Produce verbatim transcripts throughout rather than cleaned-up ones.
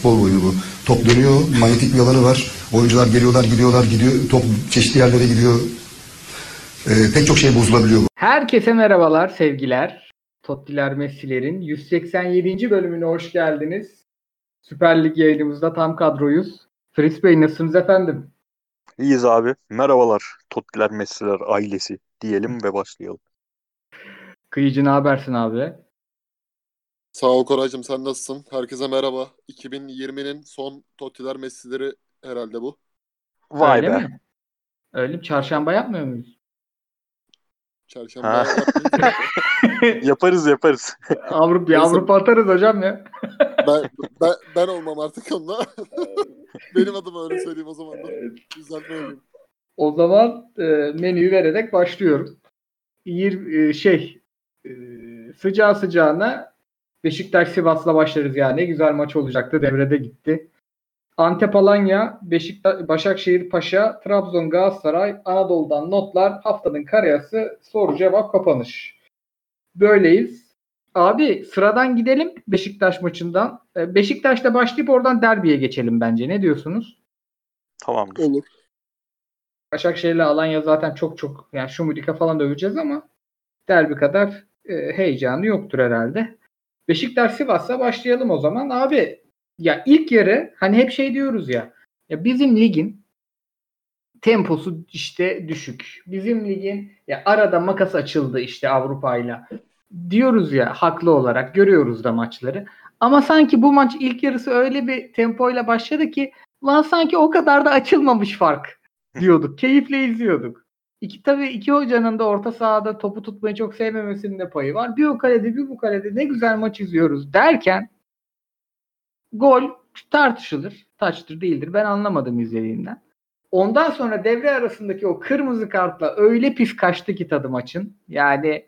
futbol oyunu bu. Top dönüyor, manyetik bir alanı var. Oyuncular geliyorlar, gidiyorlar, gidiyor. Top çeşitli yerlere gidiyor. Ee, pek çok şey bozulabiliyor. Herkese merhabalar, sevgiler. Tottiler Messi'lerin yüz seksen yedinci bölümüne hoş geldiniz. Süper Lig yayınımızda tam kadroyuz. Fritz Bey, nasılsınız efendim? İyiyiz abi. Merhabalar. Tottiler Messi'ler ailesi diyelim ve başlayalım. Kıyıcı, ne habersin abi? Sağ ol Koraycığım, sen nasılsın? Herkese merhaba. iki bin yirminin son Tottiler Messi'leri herhalde bu. Vay Öyle be. mi? Öyle mi? Çarşamba yapmıyor muyuz? Çarşamba Ha. yapmayız. Yaparız yaparız. Avrupa, Neyse. Avrupa atarız hocam ya. ben, ben, ben olmam artık onda. Benim adıma öyle söyleyeyim o zaman da. Düzeltme yapayım. O zaman e, menüyü vererek başlıyorum. Yir, e, şey e, sıcağı sıcağına Beşiktaş Sivas'la başlarız yani. Ne güzel maç olacaktı. Devrede gitti. Antep Alanya, Beşiktaş, Başakşehir Paşa, Trabzon Galatasaray, Anadolu'dan notlar, haftanın kariyası, soru cevap kapanış. Böyleyiz. Abi sıradan gidelim Beşiktaş maçından. E, Beşiktaş'ta başlayıp oradan derbiye geçelim bence. Ne diyorsunuz? Tamamdır. Olur. Başakşehir'le Alanya zaten çok çok, yani Şumudika falan döveceğiz ama derbi kadar e, heyecanı yoktur herhalde. Beşiktaş Sivas'la başlayalım o zaman. Abi ya ilk yarı hani hep şey diyoruz ya, ya bizim ligin temposu işte düşük. Bizim ligin ya arada makas açıldı işte Avrupa'yla. Diyoruz ya, haklı olarak görüyoruz da maçları. Ama sanki bu maç ilk yarısı öyle bir tempoyla başladı ki lan sanki o kadar da açılmamış fark diyorduk. Keyifle izliyorduk. İki, tabii iki hocanın da orta sahada topu tutmayı çok sevmemesinin de payı var. Bir o kalede bir bu kalede ne güzel maç izliyoruz derken gol tartışılır. Taçtır değildir. Ben anlamadım izlediğimden. Ondan sonra devre arasındaki o kırmızı kartla öyle pis kaçtı ki tadı maçın. Yani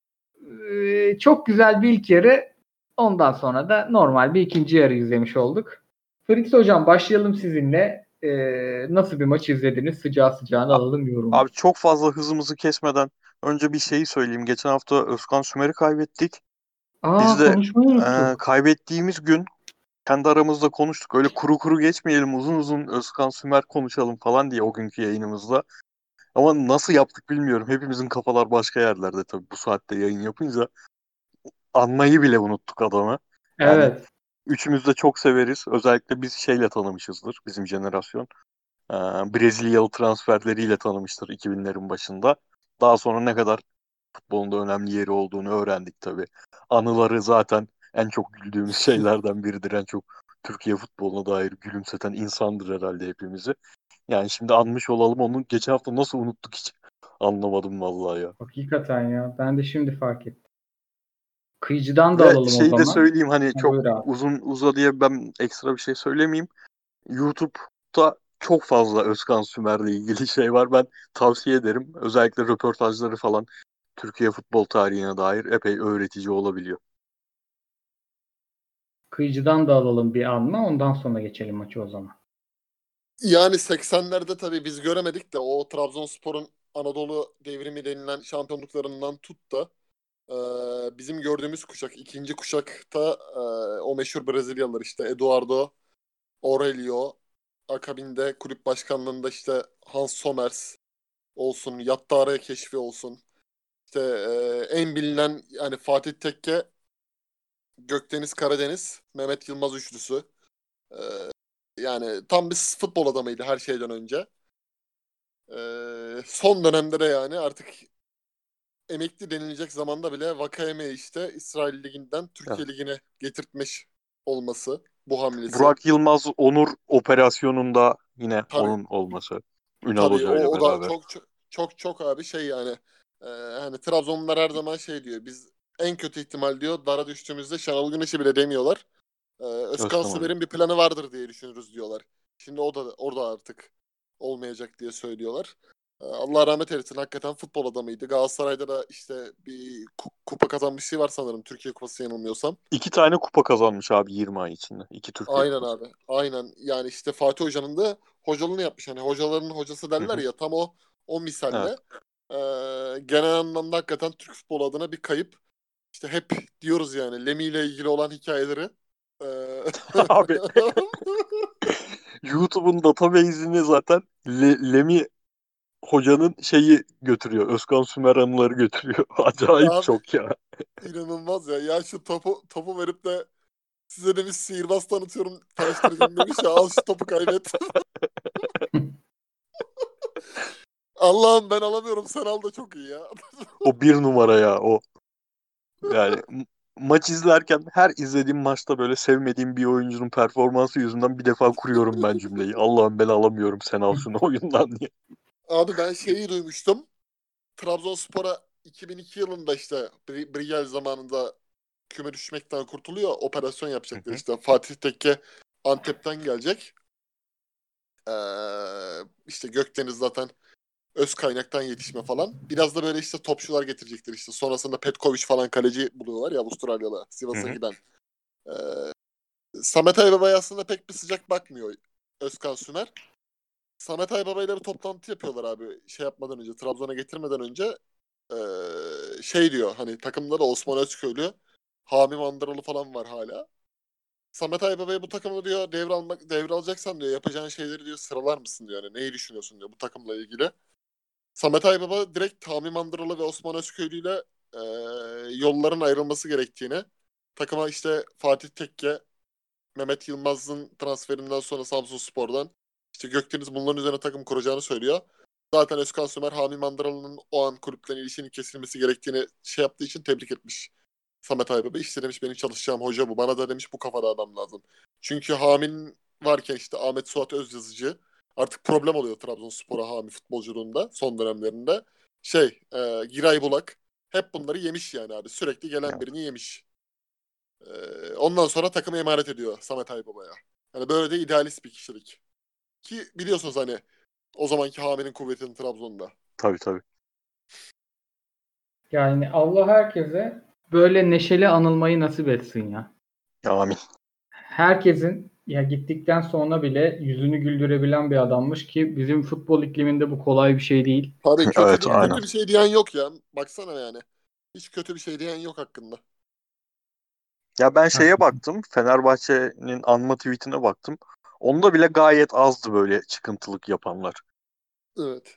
e, çok güzel bir ilk yarı. Ondan sonra da normal bir ikinci yarı izlemiş olduk. Fritz hocam, başlayalım sizinle. E, nasıl bir maç izlediniz? Sıcağı sıcağına alalım yorumu. Abi çok fazla hızımızı kesmeden önce bir şeyi söyleyeyim. Geçen hafta Özkan Sümer'i kaybettik. Aa, Biz de konuşmayı e, unuttuk. kaybettiğimiz gün kendi aramızda konuştuk. Öyle kuru kuru geçmeyelim, uzun uzun Özkan Sümer konuşalım falan diye o günkü yayınımızda. Ama nasıl yaptık bilmiyorum. Hepimizin kafalar başka yerlerde tabii bu saatte yayın yapınca. Anmayı bile unuttuk adamı. Yani Evet. üçümüz de çok severiz. Özellikle biz şeyle tanımışızdır, bizim jenerasyon. Ee, Brezilyalı transferleriyle tanımıştır iki binlerin başında. Daha sonra ne kadar futbolunda önemli yeri olduğunu öğrendik tabii. Anıları zaten en çok güldüğümüz şeylerden biridir. En çok Türkiye futboluna dair gülümseten insandır herhalde hepimizi. Yani şimdi anmış olalım onu. Geçen hafta nasıl unuttuk hiç anlamadım vallahi ya. Hakikaten ya. Ben de şimdi fark ettim. Kıyıcıdan da Ve alalım o şeyi de zaman. söyleyeyim, hani Ha, çok buyur abi. uzun uza diye ben ekstra bir şey söylemeyeyim. YouTube'da çok fazla Özkan Sümer'le ilgili şey var. Ben tavsiye ederim. Özellikle röportajları falan Türkiye futbol tarihine dair epey öğretici olabiliyor. Kıyıcıdan da alalım bir anma. Ondan sonra geçelim maçı o zaman. Yani seksenlerde tabii biz göremedik de o Trabzonspor'un Anadolu Devrimi denilen şampiyonluklarından tut da e, bizim gördüğümüz kuşak, ikinci kuşakta e, o meşhur Brezilyalılar işte Eduardo, Aurelio, akabinde kulüp başkanlığında işte Hans Sommers olsun, Yattare keşfi olsun. İşte e, en bilinen yani Fatih Tekke, Gökdeniz Karadeniz, Mehmet Yılmaz üçlüsü. E, yani tam bir futbol adamıydı her şeyden önce. E, son dönemde de yani artık emekli denilecek zamanda bile Vakayeme'yi işte İsrail Ligi'nden Türkiye Evet. Ligi'ne getirtmiş olması, bu hamlesi. Burak Yılmaz Onur operasyonunda yine Tabii onun olması. Ünal tabii Hoca o, ile o da beraber. çok çok çok çok abi şey yani e, hani Trabzonlular her zaman şey diyor. Biz en kötü ihtimal diyor dara düştüğümüzde Şenol Güneş'i bile demiyorlar. Ee, Özkan Özkan Hoca. Sümer'in bir planı vardır diye düşünürüz diyorlar. Şimdi o da orada artık olmayacak diye söylüyorlar. Ee, Allah rahmet eylesin, hakikaten futbol adamıydı. Galatasaray'da da işte bir ku- kupa kazanmışlığı var sanırım, Türkiye Kupası yanılmıyorsam. İki tane kupa kazanmış abi yirmi ay içinde. İki Türkiye Aynen Kupası. abi. Aynen. Yani işte Fatih Hoca'nın da hocalığını yapmış. Hani hocaların hocası Hı derler hı. ya, tam o o Evet. misalle. Ee, genel anlamda hakikaten Türk futbolu adına bir kayıp. İşte hep diyoruz yani Lemi ile ilgili olan hikayeleri Ee, Abi YouTube'un database'ini zaten Le- Lemi hocanın şeyi götürüyor. Özkan Sümer anıları götürüyor. Acayip Abi çok ya. inanılmaz ya. Ya şu topu topu verip de size demiş sihirbaz tanıtıyorum, tanıştıracağım demiş ya, al şu topu kaybet. Allah'ım ben alamıyorum, sen al da çok iyi ya. O bir numara ya o. Yani m- maç izlerken her izlediğim maçta böyle sevmediğim bir oyuncunun performansı yüzünden bir defa kuruyorum ben cümleyi. Allah'ım ben alamıyorum sen al şunu oyundan diye. Abi ben şeyi duymuştum. Trabzonspor'a iki bin iki yılında işte Bri- Brigel zamanında küme düşmekten kurtuluyor. Operasyon Hı yapacaklar hı. işte. Fatih Tekke Antep'ten gelecek. Ee, işte Gökdeniz zaten öz kaynaktan yetişme falan. Biraz da böyle işte topçular getirecekler işte. Sonrasında Petkovic falan kaleci buluyorlar ya, Avustralyalı Hı Sivas'a hı. giden. Ee, Samet Aybaba'ya aslında pek bir sıcak bakmıyor Özkan Sümer. Samet Aybaba'yla bir toplantı yapıyorlar abi. Şey yapmadan önce, Trabzon'a getirmeden önce ee, şey diyor, hani takımda da Osman Özköylü, Hami Mandıralı falan var hala. Samet Aybaba'ya bu takımı diyor devralmak devralacaksan diyor yapacağın şeyleri diyor sıralar mısın diyor. Yani neyi düşünüyorsun diyor bu takımla ilgili. Samet Aybaba direkt Hami Mandıralı ve Osman Özköylü ile ee, yolların ayrılması gerektiğini, takıma işte Fatih Tekke, Mehmet Yılmaz'ın transferinden sonra Samsunspor'dan işte Gökdeniz bunların üzerine takım kuracağını söylüyor. Zaten Özkan Sümer Hami Mandıralı'nın o an kulüpten ilişkinin kesilmesi gerektiğini şey yaptığı için tebrik etmiş Samet Aybaba. İşte demiş benim çalışacağım hoca bu. Bana da demiş bu kafada adam lazım. Çünkü Hami'nin varken işte Ahmet Suat Özyazıcı artık problem oluyor Trabzonspor'a Hami futbolculuğunda son dönemlerinde. Şey, e, Giray Bulak hep bunları yemiş yani abi. Sürekli gelen Ya, birini yemiş. Ee, ondan sonra takımı emanet ediyor Samet Aybaba'ya. Yani böyle de idealist bir kişilik. Ki biliyorsunuz hani o zamanki Hami'nin kuvvetini Trabzon'da. tabii tabii. Yani Allah herkese böyle neşeli anılmayı nasip etsin ya. Ya, amin. Herkesin ya gittikten sonra bile yüzünü güldürebilen bir adammış ki bizim futbol ikliminde bu kolay bir şey değil. Tabii kötü Evet bir aynen. kötü bir şey diyen yok ya. Baksana yani. Hiç kötü bir şey diyen yok hakkında. Ya ben şeye Haklısın. baktım. Fenerbahçe'nin anma tweetine baktım. Onda bile gayet azdı böyle çıkıntılık yapanlar. Evet.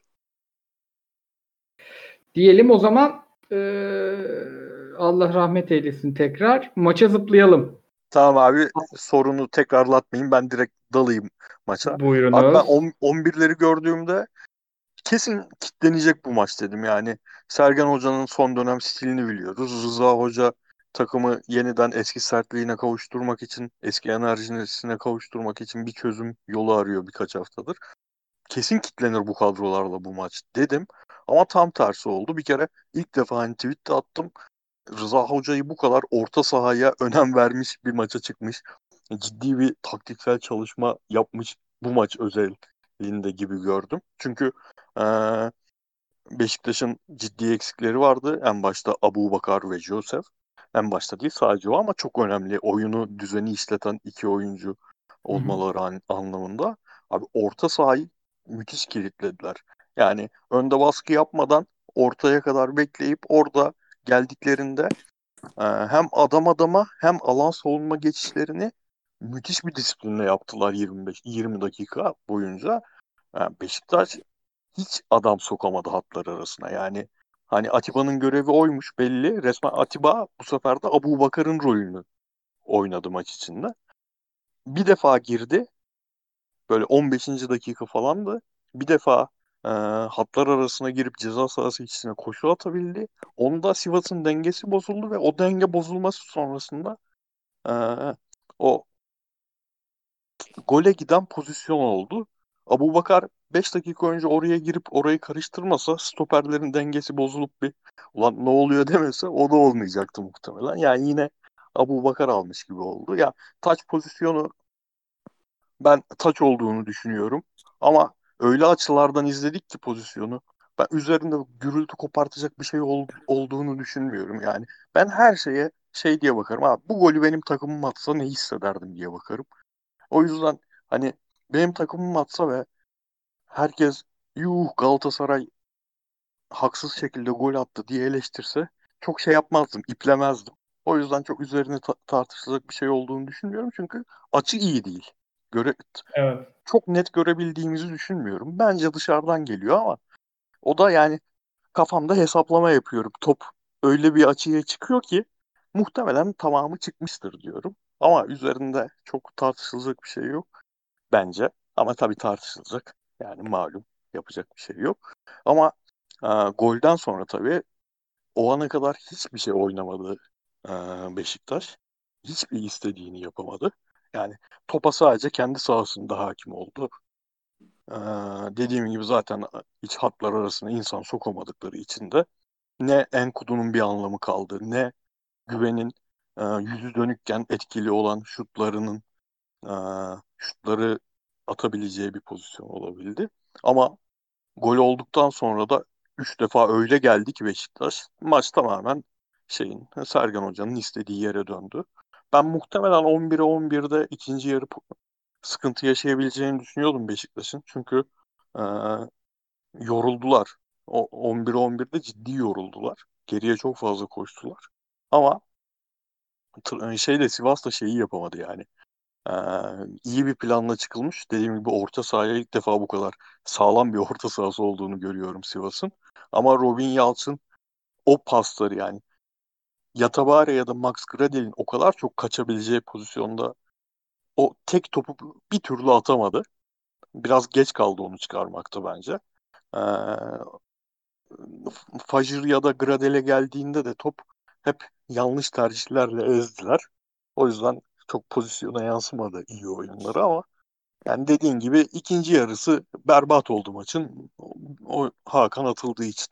Diyelim o zaman eee, Allah rahmet eylesin tekrar. Maça zıplayalım. Tamam abi sorunu tekrarlatmayayım. Ben direkt dalayım maça. Abi ben Buyurunuz. on- on birleri gördüğümde kesin kitlenecek bu maç dedim. Yani Sergen Hoca'nın son dönem stilini biliyoruz. Rıza Hoca takımı yeniden eski sertliğine kavuşturmak için, eski enerjisine kavuşturmak için bir çözüm yolu arıyor birkaç haftadır. Kesin kitlenir bu kadrolarla bu maç dedim. Ama tam tersi oldu. Bir kere ilk defa hani tweet'te attım. Rıza Hoca'yı bu kadar orta sahaya önem vermiş bir maça çıkmış. Ciddi bir taktiksel çalışma yapmış bu maç özelliğinde gibi gördüm. Çünkü eee, Beşiktaş'ın ciddi eksikleri vardı. En başta Abubakar ve Joseph. En başta değil sadece o ama çok önemli. Oyunu düzeni işleten iki oyuncu Hı hı. olmaları an- anlamında. Abi orta sahayı müthiş kilitlediler. Yani önde baskı yapmadan ortaya kadar bekleyip orada geldiklerinde ee, hem adam adama hem alan savunma geçişlerini müthiş bir disiplinle yaptılar yirmi beş yirmi dakika boyunca. Yani Beşiktaş hiç adam sokamadı hatlar arasına. Yani hani Atiba'nın görevi oymuş belli. Resmen Atiba bu sefer de Abubakar'ın rolünü oynadı maç içinde. Bir defa girdi. Böyle on beşinci dakika falandı. Bir defa e, hatlar arasına girip ceza sahası içine koşu atabildi. Onda Sivas'ın dengesi bozuldu ve o denge bozulması sonrasında Ee, o gole giden pozisyon oldu. Abubakar beş dakika önce oraya girip orayı karıştırmasa stoperlerin dengesi bozulup bir ulan ne oluyor demese o da olmayacaktı muhtemelen. Yani yine Abubakar almış gibi oldu. Ya taç pozisyonu ben taç olduğunu düşünüyorum. Ama öyle açılardan izledik ki pozisyonu. Ben üzerinde gürültü kopartacak bir şey ol- olduğunu düşünmüyorum yani. Ben her şeye şey diye bakarım. Abi, bu golü benim takımım atsa ne hissederdim diye bakarım. O yüzden hani benim takımım atsa ve herkes yuh Galatasaray haksız şekilde gol attı diye eleştirse çok şey yapmazdım, iplemezdim. O yüzden çok üzerine ta- tartışılacak bir şey olduğunu düşünmüyorum. Çünkü açı iyi değil. Göre Evet. çok net görebildiğimizi düşünmüyorum. Bence dışarıdan geliyor ama o da yani kafamda hesaplama yapıyorum. Top öyle bir açıya çıkıyor ki muhtemelen tamamı çıkmıştır diyorum. Ama üzerinde çok tartışılacak bir şey yok bence. Ama tabii tartışılacak. Yani malum yapacak bir şey yok. Ama e, golden sonra tabii o ana kadar hiçbir şey oynamadı e, Beşiktaş. Hiçbir istediğini yapamadı. Yani topa sadece kendi sahasında hakim oldu. E, Dediğim gibi zaten iç hatlar arasına insan sokamadıkları için de ne Enkudu'nun bir anlamı kaldı, ne Güven'in e, yüzü dönükken etkili olan şutlarının e, şutları atabileceği bir pozisyon olabildi. Ama gol olduktan sonra da üç defa öyle geldi ki Beşiktaş. Maç tamamen şeyin Sergen Hoca'nın istediği yere döndü. Ben muhtemelen on bire on birde ikinci yarı po- sıkıntı yaşayabileceğini düşünüyordum Beşiktaş'ın. Çünkü e, yoruldular. O on bire on birde ciddi yoruldular. Geriye çok fazla koştular. Ama tr- şeyle Sivas da şeyi yapamadı yani. Ee, iyi bir planla çıkılmış. Dediğim gibi orta sahaya ilk defa bu kadar sağlam bir orta sahası olduğunu görüyorum Sivas'ın. Ama Robin Yalçın o pasları yani Yatabare ya da Max Gradel'in o kadar çok kaçabileceği pozisyonda o tek topu bir türlü atamadı. Biraz geç kaldı onu çıkarmakta bence. Ee, Fajr ya da Gradel'e geldiğinde de top hep yanlış tercihlerle ezdiler. O yüzden çok pozisyona yansımadı iyi oyunları ama yani dediğin gibi ikinci yarısı berbat oldu maçın. O Hakan atıldığı için.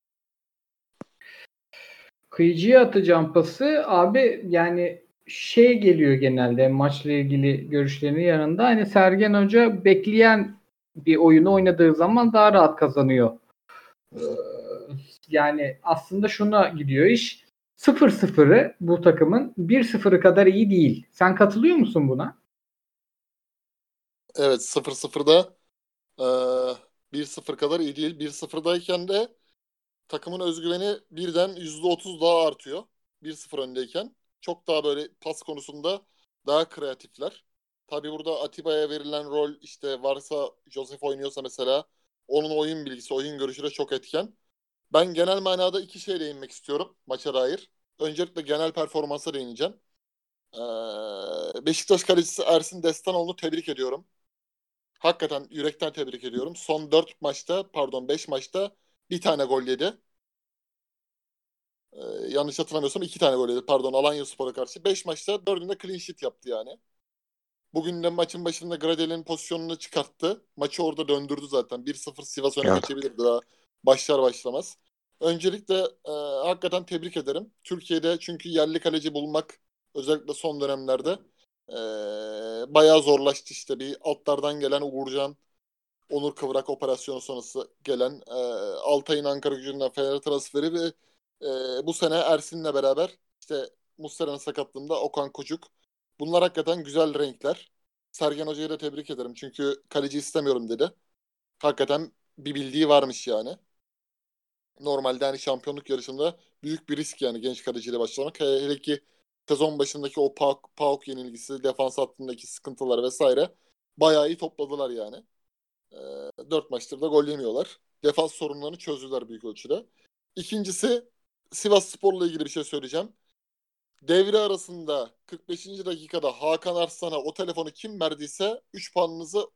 Kıyıcıya atacağım pası abi, yani şey geliyor genelde maçla ilgili görüşlerinin yanında, hani Sergen Hoca bekleyen bir oyunu oynadığı zaman daha rahat kazanıyor. Ee, Yani aslında şuna gidiyor iş. sıfır sıfırı bu takımın bir sıfırı kadar iyi değil. Sen katılıyor musun buna? Evet, sıfır sıfırda bir sıfır kadar iyi değil. bir sıfırdayken de takımın özgüveni birden yüzde otuz daha artıyor. bir sıfır öndeyken. Çok daha böyle pas konusunda daha kreatifler. Tabii burada Atiba'ya verilen rol, işte varsa Joseph oynuyorsa mesela, onun oyun bilgisi, oyun görüşü de çok etken. Ben genel manada iki şeye değinmek istiyorum maça dair. Öncelikle genel performansa değineceğim. Ee, Beşiktaş kalecisi Ersin Destanoğlu'nu tebrik ediyorum. Hakikaten yürekten tebrik ediyorum. Son dört maçta, pardon beş maçta bir tane gol yedi. Ee, yanlış hatırlamıyorsam iki tane gol yedi. Pardon, Alanyaspor'a karşı. Beş maçta dördünde clean sheet yaptı yani. Bugün de maçın başında Gradel'in pozisyonunu çıkarttı. Maçı orada döndürdü zaten. bir sıfır Sivas öne Evet. geçebilirdi daha başlar başlamaz. Öncelikle e, hakikaten tebrik ederim. Türkiye'de çünkü yerli kaleci bulmak özellikle son dönemlerde e, bayağı zorlaştı işte. Bir altlardan gelen Uğurcan, Onur Kıvrak operasyonu sonrası gelen e, Altay'ın Ankara Gücü'nden Fener'e transferi ve e, bu sene Ersin'le beraber işte Muslera'nın sakatlığında Okan Kocuk. Bunlar hakikaten güzel renkler. Sergen Hoca'yı da tebrik ederim. Çünkü kaleci istemiyorum dedi. Hakikaten bir bildiği varmış yani. Normalde hani şampiyonluk yarışında büyük bir risk yani genç kaleciyle başlamak. Hele hele ki sezon başındaki o PAOK, PAOK yenilgisi, defans hattındaki sıkıntılar vesaire bayağı iyi topladılar yani. E, dört maçtır da gol yemiyorlar. Defans sorunlarını çözdüler büyük ölçüde. İkincisi, Sivasspor'la ilgili bir şey söyleyeceğim. Devre arasında kırk beşinci dakikada Hakan Arslan'a o telefonu kim verdiyse üç puanınızı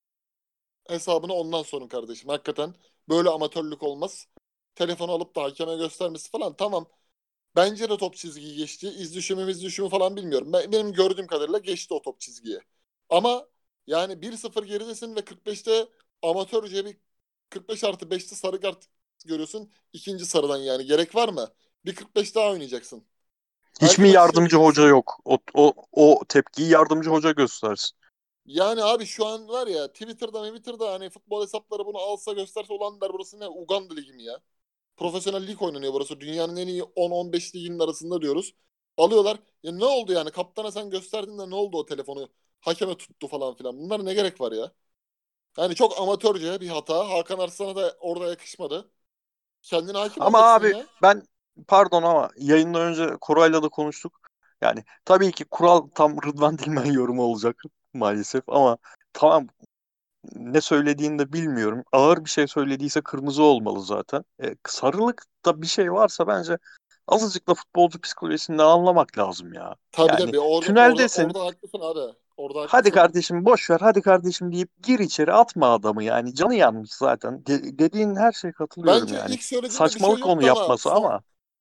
hesabına ondan sorun kardeşim. Hakikaten böyle amatörlük olmaz. Telefonu alıp da hakeme göstermesi falan, tamam. Bence de top çizgiyi geçti. İz düşümü iz düşümü falan bilmiyorum. Ben, benim gördüğüm kadarıyla geçti o top çizgiyi. Ama yani bir sıfır geridesin ve kırk beşte amatörce bir kırk beş artı beşte sarı kart görüyorsun. İkinci sarıdan yani. Gerek var mı? Bir kırk beş daha oynayacaksın. Hiç Belki mi maçı yardımcı hoca çevireceksin. yok? O, o, o tepkiyi yardımcı hoca göstersin. Yani abi şu an var ya, Twitter'da Twitter'da hani futbol hesapları bunu alsa gösterse, olan der burası ne? Uganda Ligi mi ya? Profesyonel lig oynanıyor burası. Dünyanın en iyi on on beş liginin arasında diyoruz. Alıyorlar. Ya ne oldu yani? Kaptana sen gösterdin de ne oldu o telefonu? Hakeme tuttu falan filan. Bunlar ne gerek var ya? Yani çok amatörce bir hata. Hakan Arslan'a da orada yakışmadı. Kendine hakim Ama olacaksın abi ya. ben pardon ama yayından önce Koray'la da konuştuk. Yani tabii ki kural tam Rıdvan Dilmen yorumu olacak maalesef ama tamam, ne söylediğini de bilmiyorum. Ağır bir şey söylediyse kırmızı olmalı zaten. E, sarılıkta bir şey varsa bence azıcık da futbolcu psikolojisini anlamak lazım ya. Tabii Yani tabii orada orada tüneldesin. orada haklısın abi. Orada Hadi haklısın. kardeşim boş ver, hadi kardeşim deyip gir içeri, atma adamı yani. Canı yanmış zaten. De- dediğin her şeye katılıyorum Bence yani. ilk söylediğinde bir şey Saçmalık onu yoktu ama yapması son ama.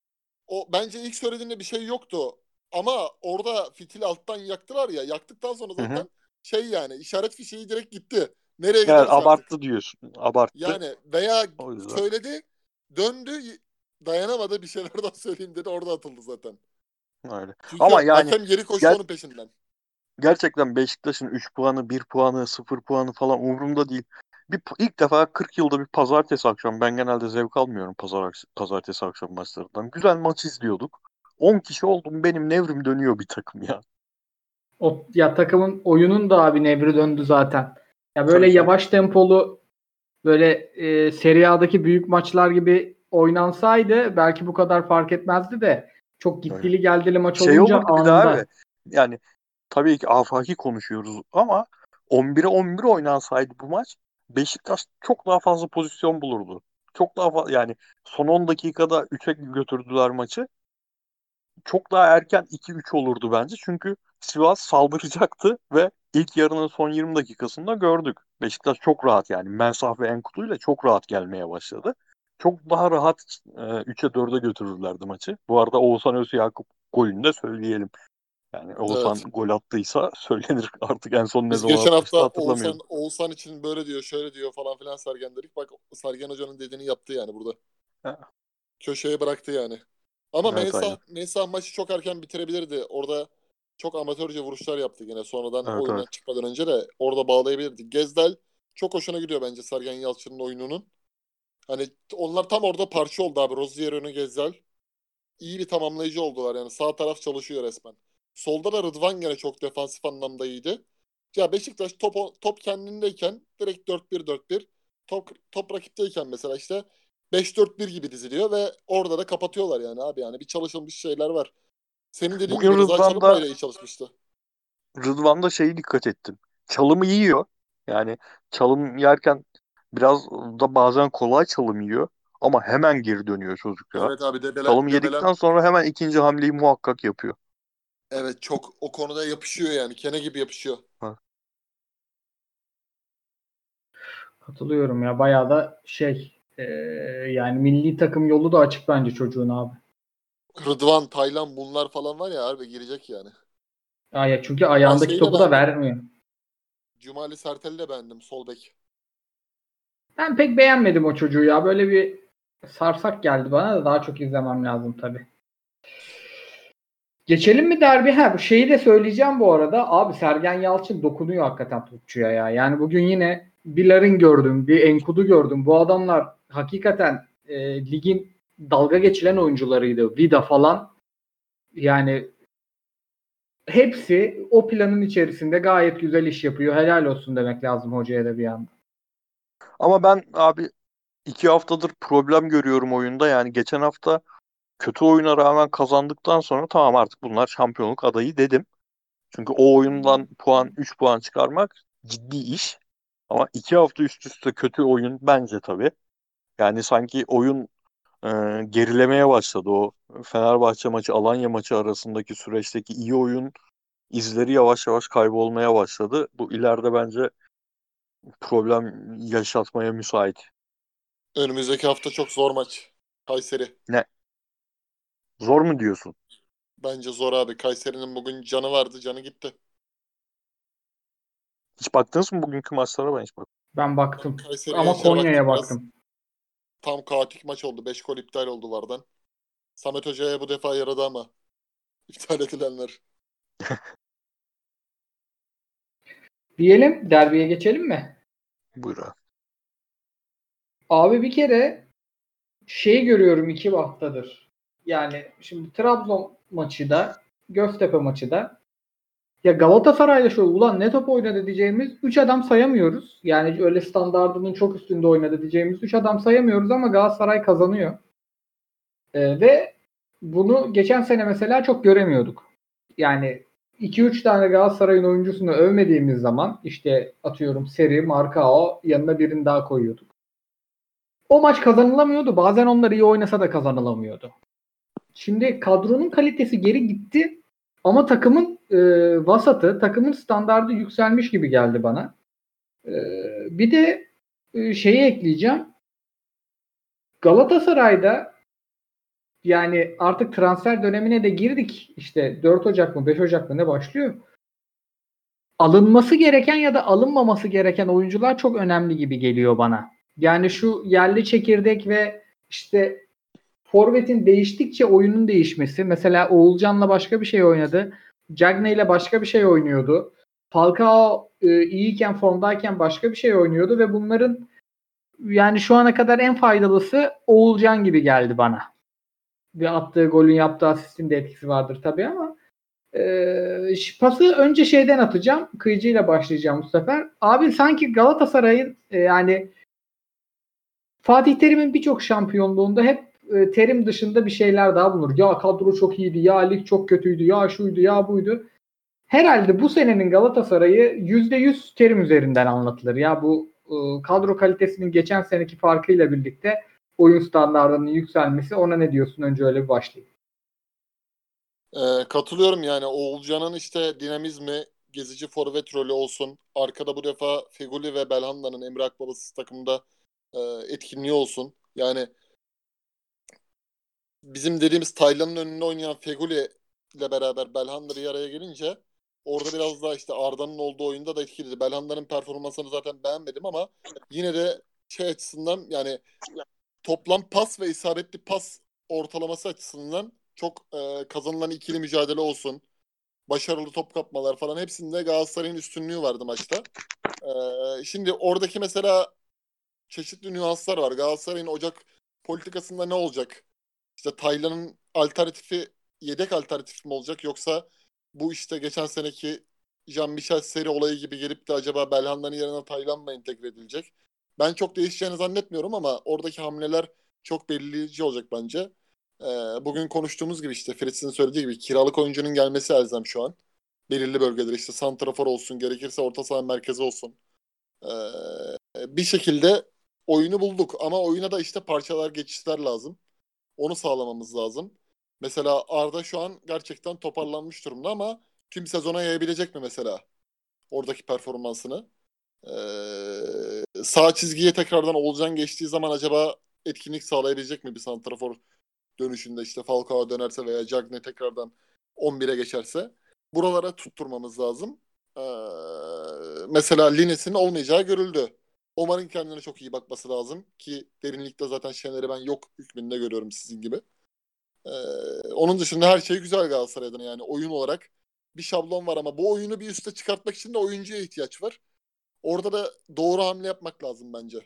o bence ilk söylediğinde bir şey yoktu. Ama orada fitil alttan yaktılar ya. Yaktıktan sonra Hı hı. zaten şey yani işaret fişeği direkt gitti. Nereye Evet, giderse artık. abarttı diyorsun. Abarttı. Yani veya O yüzden. söyledi, döndü, dayanamadı, bir şeyler daha söyleyeyim dedi, orada atıldı zaten. Öyle. Çünkü Ama yani hakem geri koştu ger- onun peşinden. gerçekten Beşiktaş'ın üç puanı, bir puanı, sıfır puanı falan umurumda değil. Bir, ilk defa kırk yılda bir pazartesi akşam, ben genelde zevk almıyorum pazar, aks- pazartesi akşam maçlarından. Güzel maç izliyorduk. on kişi oldum, benim nevrim dönüyor bir takım ya. O, ya takımın oyunun da abi nevri döndü zaten. Ya böyle Tabii canım. yavaş tempolu böyle e, Serie A'daki büyük maçlar gibi oynansaydı belki bu kadar fark etmezdi de çok Öyle. gittili geldili maç Şey olunca olurdu bir daha abi. anında. Yani tabii ki afaki konuşuyoruz ama on bire on bir oynansaydı bu maç, Beşiktaş çok daha fazla pozisyon bulurdu. Çok daha fazla yani, son on dakikada üçe götürdüler maçı. Çok daha erken iki üç olurdu bence. Çünkü Sivas saldıracaktı ve ilk yarının son yirmi dakikasında gördük. Beşiktaş çok rahat, yani Mensah ve Enkudu ile çok rahat gelmeye başladı. Çok daha rahat e, üçe dörde götürürlerdi maçı. Bu arada Oğuzhan Özyakup golünü de söyleyelim. Yani Oğuzhan Evet. gol attıysa söylenir, artık en son ne Biz zaman geçen atmıştı hafta Oğuzhan hatırlamıyorum. Oğuzhan için böyle diyor, şöyle diyor falan filan Sergen dedik. Bak Sergen Hoca'nın dediğini yaptı yani burada. Ha, Köşeye bıraktı yani. Ama evet, aynen. Mensah, Mensah maçı çok erken bitirebilirdi. Orada çok amatörce vuruşlar yaptı yine sonradan Evet, evet. oyundan çıkmadan önce de orada bağlayabilirdi. Gezdal çok hoşuna gidiyor bence Sergen Yalçın'ın oyununun. Hani onlar tam orada parça oldu abi. Rozier önü Gezdal. İyi bir tamamlayıcı oldular yani. Sağ taraf çalışıyor resmen. Solda da Rıdvan gene çok defansif anlamda iyiydi. Ya Beşiktaş top, top kendindeyken direkt dört bir dört bir. Top, top rakipteyken mesela işte beş dört bir gibi diziliyor ve orada da kapatıyorlar yani abi, yani bir çalışılmış şeyler var. Senin dediğin Bugün gibi Rıza Çalınbay Rıdvan'da ile iyi çalışmıştı. Rıdvan'da şeyi dikkat ettim. Çalımı yiyor. Yani çalım yerken biraz da bazen kolay çalım yiyor. Ama hemen geri dönüyor çocuk ya. Evet abi, Debelen, Çalım Debelen yedikten sonra hemen ikinci hamleyi muhakkak yapıyor. evet çok o konuda yapışıyor yani. Kene gibi yapışıyor. Ha. Katılıyorum ya, bayağı da şey e, yani milli takım yolu da açık bence çocuğun abi. Rıdvan, Taylan bunlar falan var ya harbi girecek yani. Ya, ya çünkü Ben ayağındaki şeyi de topu da beğendim. vermiyor. Cumali Sertel'i de beğendim, sol bek. Ben pek beğenmedim o çocuğu ya. Böyle bir sarsak geldi bana da, daha çok izlemem lazım tabii. Geçelim mi derbi? Ha, bu şeyi de söyleyeceğim bu arada. Abi Sergen Yalçın dokunuyor hakikaten topçuya ya. Yani bugün yine bir Larin gördüm, bir Enkudu gördüm. Bu adamlar hakikaten e, ligin dalga geçilen oyuncularıydı. Vida falan. Yani hepsi o planın içerisinde gayet güzel iş yapıyor. Helal olsun demek lazım hocaya da bir anda. Ama ben abi iki haftadır problem görüyorum oyunda. Yani geçen hafta kötü oyuna rağmen kazandıktan sonra tamam, artık bunlar şampiyonluk adayı dedim. Çünkü o oyundan puan, üç puan çıkarmak ciddi iş. Ama iki hafta üst üste kötü oyun bence tabii. Yani sanki oyun e, gerilemeye başladı. O Fenerbahçe maçı, Alanya maçı arasındaki süreçteki iyi oyun izleri yavaş yavaş kaybolmaya başladı. Bu ileride bence problem yaşatmaya müsait. Önümüzdeki hafta çok zor maç. Kayseri. Ne? Zor mu diyorsun? Bence zor abi. Kayseri'nin bugün canı vardı. Canı gitti. Hiç baktınız mı bugünkü maçlara? Ben hiç bakmadım. Ben Ben baktım. Kayseri Ama Gençler'e Konya'ya baktım biraz. baktım. Tam kaotik maç oldu. Beş gol iptal oldu vardan. Samet Hoca'ya bu defa yaradı ama. İptal edilenler. Diyelim derbiye geçelim mi? Buyur abi. Abi bir kere şey görüyorum iki haftadır. Yani şimdi Trabzon maçı da, Göztepe maçı da, ya Galatasaray'la şu ulan ne top oynadı diyeceğimiz üç adam sayamıyoruz. Yani öyle standardının çok üstünde oynadı diyeceğimiz üç adam sayamıyoruz ama Galatasaray kazanıyor. Ee, ve Bunu geçen sene mesela çok göremiyorduk. Yani iki üç tane Galatasaray'ın oyuncusunu övmediğimiz zaman işte atıyorum Seri, Marcao yanına birini daha koyuyorduk. O maç kazanılamıyordu. Bazen onlar iyi oynasa da kazanılamıyordu. Şimdi kadronun kalitesi geri gitti ama takımın e, vasatı, takımın standardı yükselmiş gibi geldi bana. E, bir de e, şeyi ekleyeceğim. Galatasaray'da yani artık transfer dönemine de girdik. İşte dört Ocak mı beş Ocak mı ne başlıyor? Alınması gereken ya da alınmaması gereken oyuncular çok önemli gibi geliyor bana. Yani şu yerli çekirdek ve işte forvetin değiştikçe oyunun değişmesi. Mesela Oğulcan'la başka bir şey oynadı. Cagney ile başka bir şey oynuyordu. Falcao e, iyiyken formdayken başka bir şey oynuyordu ve bunların yani şu ana kadar en faydalısı Oğulcan gibi geldi bana. Bir attığı golün yaptığı asistin de etkisi vardır tabii ama e, pası önce şeyden atacağım. Kıyıcıyla başlayacağım bu sefer. Abi sanki Galatasaray'ın e, yani Fatih Terim'in birçok şampiyonluğunda hep e, Terim dışında bir şeyler daha bulunur. Ya kadro çok iyiydi, ya lig çok kötüydü, ya şuydu, ya buydu. Herhalde bu senenin Galatasaray'ı yüzde yüz Terim üzerinden anlatılır. Ya bu e, kadro kalitesinin geçen seneki farkıyla birlikte oyun standartlarının yükselmesi, ona ne diyorsun? Önce öyle bir başlayayım. Ee, katılıyorum yani Oğulcan'ın işte dinamizmi, gezici forvet rolü olsun. Arkada bu defa Feguli ve Belhanda'nın Emre Akbabası takımda e, etkinliği olsun. Yani bizim dediğimiz Taylan'ın önünde oynayan Feguli ile beraber Belhanda bir araya gelince orada biraz daha işte Arda'nın olduğu oyunda da etkiliydi. Belhanda'nın performansını zaten beğenmedim ama yine de şey açısından yani toplam pas ve isabetli pas ortalaması açısından çok e, kazanılan ikili mücadele olsun. Başarılı top kapmalar falan hepsinde Galatasaray'ın üstünlüğü vardı maçta. E, şimdi oradaki mesela çeşitli nüanslar var. Galatasaray'ın Ocak politikasında ne olacak? İşte Taylan'ın alternatifi yedek alternatif mi olacak yoksa bu işte geçen seneki Jean-Michel Seri olayı gibi gelip de acaba Belhanda'nın yerine Taylan mı entegre edilecek? Ben çok değişeceğini zannetmiyorum ama oradaki hamleler çok belirleyici olacak bence. Ee, bugün konuştuğumuz gibi işte Fritz'in söylediği gibi kiralık oyuncunun gelmesi elzem şu an. Belirli bölgelere işte santrafor olsun gerekirse orta saha merkezi olsun. Ee, bir şekilde oyunu bulduk ama oyuna da işte parçalar geçişler lazım. Onu sağlamamız lazım. Mesela Arda şu an gerçekten toparlanmış durumda ama tüm sezona yayabilecek mi mesela oradaki performansını? Ee, sağ çizgiye tekrardan Oğulcan geçtiği zaman acaba etkinlik sağlayabilecek mi bir santrafor dönüşünde işte Falcao dönerse veya Cagney tekrardan on bire geçerse buralara tutturmamız lazım. Ee, mesela Lines'in olmayacağı görüldü. Omar'ın kendine çok iyi bakması lazım ki derinlikte zaten Şener'i ben yok hükmünde görüyorum sizin gibi. Ee, onun dışında her şey güzel Galatasaray'dan yani oyun olarak bir şablon var ama bu oyunu bir üste çıkartmak için de oyuncuya ihtiyaç var. Orada da doğru hamle yapmak lazım bence.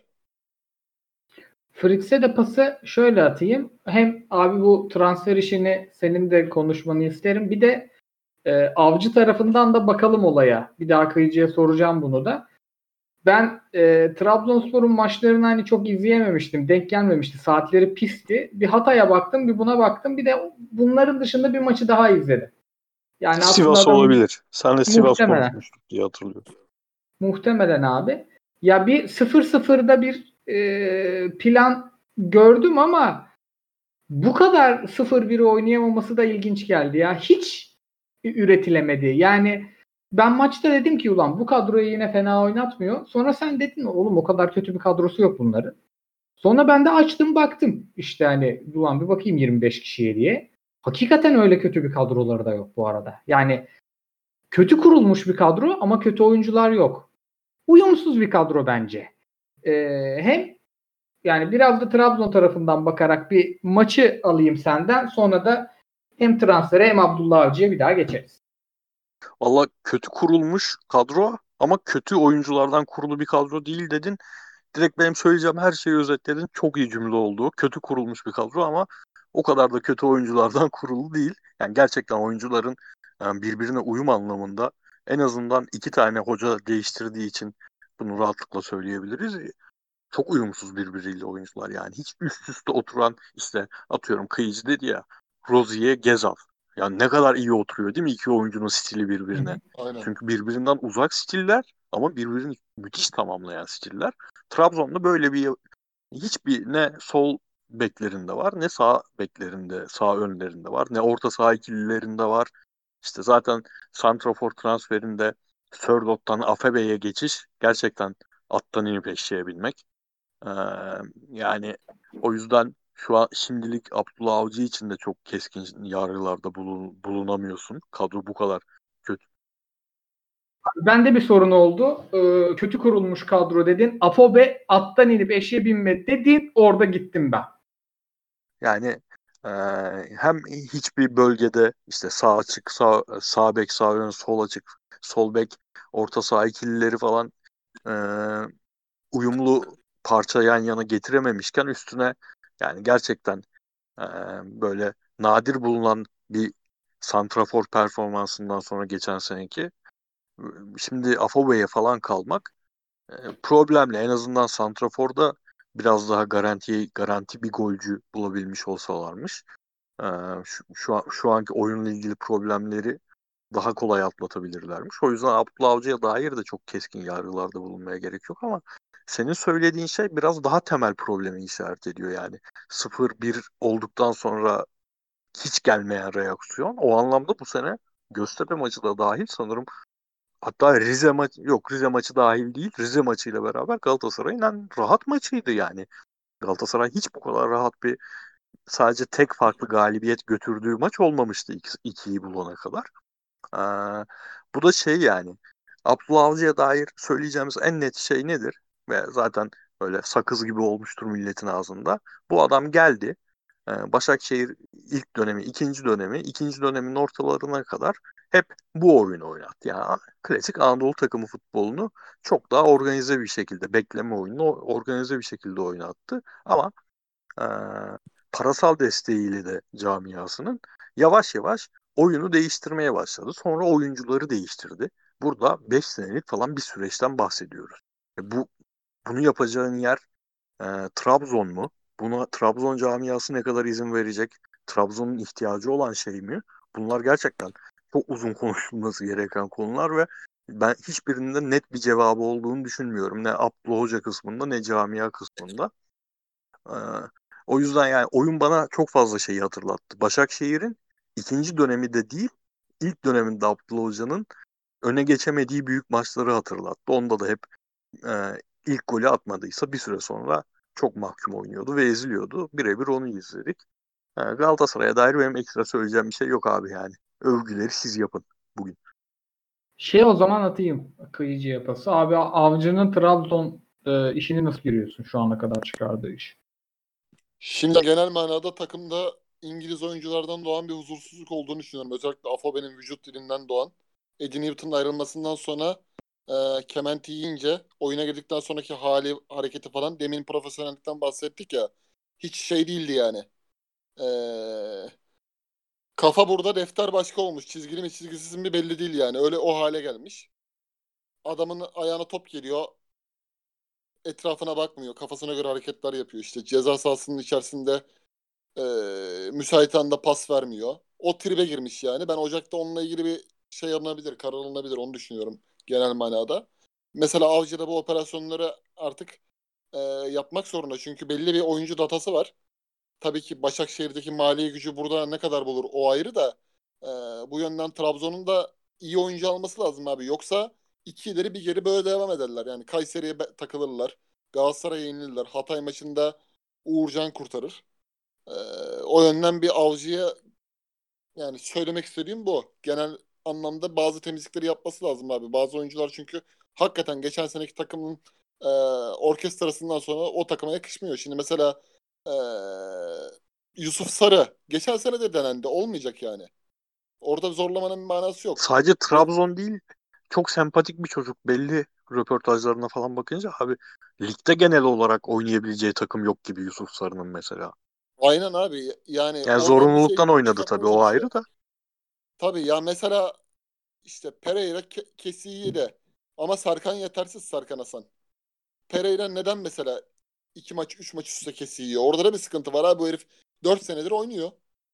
Fritz'e de pası şöyle atayım. Hem abi bu transfer işini senin de konuşmanı isterim. Bir de e, avcı tarafından da bakalım olaya. Bir daha Kıyıcı'ya soracağım bunu da. Ben e, Trabzonspor'un maçlarını hani çok izleyememiştim. Denk gelmemişti. Saatleri pisti. Bir Hatay'a baktım, bir buna baktım. Bir de bunların dışında bir maçı daha izledim. Yani aslında Sivas adam olabilir. Senle Sivas muhtemelen. konuşmuştuk diye hatırlıyorum. Muhtemelen abi. Ya bir sıfır sıfırda bir e, plan gördüm ama bu kadar sıfır bir oynayamaması da ilginç geldi ya. Hiç üretilemedi. Yani ben maçta dedim ki ulan bu kadroyu yine fena oynatmıyor. Sonra sen dedin oğlum o kadar kötü bir kadrosu yok bunların. Sonra ben de açtım baktım. İşte hani ulan bir bakayım yirmi beş kişiye diye. Hakikaten öyle kötü bir kadroları da yok bu arada. Yani kötü kurulmuş bir kadro ama kötü oyuncular yok. Uyumsuz bir kadro bence. Ee, hem yani biraz da Trabzon tarafından bakarak bir maçı alayım senden. Sonra da hem transfere hem Abdullah Avcı'ya bir daha geçeriz. Valla kötü kurulmuş kadro ama kötü oyunculardan kurulu bir kadro değil dedin. Direkt benim söyleyeceğim her şeyi özetledin. Çok iyi cümle oldu. Kötü kurulmuş bir kadro ama o kadar da kötü oyunculardan kurulu değil. Yani gerçekten oyuncuların yani birbirine uyum anlamında en azından iki tane hoca değiştirdiği için bunu rahatlıkla söyleyebiliriz. Çok uyumsuz birbiriyle oyuncular yani. Hiç üst üste oturan işte atıyorum Kıyıcı dedi ya Rozier, Gezal. Yani ne kadar iyi oturuyor değil mi iki oyuncunun stili birbirine? Aynen. Çünkü birbirinden uzak stiller ama birbirini müthiş tamamlayan stiller. Trabzon'da böyle bir hiçbir ne sol beklerinde var ne sağ beklerinde, sağ önlerinde var ne orta saha ikililerinde var. İşte zaten santrafor transferinde Sörlot'tan Afebe'ye geçiş gerçekten attan inip eşeğe binmek. Ee, yani o yüzden şu an şimdilik Abdullah Avcı için de çok keskin yargılarda bulun, bulunamıyorsun. Kadro bu kadar kötü. Bende bir sorun oldu. Ee, kötü kurulmuş kadro dedin. Afobe attan inip eşeğe binme dedin. Orada gittim ben. Yani e, hem hiçbir bölgede işte sağ açık, sağ, sağ bek, sağ ön, sol açık, sol bek, orta saha ikilileri falan e, uyumlu parça yan yana getirememişken üstüne yani gerçekten e, böyle nadir bulunan bir santrafor performansından sonra geçen seneki şimdi Afobe'ye falan kalmak e, problemli. En azından santraforda biraz daha garanti garanti bir golcü bulabilmiş olsalarmış. Ee, şu, şu, an, şu anki oyunla ilgili problemleri daha kolay atlatabilirlermiş. O yüzden Abdullah Avcı'ya dair de çok keskin yargılarda bulunmaya gerek yok ama senin söylediğin şey biraz daha temel problemi işaret ediyor yani. sıfır bir olduktan sonra hiç gelmeyen reaksiyon. O anlamda bu sene Göztepe maçı da dahil sanırım hatta Rize maçı yok Rize maçı dahil değil. Rize maçıyla beraber Galatasaray'ın en rahat maçıydı yani. Galatasaray hiç bu kadar rahat bir sadece tek farklı galibiyet götürdüğü maç olmamıştı iki, ikiyi bulana kadar. Ee, bu da şey yani Abdullah Avcı'ya dair söyleyeceğimiz en net şey nedir? Ve zaten böyle sakız gibi olmuştur milletin ağzında. Bu adam geldi. Ee, Başakşehir ilk dönemi, ikinci dönemi, ikinci dönemin ortalarına kadar hep bu oyunu oynattı. Yani klasik Anadolu takımı futbolunu çok daha organize bir şekilde, bekleme oyununu organize bir şekilde oynattı. Ama e, parasal desteğiyle de camiasının yavaş yavaş oyunu değiştirmeye başladı. Sonra oyuncuları değiştirdi. Burada beş senelik falan bir süreçten bahsediyoruz. E bu bunu yapacağın yer e, Trabzon mu? Buna Trabzon camiası ne kadar izin verecek? Trabzon'un ihtiyacı olan şey mi? Bunlar gerçekten çok uzun konuşulması gereken konular ve ben hiçbirinde net bir cevabı olduğunu düşünmüyorum. Ne Abdullah Hoca kısmında ne camia kısmında. Ee, o yüzden yani oyun bana çok fazla şeyi hatırlattı. Başakşehir'in ikinci dönemi de değil, ilk döneminde Abdullah Hoca'nın öne geçemediği büyük maçları hatırlattı. Onda da hep e, ilk golü atmadıysa bir süre sonra çok mahkum oynuyordu ve eziliyordu. Birebir onu izledik. E, Galatasaray'a dair benim ekstra söyleyeceğim bir şey yok abi yani. Övgüleri siz yapın bugün. Şey o zaman atayım kıyıcı yapası. Abi Avcı'nın Trabzon e, işini nasıl görüyorsun şu ana kadar çıkardığı iş? Şimdi genel manada takımda İngiliz oyunculardan doğan bir huzursuzluk olduğunu düşünüyorum. Özellikle Afobe'nin vücut dilinden doğan. Eddie Newton'un ayrılmasından sonra e, Kementi yiyince oyuna girdikten sonraki hali, hareketi falan demin profesyonellikten bahsettik ya. Hiç şey değildi yani. E, kafa burada defter başka olmuş. Çizgili mi çizgisiz mi belli değil yani. Öyle o hale gelmiş. Adamın ayağına top geliyor. Etrafına bakmıyor. Kafasına göre hareketler yapıyor. İşte ceza sahasının içerisinde e, müsait anda pas vermiyor. O tribe girmiş yani. Ben Ocak'ta onunla ilgili bir şey alınabilir, karar alınabilir. Onu düşünüyorum genel manada. Mesela Avcı'da bu operasyonları artık e, yapmak zorunda. Çünkü belli bir oyuncu datası var. Tabii ki Başakşehir'deki mali gücü burada ne kadar bulur o ayrı da e, bu yönden Trabzon'un da iyi oyuncu alması lazım abi. Yoksa iki ileri bir geri böyle devam ederler. Yani Kayseri'ye be- takılırlar. Galatasaray'a yenilirler. Hatay maçında Uğurcan kurtarır. E, o yönden bir Avcı'ya yani söylemek istediğim bu. Genel anlamda bazı temizlikleri yapması lazım abi. Bazı oyuncular çünkü hakikaten geçen seneki takımın e, orkestrasından sonra o takıma yakışmıyor. Şimdi mesela e, Yusuf Sarı geçen sene de denendi. Olmayacak yani. Orada zorlamanın bir manası yok. Sadece Ve Trabzon değil, çok sempatik bir çocuk. Belli röportajlarına falan bakınca abi ligde genel olarak oynayabileceği takım yok gibi Yusuf Sarı'nın mesela. aynen abi. Yani Yani oradan bir şey zorunluluktan oynadı tabii çıkartmaya o çalışıyor. ayrı da. Tabii ya mesela işte Pereira Ke- Kesi'yi de ama Sarkan yetersiz Sarkan Hasan. Pereira neden mesela iki maç, üç maç üst üste kesiyor? Orada da bir sıkıntı var abi. Bu herif dört senedir oynuyor.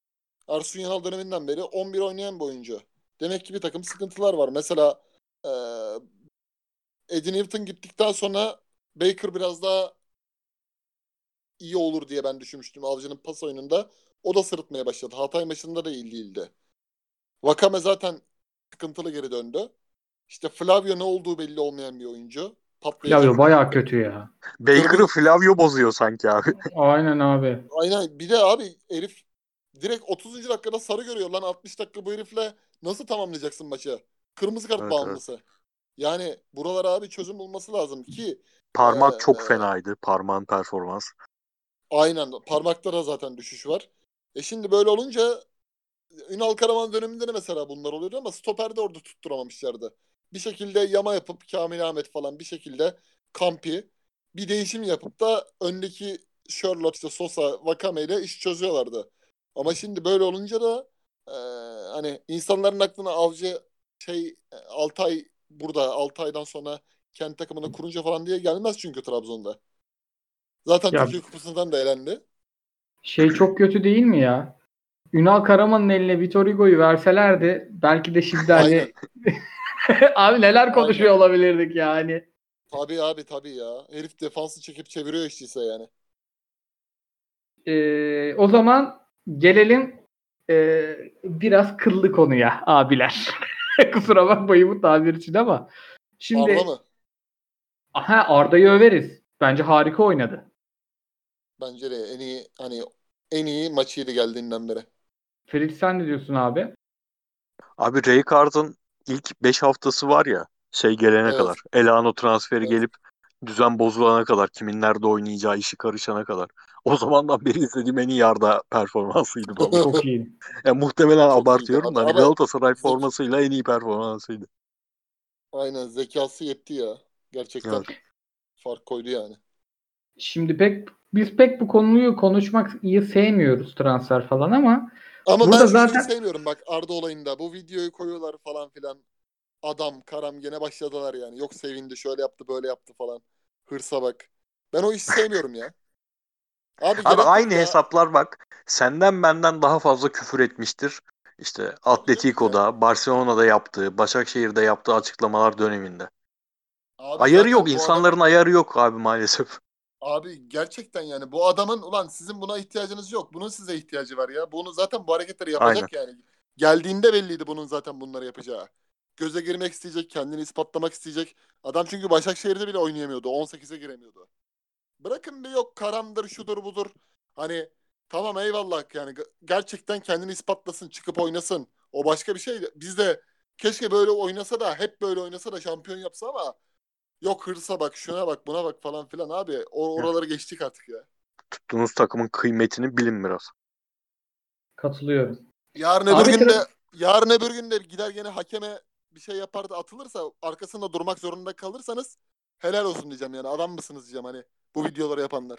Ersun Yanal döneminden beri on bir oynayan bir oyuncu. Demek ki bir takım sıkıntılar var. Mesela e, Eddie Newton gittikten sonra Baker biraz daha iyi olur diye ben düşünmüştüm Avcı'nın pas oyununda. O da sırıtmaya başladı. Hatay maçında da iyi değildi. Vakame zaten sıkıntılı geri döndü. İşte Flavio ne olduğu belli olmayan bir oyuncu. Patlayacak. Flavio bayağı kötü ya. Baker'ı Kırmızı- Flavio bozuyor sanki abi. Aynen abi. Aynen. Bir de abi herif direkt otuzuncu dakikada sarı görüyor lan. altmış dakika bu herifle nasıl tamamlayacaksın maçı? Kırmızı kart Evet, bağımlısı. Yani buralara abi çözüm bulması lazım ki Parmak e, çok e, fenaydı. Parmağın performans. aynen parmaklara zaten düşüş var. E şimdi böyle olunca Ünal Karaman döneminde de mesela bunlar oluyordu ama stoperde orada tutturamamışlardı. Bir şekilde yama yapıp Kamil Ahmet falan bir şekilde Kampi bir değişim yapıp da öndeki Sherlock işte Sosa Vakame ile iş çözüyorlardı. Ama şimdi böyle olunca da e, hani insanların aklına Avcı şey e, Altay burada altı aydan sonra kendi takımını kurunca falan diye gelmez çünkü Trabzon'da. Zaten Ya Türkiye Kupası'ndan da elendi. şey çok kötü değil mi ya? Ünal Karaman'ın eline Vitor Hugo'yu verselerdi belki de şimdi Aynen. hani abi neler konuşuyor Aynen. olabilirdik yani. Tabii abi tabii ya. Herif defansı çekip çeviriyor işçiyse yani. Ee, o zaman gelelim e, biraz kıllı konuya abiler. Kusura bakmayın bu tabir için ama. Şimdi Arda mı? aha, Arda'yı överiz. Bence harika oynadı. Bence de en iyi hani en iyi maçıydı geldiğinden beri. Ferit sen ne diyorsun abi? Abi Rijkaard'ın ilk beş haftası var ya şey gelene Evet. kadar. Elano transferi Evet. gelip düzen bozulana kadar. Kimin nerede oynayacağı işi karışana kadar. O zamandan beri izlediğim en iyi Arda performansıydı baba. Çok iyi. Yani muhtemelen Çok iyiydi abartıyorum abi. da hani Ama Galatasaray zek formasıyla en iyi performansıydı. aynen zekası yetti ya. Gerçekten Evet. fark koydu yani. Şimdi pek biz pek bu konuyu konuşmak iyi sevmiyoruz transfer falan ama Ama ben burada şu şeyi zaten sevmiyorum bak Arda olayında. Bu videoyu koyuyorlar falan filan. Adam, Karam gene başladılar yani. Yok sevindi, şöyle yaptı, böyle yaptı falan. Hırsa bak. Ben o işi sevmiyorum ya. Abi Abi gerek yok aynı ya. hesaplar bak. Senden benden daha fazla küfür etmiştir. İşte Tabii canım ya. Atletico'da, Barcelona'da yaptığı, Başakşehir'de yaptığı açıklamalar döneminde. Abi Ayarı yok. zaten bu adamın İnsanların ayarı yok abi maalesef. abi gerçekten yani bu adamın ulan sizin buna ihtiyacınız yok. Bunun size ihtiyacı var ya. Bunu zaten bu hareketleri Aynen. yapacak yani. Geldiğinde belliydi bunun zaten bunları yapacağı. Göze girmek isteyecek, kendini ispatlamak isteyecek. Adam çünkü Başakşehir'de bile oynayamıyordu. on sekize giremiyordu. Bırakın bir yok karamdır, şudur budur. Hani tamam eyvallah yani g- gerçekten kendini ispatlasın, çıkıp oynasın. O başka bir şey. Biz de keşke böyle oynasa da hep böyle oynasa da şampiyon yapsa ama yok hırsa bak, şuna bak, buna bak falan filan abi. O Evet. oraları geçtik artık ya. Tuttuğunuz takımın kıymetini bilin biraz. katılıyorum. Yarın öbür Abi gün de tra- yarın öbür gün de gider gene hakeme bir şey yapar da atılırsa arkasında durmak zorunda kalırsanız helal olsun diyeceğim yani. Adam mısınız diyeceğim hani bu videoları yapanlar.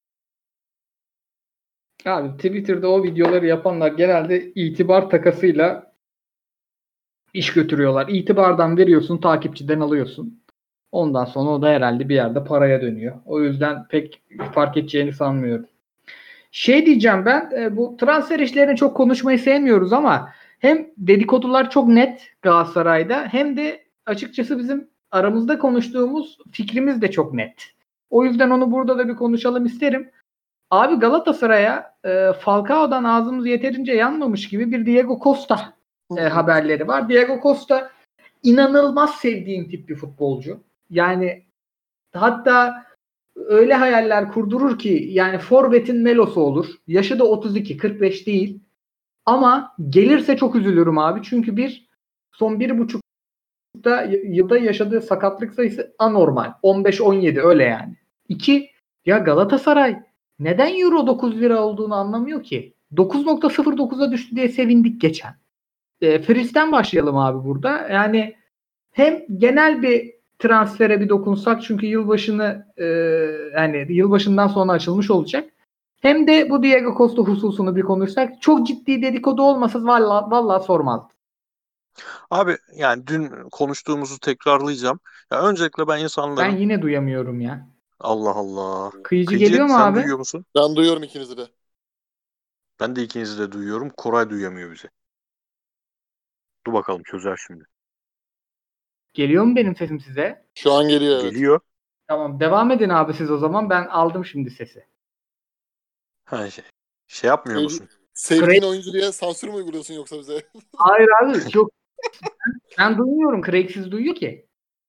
abi Twitter'da o videoları yapanlar genelde itibar takasıyla iş götürüyorlar. İtibardan veriyorsun, takipçiden alıyorsun. Ondan sonra o da herhalde bir yerde paraya dönüyor. O yüzden pek fark edeceğini sanmıyorum. Şey diyeceğim ben, e, bu transfer işlerini çok konuşmayı sevmiyoruz ama hem dedikodular çok net Galatasaray'da hem de açıkçası bizim aramızda konuştuğumuz fikrimiz de çok net. O yüzden onu burada da bir konuşalım isterim. Abi Galatasaray'a e, Falcao'dan ağzımız yeterince yanmamış gibi bir Diego Costa e, haberleri var. Diego Costa inanılmaz sevdiğim tip bir futbolcu. Yani hatta öyle hayaller kurdurur ki yani forvetin Melosu olur. Yaşı da otuz iki kırk beş değil. Ama gelirse çok üzülürüm abi. Çünkü bir son bir buçukta yılda yaşadığı sakatlık sayısı anormal. on beş on yedi öyle yani. İki, ya Galatasaray neden Euro dokuz lira olduğunu anlamıyor ki. dokuz nokta sıfır dokuza düştü diye sevindik geçen. E, Fritz'ten başlayalım abi burada. Yani hem genel bir transfere bir dokunsak çünkü yılbaşını e, yani yılbaşından sonra açılmış olacak. Hem de bu Diego Costa hususunu bir konuşsak çok ciddi dedikodu olmasa vallahi, vallahi sormazdım. Abi yani dün konuştuğumuzu tekrarlayacağım. Ya öncelikle ben Ben insanların yine duyamıyorum ya. Allah Allah. Kıyıcı Kıyıcı geliyor mu sen abi? duyuyor musun? Ben duyuyorum ikinizi de. Ben de ikinizi de duyuyorum. Koray duyamıyor bizi. Dur bakalım çözer şimdi. Geliyor mu benim sesim size? Şu an geliyor evet. Geliyor. Tamam, devam edin abi siz o zaman. Ben aldım şimdi sesi. Ha, şey, şey yapmıyor Sevdi- musun? Sevdiğin oyuncu diye sansür mü uyguluyorsun yoksa bize? Hayır abi, yok. Ben duymuyorum. Craig'siz duyuyor ki.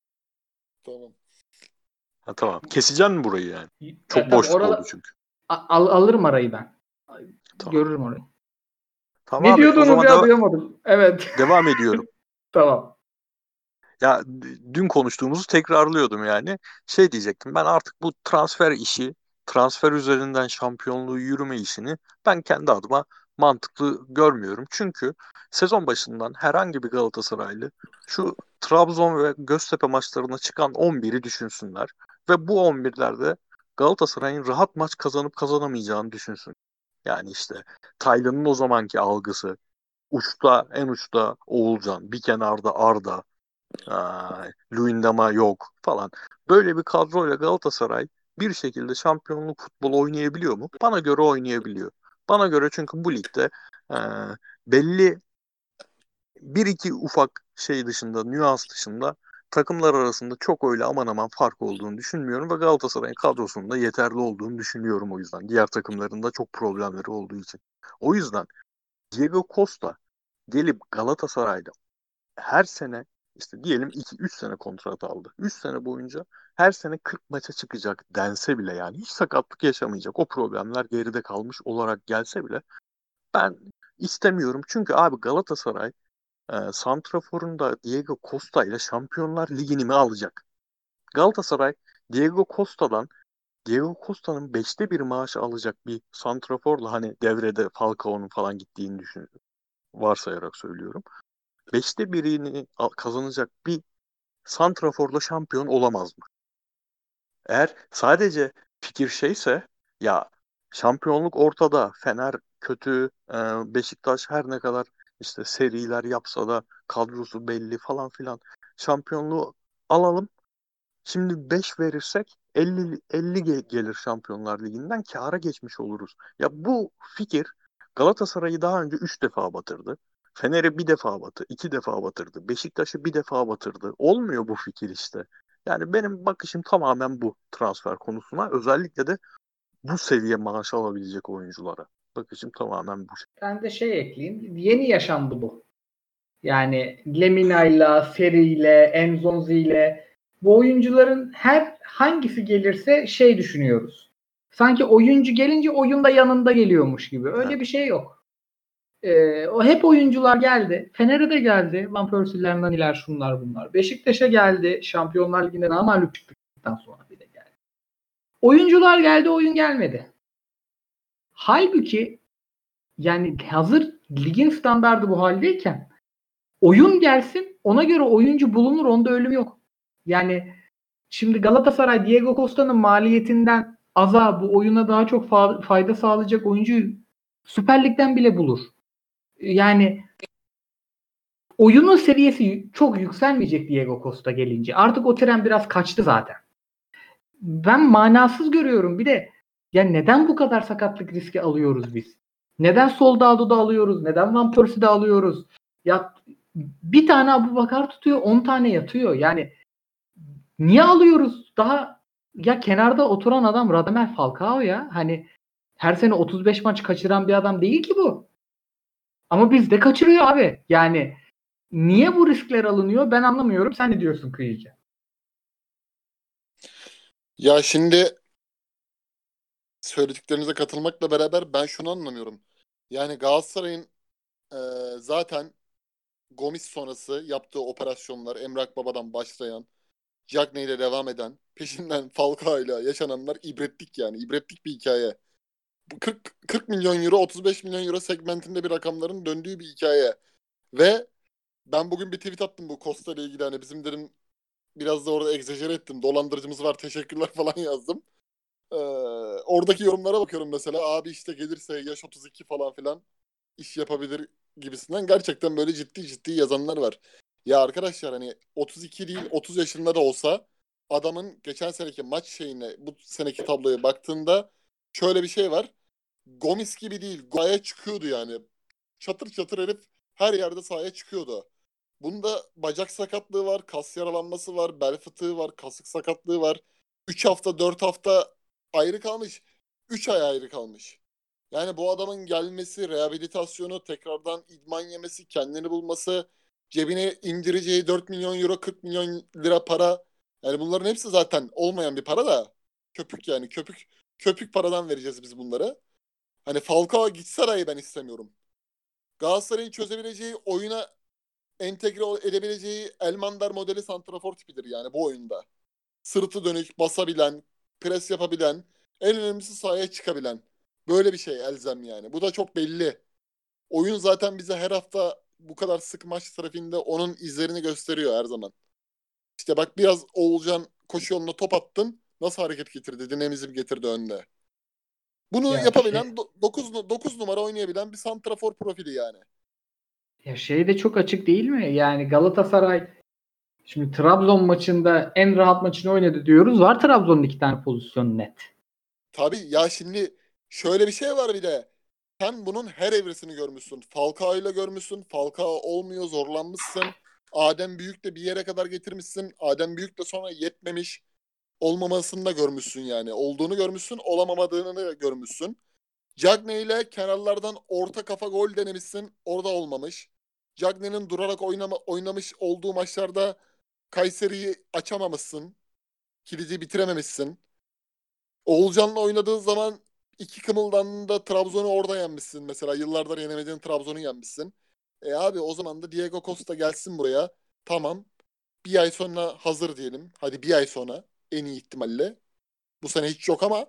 Tamam. Ha, tamam. Keseceksin mi burayı yani? Ya, Çok tabii boşluk orada oldu çünkü. A- al- alırım arayı ben. Tamam. Görürüm orayı. Tamam Ne abi o diyordunuz zaman ya, deva- duyamadım. Evet. devam ediyorum. Tamam. Ya d- dün konuştuğumuzu tekrarlıyordum yani. Şey diyecektim ben artık bu transfer işi, transfer üzerinden şampiyonluğu yürüme işini ben kendi adıma mantıklı görmüyorum. Çünkü sezon başından herhangi bir Galatasaraylı şu Trabzon ve Göztepe maçlarına çıkan on biri düşünsünler. Ve bu on birlerde Galatasaray'ın rahat maç kazanıp kazanamayacağını düşünsün. Yani işte Taylan'ın o zamanki algısı, uçta en uçta Oğulcan, bir kenarda Arda, Aa, Luyendama yok falan. Böyle bir kadroyla Galatasaray bir şekilde şampiyonluk futbolu oynayabiliyor mu? Bana göre oynayabiliyor. Bana göre çünkü bu ligde e, belli bir iki ufak şey dışında, nüans dışında takımlar arasında çok öyle aman aman fark olduğunu düşünmüyorum ve Galatasaray'ın kadrosunda yeterli olduğunu düşünüyorum o yüzden. Diğer takımların da çok problemleri olduğu için. O yüzden Diego Costa gelip Galatasaray'da her sene işte diyelim iki üç sene kontrat aldı. üç sene boyunca her sene kırk maça çıkacak dense bile yani hiç sakatlık yaşamayacak. O problemler geride kalmış olarak gelse bile ben istemiyorum. Çünkü abi Galatasaray e, santraforunda Diego Costa ile Şampiyonlar Ligi'ni mi alacak? Galatasaray Diego Costa'dan Diego Costa'nın beşte bir maaş alacak bir santraforla hani devrede Falcao'nun falan gittiğini düşün varsayarak söylüyorum. Beşte birini al- kazanacak bir santraforla şampiyon olamaz mı? Eğer sadece fikir şeyse ya şampiyonluk ortada, Fener kötü, e, Beşiktaş her ne kadar işte seriler yapsa da kadrosu belli falan filan şampiyonluğu alalım. Şimdi beş verirsek elli elli ge- gelir Şampiyonlar Ligi'nden kâra geçmiş oluruz. Ya bu fikir Galatasaray'ı daha önce üç defa batırdı. Fener'i bir defa batı, iki defa batırdı. Beşiktaş'ı bir defa batırdı. Olmuyor bu fikir işte. Yani benim bakışım tamamen bu transfer konusuna. Özellikle de bu seviye maaş alabilecek oyunculara. Bakışım tamamen bu. Ben de şey ekleyeyim. Yeni yaşandı bu. Yani Lemina'yla, Seri'yle, Enzonzi'yle bu oyuncuların her hangisi gelirse şey düşünüyoruz. Sanki oyuncu gelince oyun da yanında geliyormuş gibi. Öyle Evet. bir şey yok. Ee, o hep oyuncular geldi. Fener'e de geldi. Van Persie'ler, Nani'ler, şunlar bunlar. Beşiktaş'a geldi. Şampiyonlar Ligi'nde namağlup çıktıktan sonra bir de geldi. Oyuncular geldi, oyun gelmedi. Halbuki yani hazır ligin standardı bu haldeyken oyun gelsin, ona göre oyuncu bulunur, onda ölüm yok. Yani şimdi Galatasaray Diego Costa'nın maliyetinden aza bu oyuna daha çok fa- fayda sağlayacak oyuncuyu Süper Lig'den bile bulur. Yani oyunun seviyesi çok yükselmeyecek Diego Costa gelince. Artık o tren biraz kaçtı zaten. Ben manasız görüyorum. Bir de ya neden bu kadar sakatlık riski alıyoruz biz? Neden Soldado'da alıyoruz? Neden Van Persie'de alıyoruz? Ya bir tane Abubakar tutuyor, on tane yatıyor. Yani niye alıyoruz? Daha ya kenarda oturan adam Radamel Falcao ya. Hani her sene otuz beş maç kaçıran bir adam değil ki bu. Ama bizde kaçırıyor abi. Yani niye bu riskler alınıyor ben anlamıyorum. Sen ne diyorsun Kıyıcı? Ya şimdi söylediklerinize katılmakla beraber ben şunu anlamıyorum. Yani Galatasaray'ın e, zaten Gomis sonrası yaptığı operasyonlar, Emrah Baba'dan başlayan, Cagney ile devam eden, peşinden Falcao ile yaşananlar ibretlik yani. İbretlik bir hikaye. Bu kırk, kırk milyon euro, otuz beş milyon euro segmentinde bir rakamların döndüğü bir hikaye. Ve ben bugün bir tweet attım bu Costa ile ilgili. Hani bizim dedim biraz da orada egzajere ettim. Dolandırıcımız var teşekkürler falan yazdım. Ee, oradaki yorumlara bakıyorum mesela. Abi işte gelirse yaş otuz iki falan filan iş yapabilir gibisinden. Gerçekten böyle ciddi ciddi yazanlar var. Ya arkadaşlar hani otuz iki değil otuz yaşında da olsa adamın geçen seneki maç şeyine bu seneki tabloya baktığında şöyle bir şey var. Gomis gibi değil. Sahaya çıkıyordu yani. Çatır çatır herif her yerde sahaya çıkıyordu. Bunda bacak sakatlığı var, kas yaralanması var, bel fıtığı var, kasık sakatlığı var. üç hafta, dört hafta ayrı kalmış. üç ay ayrı kalmış. Yani bu adamın gelmesi, rehabilitasyonu, tekrardan idman yemesi, kendini bulması, cebine indireceği dört milyon euro, kırk milyon lira para. Yani bunların hepsi zaten olmayan bir para da. Köpük yani. Köpük köpük paradan vereceğiz biz bunları. Hani Falcao gitse dahi ben istemiyorum. Galatasaray'ın çözebileceği, oyuna entegre edebileceği Elmander modeli santrafor tipidir yani bu oyunda. Sırtı dönük, basabilen, pres yapabilen, en önemlisi sahaya çıkabilen. Böyle bir şey elzem yani. Bu da çok belli. Oyun zaten bize her hafta bu kadar sık maç trafiğinde onun izlerini gösteriyor her zaman. İşte bak biraz Oğulcan koşu yoluna top attın. Nasıl hareket getirdi? Dinamizm getirdi önde. Bunu Ya şey, yapabilen dokuz numara oynayabilen bir santrafor profili yani. ya şey de çok açık değil mi? Yani Galatasaray şimdi Trabzon maçında en rahat maçını oynadı diyoruz. Var Trabzon'un iki tane pozisyonu net. Tabii ya şimdi şöyle bir şey var bir de. Sen bunun her evresini görmüşsün. Falcao'yla görmüşsün. Falcao olmuyor, zorlanmışsın. Adem Büyük de bir yere kadar getirmişsin. Adem Büyük de sonra yetmemiş. Olmamasını da görmüşsün yani. Olduğunu görmüşsün, olamamadığını da görmüşsün. Cagney ile kenarlardan orta kafa gol denemişsin. Orada olmamış. Cagney'in durarak oynama, oynamış olduğu maçlarda Kayseri'yi açamamışsın. Kilidi bitirememişsin. Oğulcan'la oynadığın zaman iki kımıldandığında Trabzon'u orada yenmişsin. Mesela yıllardır yenemediğin Trabzon'u yenmişsin. E abi o zaman da Diego Costa gelsin buraya. Tamam. Bir ay sonra hazır diyelim. Hadi bir ay sonra en iyi ihtimalle. Bu sene hiç yok ama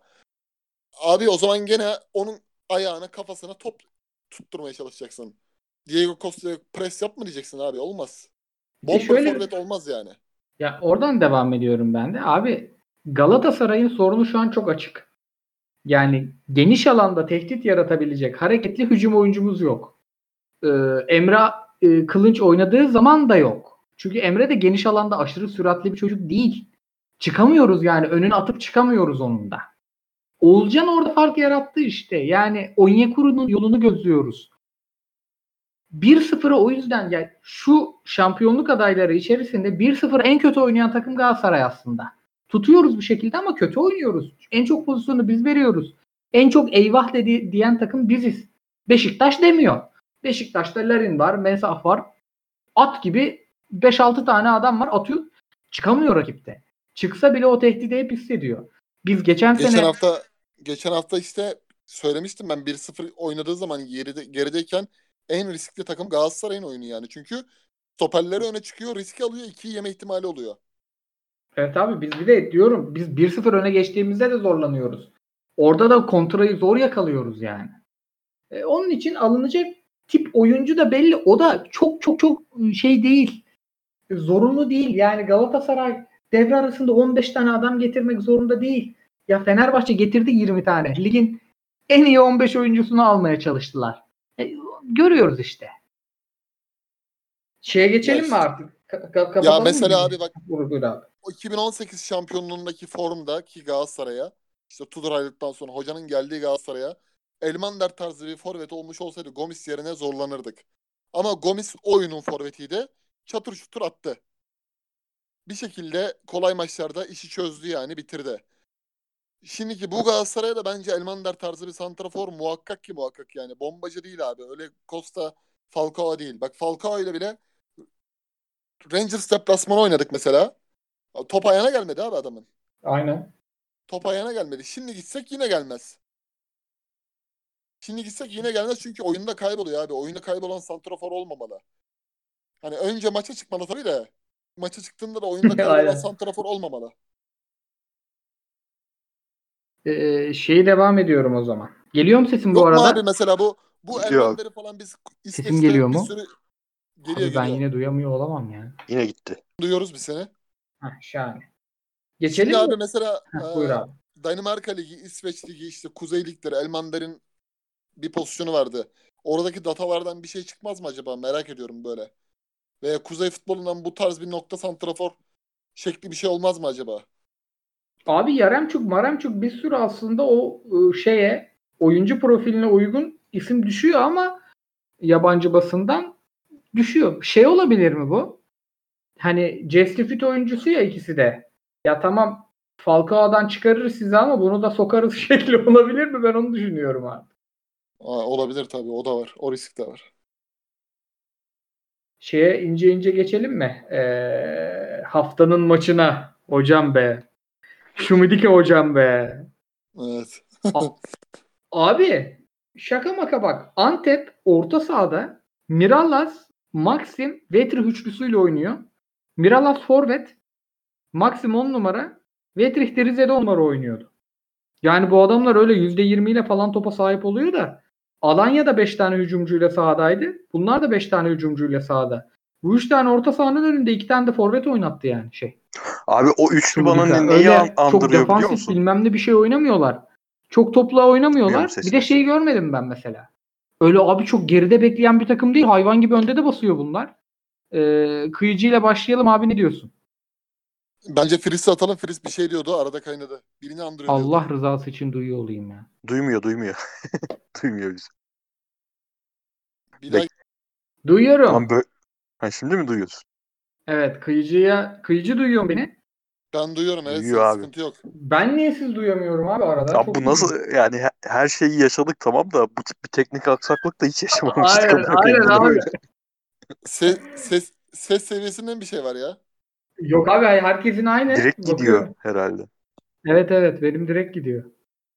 abi o zaman gene onun ayağına kafasına top tutturmaya çalışacaksın. Diego Costa'ya pres yapma diyeceksin abi. Olmaz. Bir de Bomber şöyle forvet olmaz yani. ya oradan devam ediyorum ben de. Abi Galatasaray'ın sorunu şu an çok açık. Yani geniş alanda tehdit yaratabilecek hareketli hücum oyuncumuz yok. Ee, Emre e, Kılınç oynadığı zaman da yok. Çünkü Emre de geniş alanda aşırı süratli bir çocuk değil. Çıkamıyoruz yani. Önüne atıp çıkamıyoruz onun da. Oğulcan orada fark yarattı işte. Yani Onyekuru'nun yolunu gözlüyoruz. bir sıfıra o yüzden yani şu şampiyonluk adayları içerisinde bir sıfır en kötü oynayan takım Galatasaray aslında. Tutuyoruz bir şekilde ama kötü oynuyoruz. En çok pozisyonu biz veriyoruz. En çok eyvah dedi, diyen takım biziz. Beşiktaş demiyor. Beşiktaş'ta Larin var, Mensah var. At gibi beş altı tane adam var atıyor. Çıkamıyor rakipte. Çıksa bile o tehdidi hep hissediyor. Biz geçen, Geçen sene hafta geçen hafta işte söylemiştim ben bir sıfır oynadığı zaman geride, gerideyken en riskli takım Galatasaray'ın oyunu yani. Çünkü stoperleri öne çıkıyor, riski alıyor, ikiyi yeme ihtimali oluyor. evet abi biz bir de diyorum biz bir sıfır öne geçtiğimizde de zorlanıyoruz. Orada da kontrayı zor yakalıyoruz yani. E, onun için alınacak tip oyuncu da belli. O da çok çok çok şey değil. Zorunlu değil. Yani Galatasaray devre arasında on beş tane adam getirmek zorunda değil. Ya Fenerbahçe getirdi yirmi tane. Ligin en iyi on beş oyuncusunu almaya çalıştılar. E, görüyoruz işte. Şeye geçelim Ya, mi artık? Ka- ka- ya kapatalım mı mesela bizi? abi bak Buyur, buyur abi. o iki bin on sekiz şampiyonluğundaki formda ki Galatasaray'a işte Tudor ayrıldıktan sonra hocanın geldiği Galatasaray'a Elmander tarzı bir forvet olmuş olsaydı Gomis yerine zorlanırdık. Ama Gomis oyunun forvetiydi. Çatır çutur attı. Bir şekilde kolay maçlarda işi çözdü yani bitirdi. Şimdiki bu Galatasaray'a da bence Elmander tarzı bir santrafor muhakkak ki muhakkak yani. Bombacı değil abi. Öyle Costa Falcao değil. Bak Falcao ile bile Rangers deplasmanı oynadık mesela. Top ayağına gelmedi abi adamın. Aynen. Top ayağına gelmedi. Şimdi gitsek yine gelmez. Şimdi gitsek yine gelmez çünkü oyunda kayboluyor abi. Oyunda kaybolan santrafor olmamalı. Hani önce maça çıkmalı tabii de maça çıktığında da oyunda kaybolan Aynen. santrafor olmamalı. Ee, şeyi devam ediyorum o zaman. Geliyor mu sesim bu Yok mu arada? abi mesela bu bu Gidiyor abi. Elmander'i falan biz Sesim geliyor İsveç'te bir mu? sürü geliyor Abi ben geliyor. yine duyamıyor olamam ya. Yine gitti. Duyuyoruz biz seni. Heh, şahane. Şimdi Geçelim mi? abi mesela e, Heh, buyur abi. Danimarka Ligi, İsveç Ligi, işte Kuzey Ligleri, Elmander'in bir pozisyonu vardı. Oradaki datalardan bir şey çıkmaz mı acaba? Merak ediyorum böyle. Veya Kuzey futbolundan bu tarz bir nokta santrafor şekli bir şey olmaz mı acaba? Abi Yaremçuk, Maremçuk bir sürü aslında o ıı, şeye oyuncu profiline uygun isim düşüyor ama yabancı basından düşüyor. Şey olabilir mi bu? Hani Cestifit oyuncusu ya ikisi de. Ya tamam Falcao'dan çıkarırız sizi ama bunu da sokarız şekli olabilir mi? Ben onu düşünüyorum abi. Aa, olabilir tabii, o da var. O risk de var. Şeye ince ince geçelim mi? Ee, haftanın maçına. Hocam be. Şumidike hocam be. Evet. A- Abi şaka maka bak. Antep orta sahada Mirallas, Maxim, Vetri üçlüsüyle oynuyor. Mirallas forvet, Maxim on numara, Vetrich de Rize'de on numara oynuyordu. Yani bu adamlar öyle yüzde yirmi ile falan topa sahip oluyor da Alanya'da beş tane hücumcuyla sahadaydı. Bunlar da beş tane hücumcuyla sahada. Bu üç tane orta sahanın önünde iki tane de forvet oynattı yani şey. Abi o üçlü bana Şumudika. ne, neyi an- Öyle çok andırıyor biliyor defansif musun? bilmem ne bir şey oynamıyorlar. Çok topla Bilmiyorum oynamıyorlar. Bir de sesini. şeyi görmedim ben mesela. Öyle abi çok geride bekleyen bir takım değil. Hayvan gibi önde de basıyor bunlar. Ee, kıyıcıyla başlayalım abi ne diyorsun? Bence Frizz'i atalım. Frizz bir şey diyordu. Arada kaynadı. Birini andırıyor diyordu. Allah rızası için duyuyor olayım ya. Duymuyor duymuyor. Duymuyor bizi. Bir daha Bek Lan Duyuyorum. böyle... Ha, şimdi mi duyuyorsun? Evet kıyıcıya kıyıcı duyuyor beni. ben duyuyorum. Evet, Duyuyor sen, abi. sıkıntı yok. Ben niye siz duyamıyorum abi arada? Abi Çok bu nasıl yani he- her şeyi yaşadık tamam da bu tip bir teknik aksaklık da hiç yaşamamıştık aynen amına koyayım. aynen Bu ne abi. böyle? Ses, ses, ses seviyesinden bir şey var ya. Yok abi herkesin aynı. Direkt gidiyor Bakıyorum. herhalde. Evet evet benim direkt gidiyor.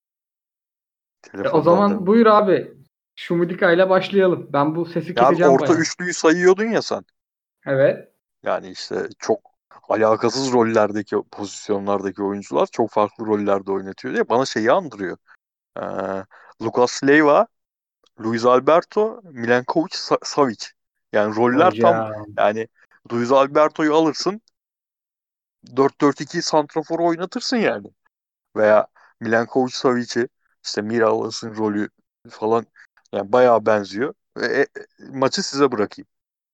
E, o Telefondan zaman da. buyur abi. Şumudika ile başlayalım. Ben bu sesi Ya abi keseceğim orta bayağı. üçlüyü sayıyordun ya sen. Evet. Yani işte çok alakasız rollerdeki pozisyonlardaki oyuncular çok farklı rollerde oynatıyor diye bana şeyi andırıyor. Ee, Lucas Leiva, Luis Alberto, Milenkovic, Sa- Savic. Yani roller tam Hocam. yani Luis Alberto'yu alırsın dört dört iki santrafor oynatırsın yani. Veya Milenkovic Savic'i işte Miralas'ın rolü falan yani bayağı benziyor. Ve e, e, maçı size bırakayım.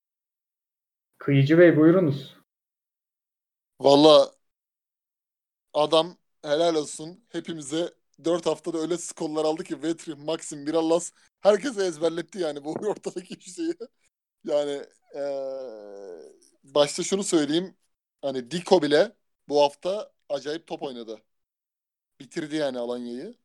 Kıyıcı Bey buyurunuz. Valla adam helal olsun. Hepimize dört haftada öyle skorlar aldı ki Vetri, Maxim, Mirallas herkese ezberletti yani bu ortadaki şeyi. Yani eee, başta şunu söyleyeyim. Hani Diko bile bu hafta acayip top oynadı. Bitirdi yani Alanya'yı.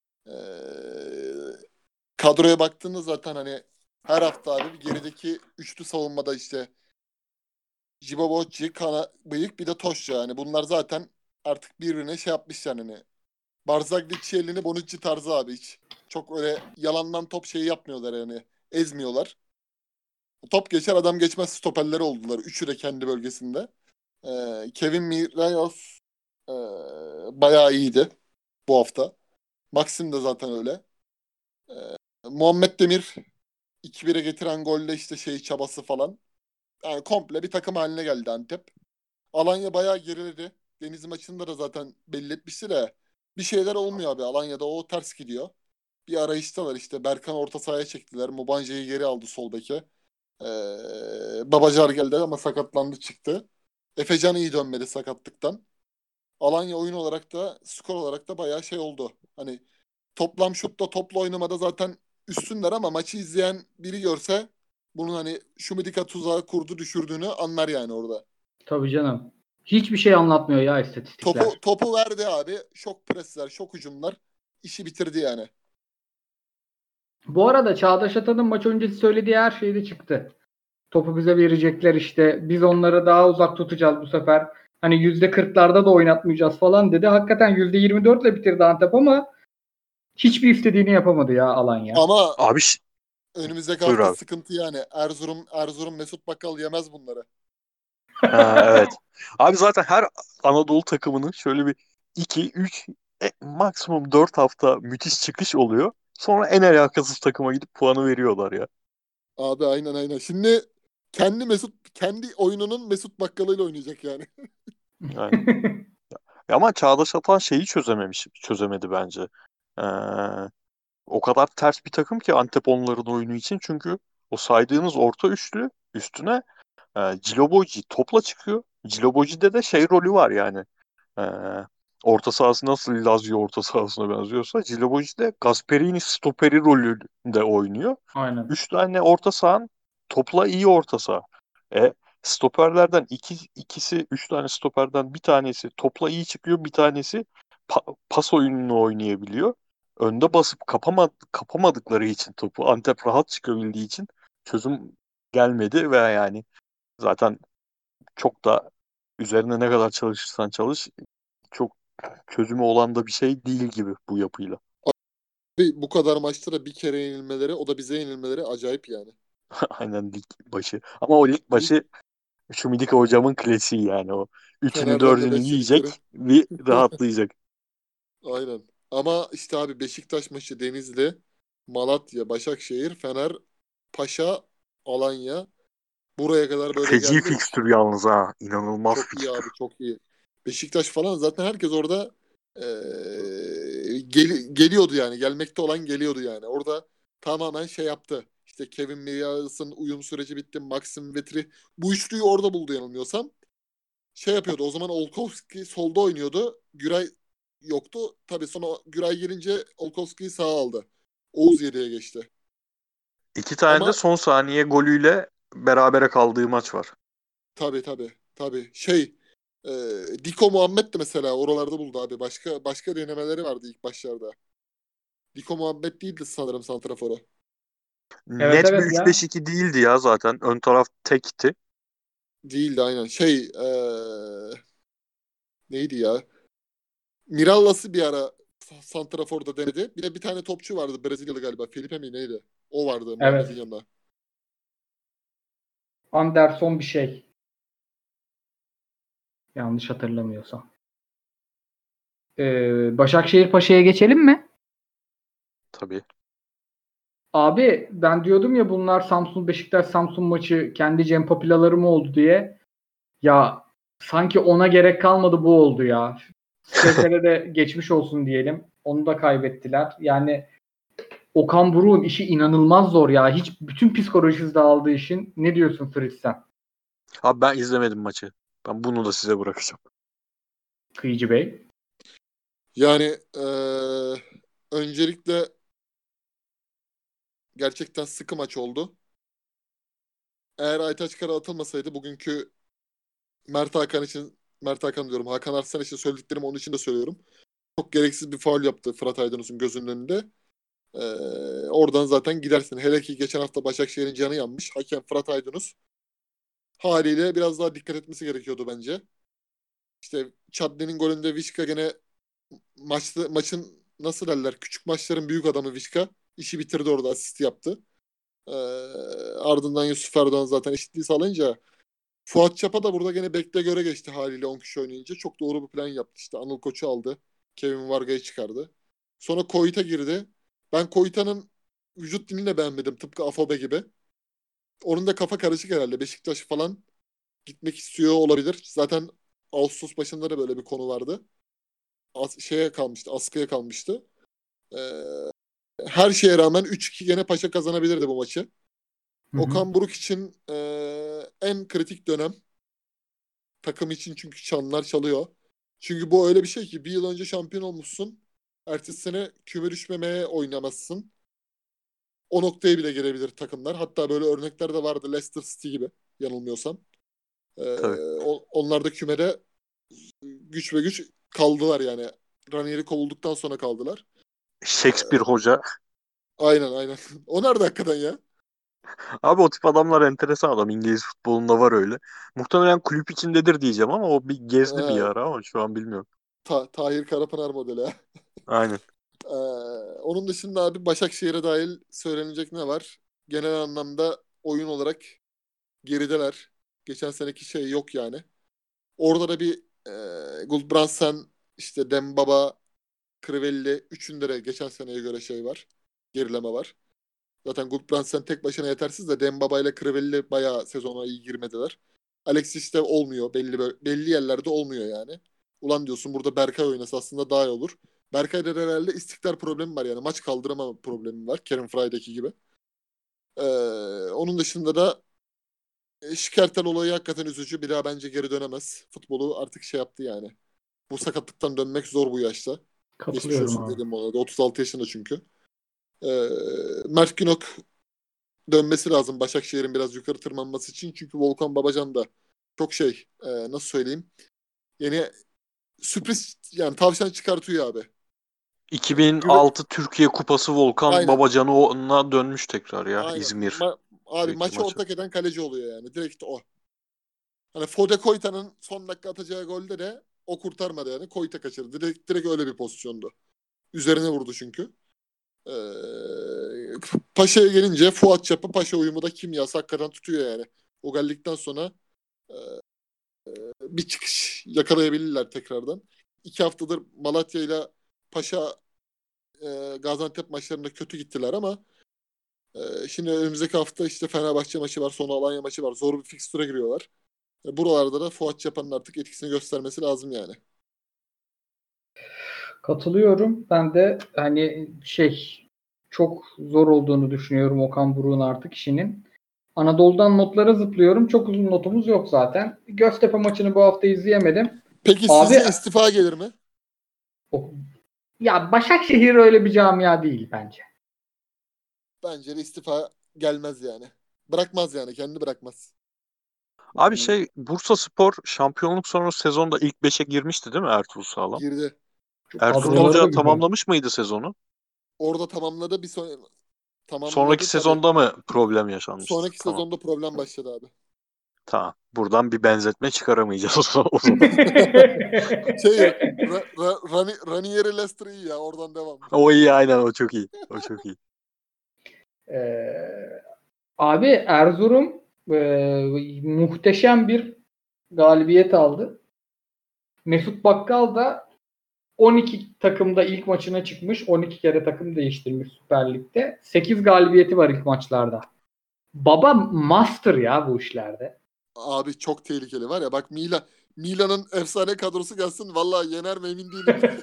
Eee, kadroya baktığında zaten hani her hafta abi bir gerideki üçlü savunmada işte Jibo Bocci, Kana, Bıyık bir de Toşça yani. Bunlar zaten artık birbirine şey yapmışlar hani. Barzagli, Chiellini, Bonucci tarzı abi hiç. Çok öyle yalandan top şeyi yapmıyorlar yani. Ezmiyorlar. Top geçer adam geçmez stoperleri oldular. Üçü de kendi bölgesinde. Ee, Kevin Mirallas e, bayağı iyiydi bu hafta. Maxim de zaten öyle. Ee, Muhammed Demir iki bire getiren golle işte şey çabası falan. Yani komple bir takım haline geldi Antep. Alanya bayağı geriledi. Denizli maçında da zaten belli etmişti de bir şeyler olmuyor abi. Alanya'da o ters gidiyor. Bir arayıştalar işte. Berkan orta sahaya çektiler. Mubanja'yı geri aldı sol beke. Ee, Babacar geldi ama sakatlandı çıktı. Efecan iyi dönmedi sakatlıktan. Alanya oyun olarak da skor olarak da bayağı şey oldu. Hani toplam şutta topla oynamada zaten üstünler ama maçı izleyen biri görse bunun hani Şumidika tuzağı kurdu düşürdüğünü anlar yani orada. Tabii canım. Hiçbir şey anlatmıyor ya Topu istatistikler. topu verdi abi. Şok presler, şok hücumlar. İşi bitirdi yani. Bu arada Çağdaş Atan'ın maç öncesi söylediği her şey de çıktı. Topu bize verecekler işte. Biz onları daha uzak tutacağız bu sefer. Hani yüzde kırklarda da oynatmayacağız falan dedi. Hakikaten yüzde yirmi dört ile bitirdi Antep ama hiçbir istediğini yapamadı ya Alanya. Ama Abi ş- önümüzdeki buyur hafta abi. sıkıntı yani. Erzurum Erzurum Mesut Bakkal yemez bunları. Ha, evet. Abi zaten her Anadolu takımının şöyle bir iki üç e, maksimum dört hafta müthiş çıkış oluyor. Sonra en alakasız takıma gidip puanı veriyorlar ya. Abi aynen aynen. Şimdi kendi Mesut kendi oyununun Mesut Bakkal'ıyla oynayacak yani. Yani. Ama Çağdaş Atan şeyi çözememiş, çözemedi bence. Ee, O kadar ters bir takım ki Antep onların oyunu için. Çünkü o saydığınız orta üçlü üstüne e, Ciloboji topla çıkıyor. Ciloboji'de de şey rolü var yani. E, orta sahası nasıl Lazio orta sahasına benziyorsa Cilobovic de Gasperini stoperi rolünde oynuyor. Aynen. Üç tane orta sahan topla iyi orta saha. E, stoperlerden iki, ikisi, üç tane stoperden bir tanesi topla iyi çıkıyor, bir tanesi pa- pas oyununu oynayabiliyor. Önde basıp kapama, kapamadıkları için topu Antep rahat çıkabildiği için çözüm gelmedi ve yani zaten çok da üzerine ne kadar çalışırsan çalış çok çözümü olan da bir şey değil gibi bu yapıyla. Ve bu kadar maçta da bir kere yenilmeleri, o da bize yenilmeleri acayip yani. Aynen lig başı. Ama o lig Lig başı şu Midika hocamın klasiği yani o. Üçünü Fener'den de dördünü beş yedikleri. yiyecek bir rahatlayacak. Aynen. Ama işte abi Beşiktaş maçı, Denizli, Malatya, Başakşehir, Fener, Paşa, Alanya. Buraya kadar böyle Feci geldi. fikstür yalnız ha. İnanılmaz Çok iyi fikstür. abi, çok iyi. Beşiktaş falan zaten herkes orada eee, geli- geliyordu yani. Gelmekte olan geliyordu yani. Orada tamamen şey yaptı. İşte Kevin Miryas'ın uyum süreci bitti. Maxim Vetri. Bu üçlüyü orada buldu yanılmıyorsam. Şey yapıyordu. O zaman Olkowski solda oynuyordu. Güray yoktu. Tabii sonra Güray gelince Olkowski'yi sağa aldı. Oğuz yediye geçti. İki tane de Ama son saniye golüyle berabere kaldığı maç var. tabii tabii tabii şey e, Diko Muhammed de mesela oralarda buldu abi. Başka başka denemeleri vardı ilk başlarda. Diko Muhammed değildi sanırım santraforu. Evet Net bir evet üç ya. beş iki değildi ya zaten. Ön taraf tekti. Değildi aynen. Şey e, neydi ya? Mirallas'ı bir ara santraforda denedi. Bir de bir tane topçu vardı Brezilyalı galiba. Felipe mi neydi? O vardı Muhammed'in Evet. yanında. Anderson bir şey. Yanlış hatırlamıyorsam. Ee, Başakşehir Paşa'ya geçelim mi? Tabii. Abi ben diyordum ya bunlar Samsun Beşiktaş Samsun maçı kendi Cem Papilaları mı oldu diye. Ya sanki ona gerek kalmadı, bu oldu ya. Sezer'e de geçmiş olsun diyelim. Onu da kaybettiler. Yani Okan Buruk'un işi inanılmaz zor ya. Hiç bütün psikolojisi dağıldığı işin. Ne diyorsun Fritz sen? Abi ben izlemedim maçı. Ben bunu da size bırakacağım. Kıyıcı Bey. Yani e, öncelikle gerçekten sıkı maç oldu. Eğer Aytaç Kara atılmasaydı bugünkü Mert Hakan için, Mert Hakan diyorum, Hakan Arslan için söylediklerimi onun için de söylüyorum. Çok gereksiz bir faul yaptı Fırat Aydınus'un gözünün önünde. Ee, oradan zaten gidersin. Hele ki geçen hafta Başakşehir'in canı yanmış. Hakem Fırat Aydınus. Haliyle biraz daha dikkat etmesi gerekiyordu bence. İşte Chadli'nin golünde Vişka gene maçta, maçın nasıl derler, küçük maçların büyük adamı Vişka. İşi bitirdi orada, asist yaptı. Ee, ardından Yusuf Erdoğan zaten eşitliği sağlayınca Fuat Çapa da burada gene bekle göre geçti haliyle on kişi oynayınca. Çok doğru bir plan yaptı işte. Anıl Koç'u aldı. Kevin Varga'yı çıkardı. Sonra Koyta girdi. Ben Koyta'nın vücut dilini de beğenmedim. Tıpkı Afobe gibi. Onun da kafa karışık herhalde. Beşiktaş falan gitmek istiyor olabilir. Zaten Ağustos başında da böyle bir konu vardı. As- şeye kalmıştı. Askıya kalmıştı. Ee, her şeye rağmen üç iki gene Paşa kazanabilirdi bu maçı. Hı hı. Okan Buruk için ee, en kritik dönem. Takım için, çünkü çanlar çalıyor. Çünkü bu öyle bir şey ki bir yıl önce şampiyon olmuşsun. Ertesi sene küme düşmemeye oynamazsın. O noktaya bile gelebilir takımlar. Hatta böyle örnekler de vardı, Leicester City gibi yanılmıyorsam. Ee, Tabii. o- onlar da kümede güç ve güç kaldılar yani. Ranieri kovulduktan sonra kaldılar. Ee, Shakespeare hoca. aynen aynen. O nerede hakikaten ya? Abi o tip adamlar enteresan adam. İngiliz futbolunda var öyle. Muhtemelen kulüp içindedir diyeceğim ama o bir gezdi bir Ee, ara ama şu an bilmiyorum. Ta- Tahir Karapınar modeli. Aynen. Ee, onun dışında abi Başakşehir'e dahil söylenecek ne var? Genel anlamda oyun olarak gerideler. Geçen seneki şey yok yani. Orada da bir e, Gulbrandsen, işte Dembaba, Crivelli üçünde de geçen seneye göre şey var. Gerileme var. Zaten Gulbrandsen tek başına yetersiz de Dembaba ile Crivelli bayağı sezona iyi girmediler. Alexis de olmuyor. Belli belli yerlerde olmuyor yani. Ulan diyorsun burada Berkay oynasa aslında daha iyi olur. Berkay'da herhalde istikrar problemi var yani. Maç kaldırama problemi var. Kevin Fry'daki gibi. Ee, onun dışında da e, Şikertel olayı hakikaten üzücü. Bir daha bence geri dönemez. Futbolu artık şey yaptı yani. Bu sakatlıktan dönmek zor bu yaşta. Geçmiş Katılıyorum olsun abi. dedim ona da. otuz altı yaşında çünkü. Ee, Mert Günok dönmesi lazım Başakşehir'in biraz yukarı tırmanması için. Çünkü Volkan Babacan da çok şey e, nasıl söyleyeyim. Yeni sürpriz yani tavşan çıkartıyor abi. Güve... iki bin altı Türkiye Kupası Volkan Aynen. Babacan'ı ona dönmüş tekrar ya Aynen. İzmir. Ma- abi Dünkü maçı maçı. ortak eden kaleci oluyor yani. Direkt o. Hani Fode Koyta'nın son dakika atacağı golde de o kurtarmadı yani. Koyta kaçırdı. Direkt, direkt öyle bir pozisyondu. Üzerine vurdu çünkü. Ee, Paşa'ya gelince Fuat Çapı Paşa uyumu da kimyası hakikaten tutuyor yani. O geldikten sonra e, bir çıkış yakalayabilirler tekrardan. İki haftadır Malatya ile Paşa e, Gaziantep maçlarında kötü gittiler ama e, şimdi önümüzdeki hafta işte Fenerbahçe maçı var, sonra Alanya maçı var. Zor bir fikstüre giriyorlar. E, buralarda da Fuat Çapa'nın artık etkisini göstermesi lazım yani. Katılıyorum. Ben de hani şey çok zor olduğunu düşünüyorum Okan Buruk'un artık işinin. Anadolu'dan notlara zıplıyorum. Çok uzun notumuz yok zaten. Göztepe maçını bu hafta izleyemedim. Peki Abi- sizce istifa gelir mi? O- Ya Başakşehir öyle bir camia değil bence. Bence de istifa gelmez yani. Bırakmaz yani. Kendi bırakmaz. Abi şey Bursaspor şampiyonluk sonrası sezonda ilk beşe girmişti değil mi Ertuğrul Sağlam? Girdi. Çok Ertuğrul kadroları da Hoca güzel. tamamlamış mıydı sezonu? Orada tamamladı. Bir son... tamamladı. Sonraki tabii. sezonda mı problem yaşanmıştı? Sonraki Tamam. sezonda problem başladı abi. Tamam. Buradan bir benzetme çıkaramayacağız o zaman. o zaman. Şey Ra- Ra- Rani- Ranieri Leicester iyi ya. Oradan devam. O iyi aynen o çok iyi. O çok iyi. Ee, abi Erzurum e, muhteşem bir galibiyet aldı. Mesut Bakkal da on iki takımda ilk maçına çıkmış. on iki kere takım değiştirmiş Süper Lig'de. sekiz galibiyeti var ilk maçlarda. Baba master ya bu işlerde. Abi çok tehlikeli var ya. Bak Milan Milan'ın efsane kadrosu gelsin. Vallahi yener mi emin değilim.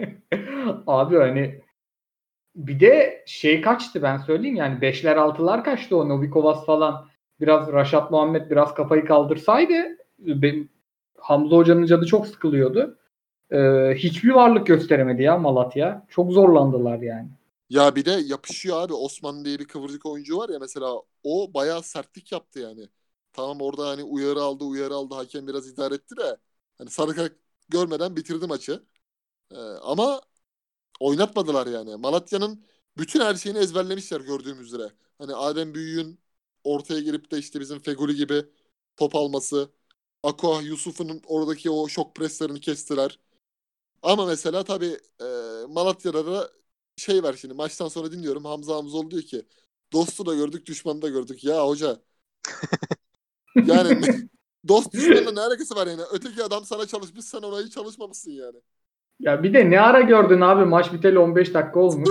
Abi hani bir de şey kaçtı ben söyleyeyim yani beşler altılar kaçtı o Novikovas falan. Biraz Raşat Muhammed biraz kafayı kaldırsaydı benim, Hamza Hoca'nın canı çok sıkılıyordu. Ee, hiçbir varlık gösteremedi ya Malatya. Çok zorlandılar yani. Ya bir de yapışıyor abi. Osman diye bir kıvırcık oyuncu var ya mesela. O bayağı sertlik yaptı yani. Tamam orada hani uyarı aldı uyarı aldı. Hakem biraz idare etti de. Hani sarı kart görmeden bitirdi maçı. Ee, ama oynatmadılar yani. Malatya'nın bütün her şeyini ezberlemişler gördüğümüz üzere. Hani Adem Büyük'ün ortaya girip de işte bizim Feguli gibi top alması. Aqua Yusuf'un oradaki o şok preslerini kestiler. Ama mesela tabii e, Malatya'da da şey var şimdi maçtan sonra dinliyorum Hamza Hamzoğlu diyor ki dostu da gördük düşmanı da gördük. Ya hoca yani dost düşmanla ne alakası var yani? Öteki adam sana çalışmış sen ona hiç çalışmamışsın yani. Ya bir de ne ara gördün abi maç biteli on beş dakika olmuş.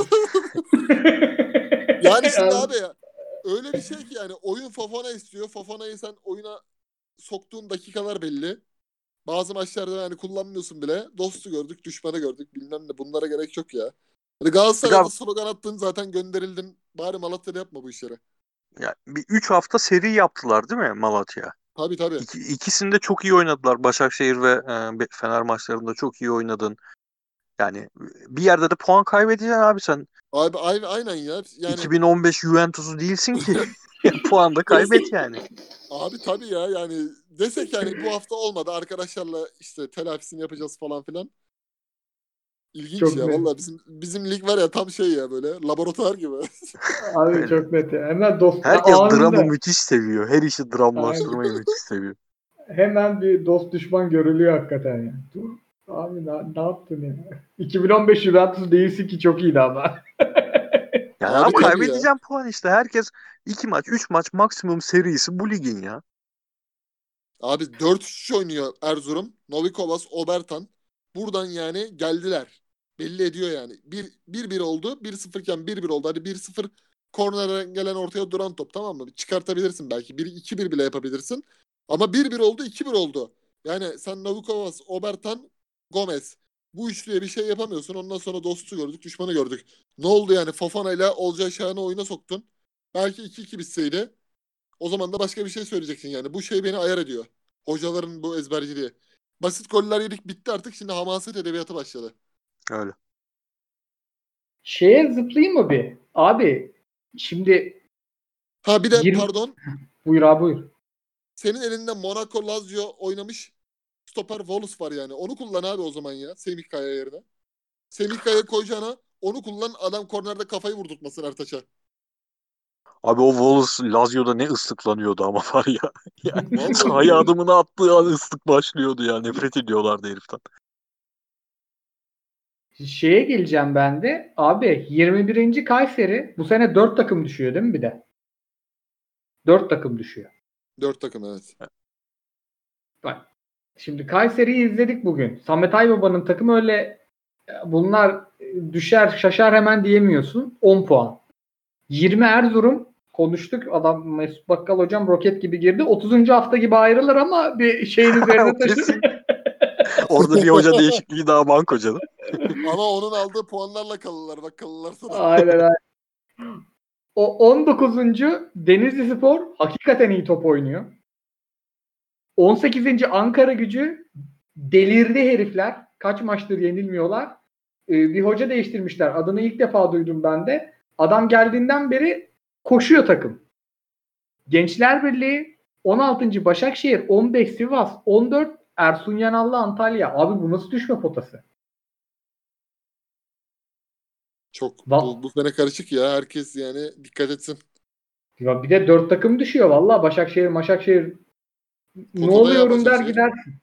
Yani şimdi abi ya öyle bir şey ki yani oyun Fofana istiyor. Fofana'yı sen oyuna soktuğun dakikalar belli. Bazı maçlarda yani kullanmıyorsun bile. Dostu gördük, düşmanı gördük. Bilmem ne. Bunlara gerek yok ya. Hani Galatasaray'da Ya- slogan attın zaten gönderildin. Bari Malatya'da yapma bu işleri. Ya bir üç hafta seri yaptılar değil mi Malatya? Tabii tabii. İki, ikisinde çok iyi oynadılar. Başakşehir ve e, Fener maçlarında çok iyi oynadın. Yani bir yerde de puan kaybedeceksin abi sen. Abi aynı, aynen ya. Yani iki bin on beş Juventus'u değilsin ki. Puan da kaybet yani. abi tabii ya yani desek yani bu hafta olmadı arkadaşlarla işte telafisini yapacağız falan filan. İlginç Çok ya net. vallahi bizim bizim lig var ya tam şey ya böyle laboratuvar gibi. Abi Öyle. çok net. Hemen dost Herkes anında dramı müthiş seviyor. Her işi dramlaştırmayı müthiş seviyor. hemen bir dost düşman görülüyor hakikaten yani. Dur abi ne, ne yaptın ya? iki bin on beş Juventus değilsin ki çok iyiydi ama. Yani Abi abi tabii ya. kaybedeceğim puan işte. Herkes iki maç, üç maç maksimum serisi bu ligin ya. Abi dört üç oynuyor Erzurum. Novikovas, Obertan. Buradan yani geldiler. Belli ediyor yani. bir bir oldu. bir sıfır iken bir bir oldu. Hadi bir sıfır kornerden gelen ortaya duran top tamam mı? Çıkartabilirsin belki. bir iki bir bile yapabilirsin. Ama bir bir oldu, iki bir oldu. Yani sen Novikovas, Obertan, Gomez. Bu üçlüye bir şey yapamıyorsun. Ondan sonra dostu gördük, düşmanı gördük. Ne oldu yani? Fofana ile Olcay Şahan'ı oyuna soktun. Belki iki iki bitseydi. O zaman da başka bir şey söyleyeceksin yani. Bu şey beni ayar ediyor. Hocaların bu ezberciliği. basit goller yedik bitti artık. Şimdi hamaset edebiyatı başladı. Öyle. Şeye zıplayayım mı bir? Abi şimdi Ha bir de yirmi pardon. buyur abi buyur. Senin elinde Monaco Lazio oynamış stoper Wallace var yani. Onu kullan abi o zaman ya. Semih Kaya yerine. Semih Kaya koyacağına onu kullan, adam kornerde kafayı vurdurtmasın Ertaç'a. Abi o Wallace Lazio'da ne ıslıklanıyordu ama var ya. Yani Vallahi sahaya adımını attığı an ıslık başlıyordu ya. Nefret ediyorlardı heriften. Şeye geleceğim ben de. Abi yirmi birinci Kayseri bu sene dört takım düşüyor değil mi bir de? dört takım düşüyor. Dört takım evet. Bak. Şimdi Kayseri'yi izledik bugün. Samet Aybaba'nın takımı öyle bunlar düşer şaşar hemen diyemiyorsun. on puan. yirmi Erzurum konuştuk. Adam Mesut Bakkal hocam roket gibi girdi. otuzuncu hafta gibi ayrılır ama bir şeyin üzerine taşır. Kesin. Orada bir hoca değişikliği daha banko canım. Ama onun aldığı puanlarla kalırlar. Bak kalırlarsa da. Aynen aynen. O on dokuzuncu Denizli Spor hakikaten iyi top oynuyor. on sekizinci Ankara Gücü delirdi herifler. Kaç maçtır yenilmiyorlar. Ee, bir hoca değiştirmişler. Adını ilk defa duydum ben de. Adam geldiğinden beri koşuyor takım. Gençler Birliği on altıncı Başakşehir, on beş Sivas, on dört Ersun Yanallı Antalya. Abi bu nasıl düşme potası? Çok. Va- Bu, bu sene karışık ya. Herkes yani dikkat etsin. Ya bir de dört takım düşüyor valla. Başakşehir, Başakşehir ne Potada oluyorum ya der Başakşehir. gidersin.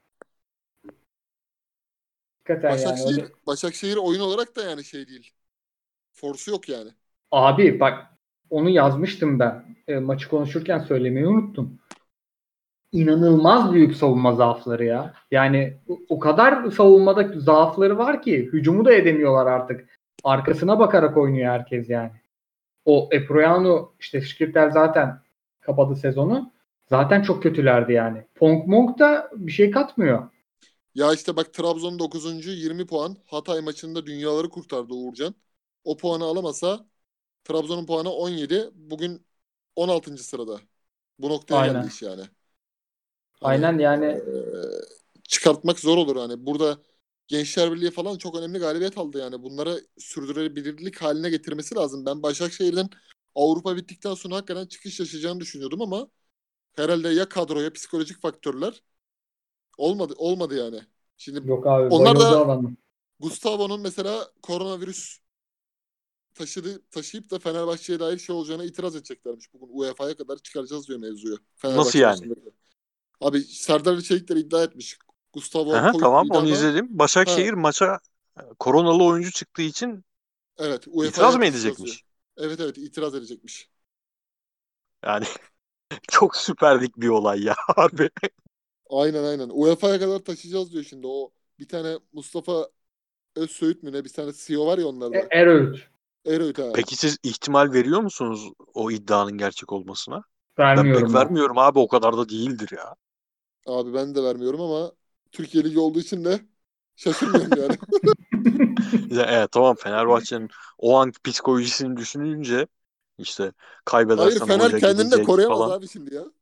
Hakikaten yani. Başakşehir, Öyle. Başakşehir oyun olarak da yani şey değil. Force'u yok yani. Abi bak onu yazmıştım ben. E, maçı konuşurken söylemeyi unuttum. İnanılmaz büyük savunma zaafları ya. Yani o- o kadar savunmada zaafları var ki hücumu da edemiyorlar artık. Arkasına bakarak oynuyor herkes yani. O Eproyano işte Skritel zaten kapadı sezonu. Zaten çok kötülerdi yani. Pong Monk da bir şey katmıyor. Ya işte bak Trabzon dokuzuncu yirmi puan. Hatay maçında dünyaları kurtardı Uğurcan. O puanı alamasa Trabzon'un puanı on yedi. Bugün on altıncı sırada. Bu noktaya Aynen. geldi iş yani. Hani Aynen yani eee, çıkartmak zor olur hani. Burada Gençler Birliği falan çok önemli galibiyet aldı yani. Bunları sürdürülebilirlik haline getirmesi lazım. Ben Başakşehir'in Avrupa bittikten sonra hakikaten çıkış yaşayacağını düşünüyordum ama herhalde ya kadroya psikolojik faktörler olmadı olmadı yani. Şimdi yok abi onlar bayıldı da adamı. Gustavo'nun mesela koronavirüs taşıdı, taşıyıp da Fenerbahçe'ye dair şey olacağına itiraz edeceklermiş. Bugün U E F A'ya kadar çıkaracağız diyor mevzuyu. Nasıl Fenerbahçe yani? başında. Abi Serdar Çelikler iddia etmiş. Gustavo Aha, tamam Covid'liydi onu ama izledim. ha Başakşehir maça e, koronalı oyuncu çıktığı için evet U E F itiraz A'ya mı taşıyacağız diyor. edecekmiş? Evet evet itiraz edecekmiş. Yani çok süperlik bir olay ya harbi. Aynen aynen. U E F A'ya kadar taşıyacağız diyor şimdi. O bir tane Mustafa Özsöğüt mü ne bir tane C E O var ya E, onlarda. Eröğüt. Eröğüt ha. Peki siz ihtimal veriyor musunuz o iddianın gerçek olmasına? Ben pek Vermiyorum ben. vermiyorum abi, o kadar da değildir ya. Abi ben de vermiyorum ama Türkiye Ligi olduğu için de şaşırmıyorum yani. Ya, evet tamam, Fenerbahçe'nin o anki psikolojisini düşününce işte Hayır kaybedersem Fener hoca kendini de gidecek koruyamaz falan. abi şimdi ya.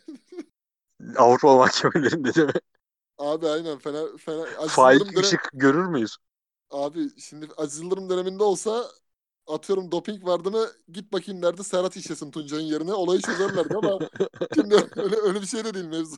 Avrupa mahkemelerinde değil mi? Abi aynen Fener, Fener Aziz Faik Yıldırım dönem ışık görür müyüz? abi şimdi Aziz Yıldırım döneminde olsa atıyorum doping vardı mı git bakayım derdi Serhat işlesin Tuncay'ın yerine olayı çözerlerdi ama şimdi öyle öyle bir şey de değil mevzu.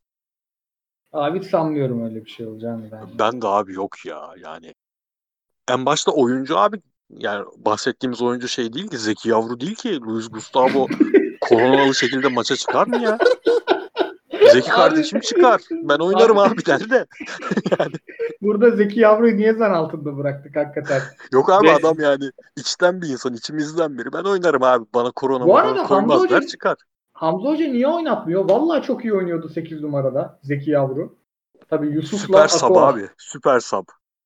Abi hiç sanmıyorum öyle bir şey olacağını ben. Ben de abi yok ya yani. En başta oyuncu abi, yani bahsettiğimiz oyuncu şey değil ki, Zeki Yavru değil ki. Luis Gustavo koronalı şekilde maça çıkar mı ya? Zeki Abi, kardeşim çıkar. Ben oynarım abi abi der de. Yani burada Zeki Yavru'yu niye zan altında bıraktık hakikaten? yok abi, Res- adam yani içten bir insan, içimizden biri. Ben oynarım abi. Bana korona Bu morona arada Hamza koymaz Hoca der çıkar. Hamza Hoca niye oynatmıyor? Vallahi çok iyi oynuyordu sekiz numarada Zeki Yavru. Tabii Süper Yusuf'la sab Aqua. abi. Süper sab.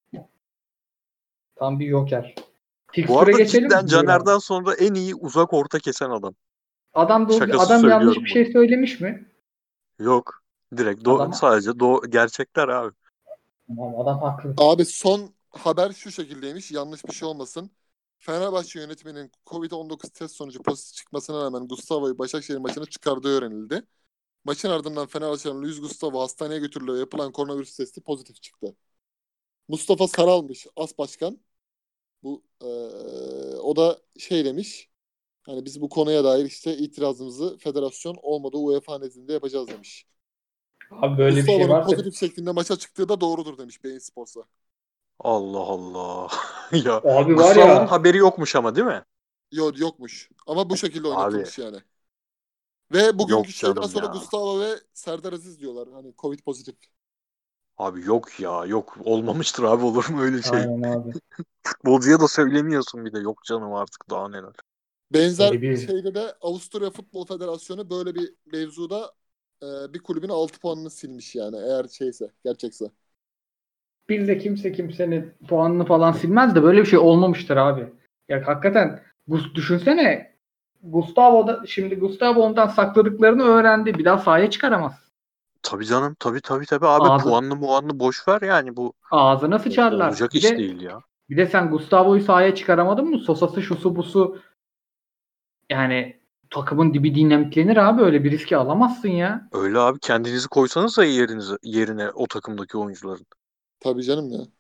Tam bir joker. Bu Fikstüre arada geçelim cidden mi? Buyur abi. Caner'den sonra en iyi uzak orta kesen adam. Adam, do- Şakası adam yanlış bir söylüyorum bunu. şey söylemiş mi? Yok. Direkt do Adam, sadece do gerçekler abi. tamam, adam haklı. Abi son haber şu şekildeymiş yanlış bir şey olmasın. Fenerbahçe yönetiminin covid on dokuz test sonucu pozitif çıkmasına rağmen Gustavo'yu Başakşehir maçına çıkardığı öğrenildi. Maçın ardından Fenerbahçe'nin Luis Gustavo hastaneye götürülüyor. Yapılan koronavirüs testi pozitif çıktı. Mustafa Saralmış as başkan. Bu eee, o da şey demiş. Hani biz bu konuya dair işte itirazımızı federasyon olmadı UEFA nezdinde yapacağız demiş. Abi böyle bir şey Gustavo'nun varsa pozitif şeklinde maça çıktığı da doğrudur demiş Bein Sports'a. Allah Allah. Ya abi var Gustavo'nun ya haberi yokmuş ama değil mi? Yok yokmuş. Ama bu şekilde Abi oynatılmış yani. Ve bugünkü yok şeyden canım sonra ya. Gustavo ve Serdar Aziz diyorlar. Hani Covid pozitif. Abi yok ya. Yok olmamıştır abi, olur mu öyle şey? aynen abi. Futbolcuya da söylemiyorsun bir de. Yok canım artık daha neler. Benzer Böyle bir şeyde de Avusturya Futbol Federasyonu böyle bir mevzuda e, bir kulübün altı puanını silmiş yani. Eğer şeyse, gerçekse. bir de kimse kimsenin puanını falan silmez de böyle bir şey olmamıştır abi. Ya hakikaten Gus düşünsene Gustavo da şimdi Gustavo ondan sakladıklarını öğrendi. Bir daha sahaya çıkaramaz. Tabii canım. Tabii tabii tabii abi. Ağzı, Puanlı muanlı boş ver yani, bu ağzına sıçarlar. olacak Bir iş de değil ya. bir de sen Gustavo'yu sahaya çıkaramadın mı? Sosası şusu busu yani takımın dibi dinamiklenir abi, öyle bir riski alamazsın ya. Öyle abi, kendinizi koysanız da yerinize, yerine o takımdaki oyuncuların. Tabii canım ya.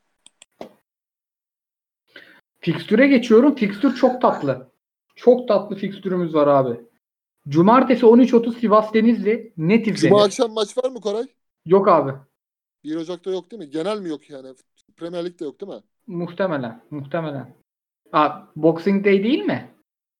Fikstüre geçiyorum. Fikstür çok tatlı. Çok tatlı fikstürümüz var abi. Cumartesi on üç otuz Sivas Denizli net Cuma izlenir. akşam maç var mı Koray? Yok abi. bir Ocak'ta yok değil mi? Genel mi yok yani? Premier Lig'de yok değil mi? Muhtemelen. Muhtemelen. Aa, Boxing Day değil mi?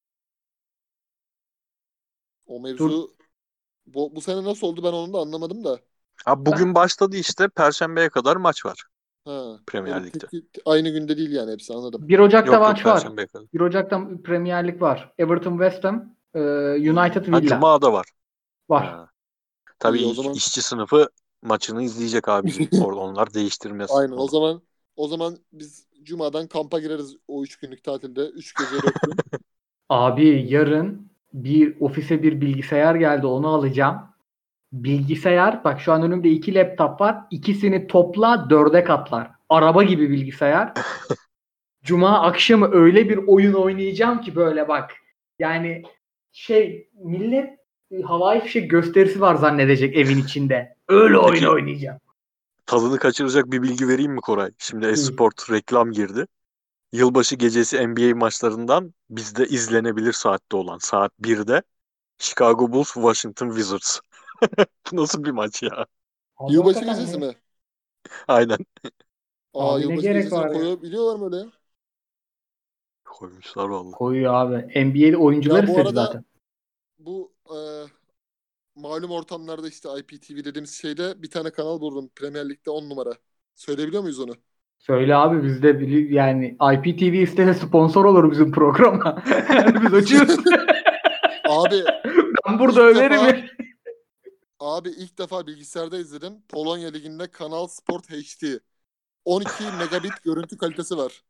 O Dur. mevzu bu, bu sene nasıl oldu ben onu da anlamadım da. Abi bugün başladı işte. Perşembeye kadar maç var Ha, Premier benim Lig'de. tek, aynı günde değil yani hepsi anladım. bir Ocak'ta Yok yok, maç var. Perşembeye kadar. bir Ocak'ta Premier Lig var. Everton West Ham, e, United Ha, Villa Cuma'da var. var. Ha. Tabii İyi o ilk zaman işçi sınıfı maçını izleyecek abicim. Orada onlar değiştirmez aynen o onu. zaman o zaman biz Cuma'dan kampa gireriz o üç günlük tatilde. Üç gece dört gün. Abi yarın bir ofise bir bilgisayar geldi, onu alacağım. Bilgisayar bak, şu an önümde iki laptop var. İkisini topla dörde katlar. Araba gibi bilgisayar. Cuma akşamı öyle bir oyun oynayacağım ki böyle bak. Yani şey, millet havai fişek gösterisi var zannedecek evin içinde. Öyle oyun Peki oynayacağım. tadını kaçıracak bir bilgi vereyim mi Koray? Şimdi Buyur. Esport reklam girdi. Yılbaşı gecesi N B A maçlarından bizde izlenebilir saatte olan saat birde Chicago Bulls Washington Wizards. Bu nasıl bir maç ya? Abi Yılbaşı hakikaten gecesi ne? mi? Aynen. Aa Abi ne yılbaşı gerek gecesini var ya? koyabiliyorlar mı öyle? Koymuşlar vallahi. Koyuyor abi. N B A'de oyuncular Ya bu istedi arada zaten. bu e, malum ortamlarda işte I P T V dediğimiz şeyde bir tane kanal buldum. Premier Lig'de on numara. Söyleyebiliyor muyuz onu? Söyle abi, biz de bili- yani I P T V istese sponsor olur bizim programa. Yani biz açıyoruz. Abi Ben burada ilk överim defa ya. abi ilk defa bilgisayarda izledim. Polonya Ligi'nde Kanal Sport H D. on iki megabit görüntü kalitesi var.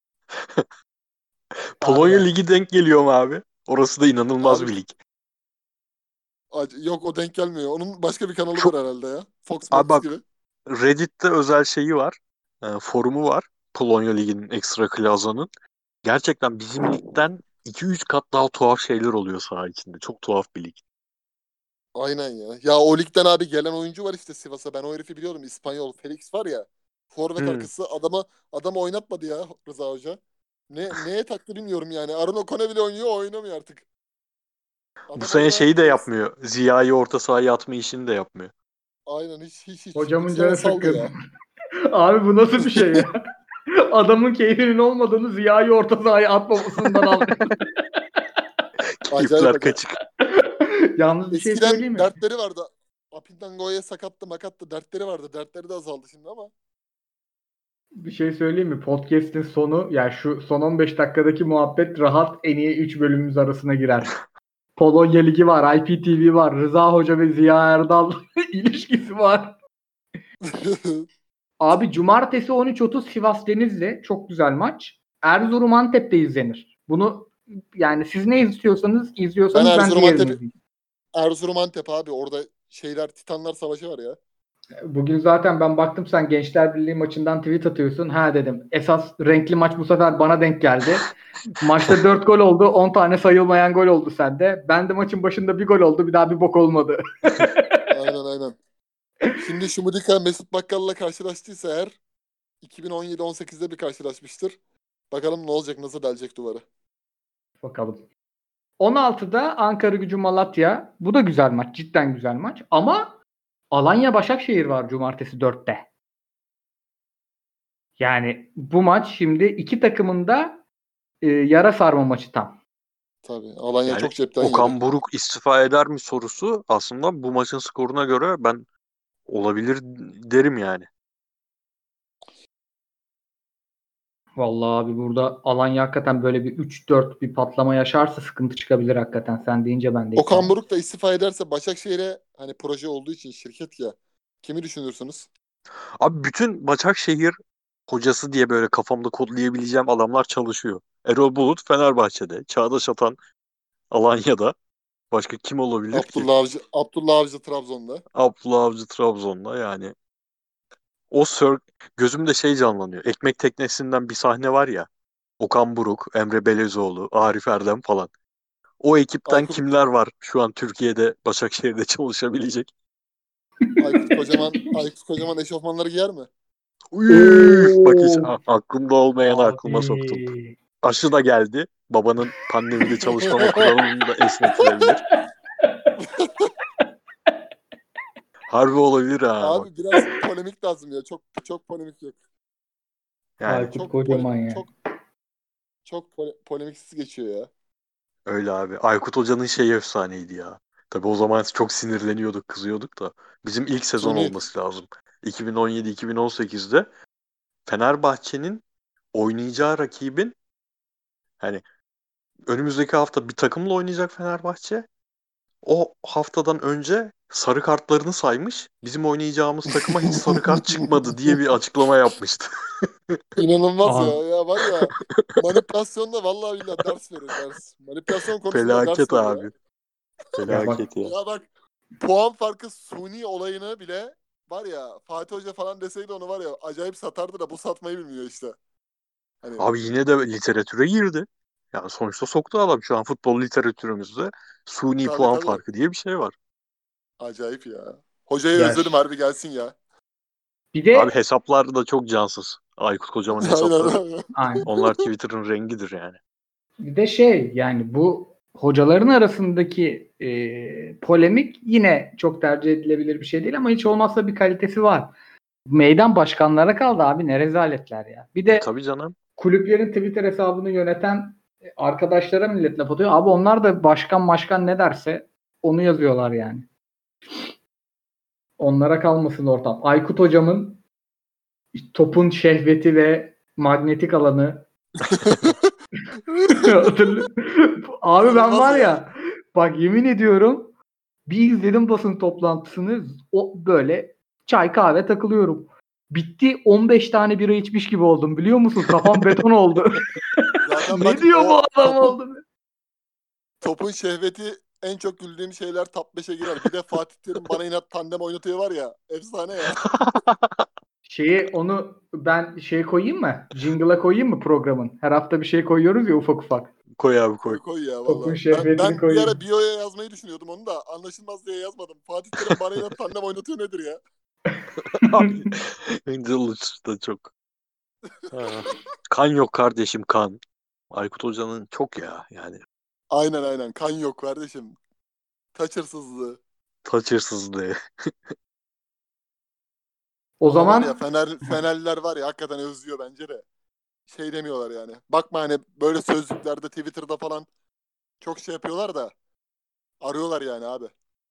Polonya Abi, Ligi denk geliyor mu abi? Orası da inanılmaz Abi bir lig. ac- yok o denk gelmiyor. Onun başka bir kanalıdır Çok herhalde ya. Fox abi Max bak, gibi. Reddit'te özel şeyi var. E, forumu var. Polonya Ligi'nin Ekstra Klaza'nın. Gerçekten bizim ligden iki üç kat daha tuhaf şeyler oluyor saha içinde. Çok tuhaf bir lig. Aynen ya. Ya o ligden abi gelen oyuncu var işte Sivas'a. Ben o herifi biliyorum. İspanyol Felix var ya. Forvet Hmm. arkası adama adamı oynatmadı ya Rıza Hoca. Ne neye taktı bilmiyorum yani. Aaron O'Connor bile oynuyor, o oynamıyor artık. Bu Adam sene orada şeyi de mevs- yapmıyor. Ziya'yı orta sahaya atma işini de yapmıyor. aynen hiç hiç hiç. Bu hocamın sene canı saldı sıkkın. ya. Abi bu nasıl bir şey ya? Adamın keyfinin olmadığını Ziya'yı orta sahaya atmamasından anlıyorsun. Acayip Keyifler acayip. kaçık. Yalnız bir şey söyleyeyim Eskiden mi? dertleri vardı. Apintango'ya sakattı makattı dertleri vardı. Dertleri de azaldı şimdi ama. Bir şey söyleyeyim mi? Podcast'in sonu, yani şu son on beş dakikadaki muhabbet rahat en iyi üç bölümümüz arasına girer. Polonya Ligi var, I P T V var, Rıza Hoca ve Ziya Erdal ilişkisi var. Abi cumartesi on üç otuz Sivas Denizli, çok güzel maç. Erzurum Antep'te izlenir. Bunu yani siz ne istiyorsanız Ben izliyorsanız ben, Erzurum diğerini Antep izleyeyim. Erzurum Antep abi orada şeyler Titanlar Savaşı var ya. Bugün zaten ben baktım sen Gençler Birliği maçından tweet atıyorsun. Ha dedim, esas renkli maç bu sefer bana denk geldi. Maçta dört gol oldu. on tane sayılmayan gol oldu sende. Ben de maçın başında bir gol oldu. Bir daha bir bok olmadı. Aynen aynen. Şimdi Şumudika Mesut Bakkal'la karşılaştıysa eğer iki bin on yedi on sekizde bir karşılaşmıştır. Bakalım ne olacak, nasıl delecek duvarı. Bakalım. on altıda Ankaragücü Malatya. Bu da güzel maç. Cidden güzel maç. Ama Alanya Başakşehir var cumartesi dörtte. Yani bu maç şimdi iki takımın da e, yara sarma maçı tam. Tabii. Alanya Yani çok cepten yedi. Okan Buruk istifa eder mi sorusu aslında bu maçın skoruna göre ben olabilir derim yani. Vallahi abi burada Alanya hakikaten böyle bir üç dört bir patlama yaşarsa sıkıntı çıkabilir hakikaten. Sen deyince ben de Okan ikna. Buruk da istifa ederse Başakşehir'e, hani proje olduğu için şirket ya, kimi düşünürsünüz? Abi bütün Başakşehir hocası diye böyle kafamda kodlayabileceğim adamlar çalışıyor. Erol Bulut Fenerbahçe'de, Çağdaş Atan Alanya'da. Başka kim olabilir ki? Abdullah Avcı, Abdullah Avcı Trabzon'da. Abdullah Avcı Trabzon'da yani. O sör gözümde şey canlanıyor. Ekmek Teknesi'nden bir sahne var ya. Okan Buruk, Emre Belezoğlu, Arif Erdem falan. O ekipten Aykut, kimler var şu an Türkiye'de Başakşehir'de çalışabilecek? Aykut Kocaman, Aykut Kocaman eşofmanları giyer mi? Üf, bak hiç Oo, a- aklımda olmayanı aklıma soktun. abi. Aşı da geldi. Babanın pandemide çalışmama kuralını da esnetilebilir. Harbi olabilir ha bak. Abi biraz polemik lazım ya. Çok çok polemik yok. Yani Aykut Çok Kocaman pole, ya. çok çok pole, polemiksiz geçiyor ya. öyle abi. Aykut Hoca'nın şeyi efsaneydi ya. Tabii o zaman çok sinirleniyorduk, kızıyorduk da. Bizim ilk sezon Suni. olması lazım. iki bin on yedi iki bin on sekizde Fenerbahçe'nin oynayacağı rakibin hani önümüzdeki hafta bir takımla oynayacak Fenerbahçe. O haftadan önce sarı kartlarını saymış. Bizim oynayacağımız takıma hiç sarı kart çıkmadı diye bir açıklama yapmıştı. İnanılmaz ya. Abi, Ya var ya, manipülasyonda vallahi billahi ders verir ders. Manipülasyon konusunda ders Felaket verir ya. abi. ya bak Felaket ya. Ya bak, puan farkı suni olayını bile var ya, Fatih Hoca falan deseydi onu var ya acayip satardı da bu satmayı bilmiyor işte. Hani Abi yine de literatüre girdi. Yani sonuçta soktu adam şu an futbol literatürümüzde suni tabii puan tabii, farkı diye bir şey var. acayip ya. Hocayı ya özledim, ş- harbi gelsin ya. bir Abi de hesaplar da çok cansız. Aykut Kocaman Aynen hesapları. abi. aynen. Onlar Twitter'ın rengidir yani. Bir de şey yani bu hocaların arasındaki e, polemik yine çok tercih edilebilir bir şey değil ama hiç olmazsa bir kalitesi var. Meydan başkanlara kaldı abi, ne rezaletler ya. Bir E de tabii canım. kulüplerin Twitter hesabını yöneten arkadaşlara millet laf atıyor. Abi onlar da başkan başkan ne derse onu yazıyorlar yani. Onlara kalmasın ortam. Aykut hocamın topun şehveti ve magnetik alanı. Hatırlıyor- Abi ben İnanılmaz var ya. ya, bak yemin ediyorum bir izledim basın toplantısını, o böyle çay kahve takılıyorum. Bitti, on beş tane bira içmiş gibi oldum biliyor musun? Kafam beton oldu. Zaten Ne bak, diyor bu o adam topun, oldu? topun şehveti en çok güldüğüm şeyler top beşe girer. Bir de Fatih Terim bana inat tandem oynatıyor var ya. Efsane ya. Şeyi onu ben şey koyayım mı? Jingle'a koyayım mı programın? Her hafta bir şey koyuyoruz ya ufak ufak. Koy abi koy. Koy koy ya Topun valla. Ben, şehvetini ben bir ara koyayım. bio'ya yazmayı düşünüyordum onu da. Anlaşılmaz diye yazmadım. Fatih Terim bana inat tandem oynatıyor nedir ya? Abi Angel da çok. Ha. Kan yok kardeşim kan. Aykut Hoca'nın çok ya yani. Aynen aynen. Kan yok kardeşim. Taç hırsızlığı. Taç hırsızlığı. O Ama var ya, zaman Fener, Fenerliler var ya hakikaten özlüyor bence de. Şey demiyorlar yani. Bakma hani böyle sözlüklerde, Twitter'da falan çok şey yapıyorlar da arıyorlar yani abi.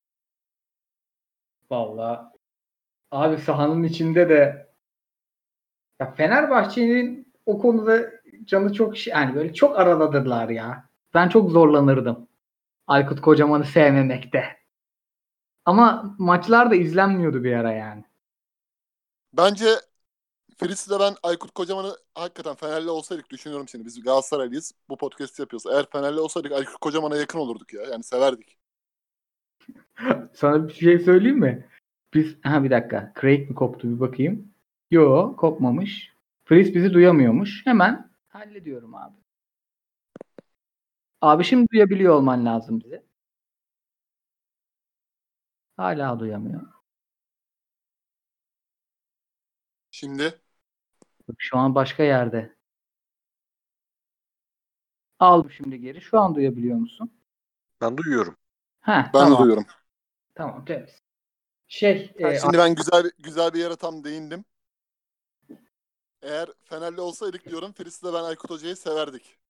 vallahi abi sahanın içinde de ya Fenerbahçe'nin o konuda canı çok şey, yani böyle çok aradadırlar ya. Ben çok zorlanırdım Aykut Kocaman'ı sevmemekte. Ama maçlar da izlenmiyordu bir ara yani. Bence Fritz'le ben Aykut Kocaman'ı hakikaten Fenerli olsaydık, düşünüyorum şimdi biz Galatasaraylıyız. Bu podcast'i yapıyoruz. Eğer Fenerli olsaydık Aykut Kocaman'a yakın olurduk ya. Yani severdik. Sana bir şey söyleyeyim mi? Biz ha bir dakika. Craig mi koptu bir bakayım. Yo, kopmamış. Fritz bizi duyamıyormuş. Hemen hallediyorum abi. Abi şimdi duyabiliyor olman lazım bizi. Hala duyamıyor. Şimdi Şu an başka yerde. Al şimdi geri. Şu an duyabiliyor musun? Ben duyuyorum. Ha, ben tamam. de duyuyorum. Tamam, temiz. Şey, Ha, e, şimdi ben güzel bir, güzel bir yere tam değindim. Eğer Fenerli olsaydık diyorum Firis'le ben Aykut Hoca'yı severdik.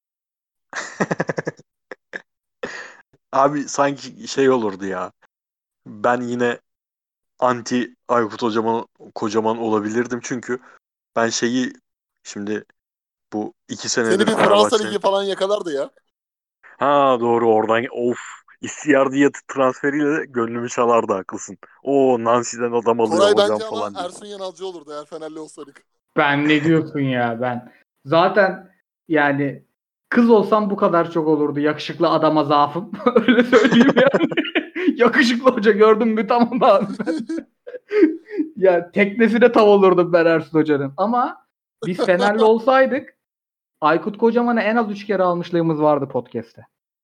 Abi sanki şey olurdu ya. Ben yine anti Aykut Kocaman, Kocaman olabilirdim çünkü ben şeyi şimdi bu iki Seni senedir bir Fransa Fenerbahçe. Ligi falan yakalardı ya. Ha doğru oradan of İstiярdiye transferiyle gönlümü çalardı haklısın. O Nancy'den adam alıyor Koray hocam bence ama falan diye. Ersun Yanalcı olurdu eğer Fenerli olsaydık. ben ne diyorsun ya ben. Zaten yani kız olsam bu kadar çok olurdu. Yakışıklı adama zaafım. Öyle söyleyeyim yani. Yakışıklı hoca gördüm mü tamam abi. Ya teknesine tav olurdum ben Ersun Hoca'nın. Ama biz Fenerli olsaydık Aykut Kocaman'ı en az üç kere almışlığımız vardı podcast'te.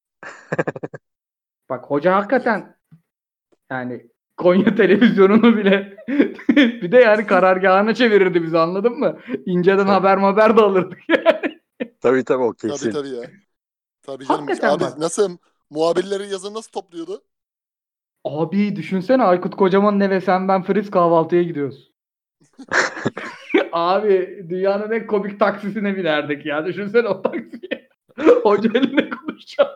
Bak hoca hakikaten yani Konya televizyonunu bile bir de yani karargahına çevirirdi bizi anladın mı? İnceden haber haber de alırdık. Tabii tabii o Tabii kesin. tabii ya. Tabii canım. Hakikaten Abi bak. nasıl muhabirleri yazın nasıl topluyordu? Abi düşünsene Aykut Kocaman'ın eve sen ben Fritz kahvaltıya gidiyoruz. Abi dünyanın en komik taksisine binerdik ya. Düşünsene o taksiye. Hoca eline konuşacağım.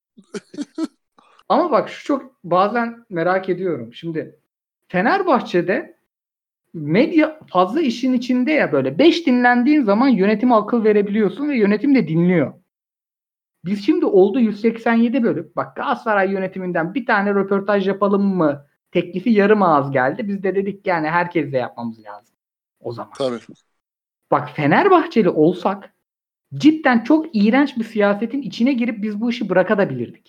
Ama bak şu çok bazen merak ediyorum. Şimdi Fenerbahçe'de medya fazla işin içinde ya böyle. Beş dinlendiğin zaman yönetime akıl verebiliyorsun ve yönetim de dinliyor. Biz şimdi oldu yüz seksen yedi bölüm. Bak Galatasaray yönetiminden bir tane röportaj yapalım mı? Teklifi yarım ağız geldi. Biz de dedik yani herkesle yapmamız lazım. O zaman. Tabii. Bak Fenerbahçeli olsak cidden çok iğrenç bir siyasetin içine girip biz bu işi bırakabilirdik.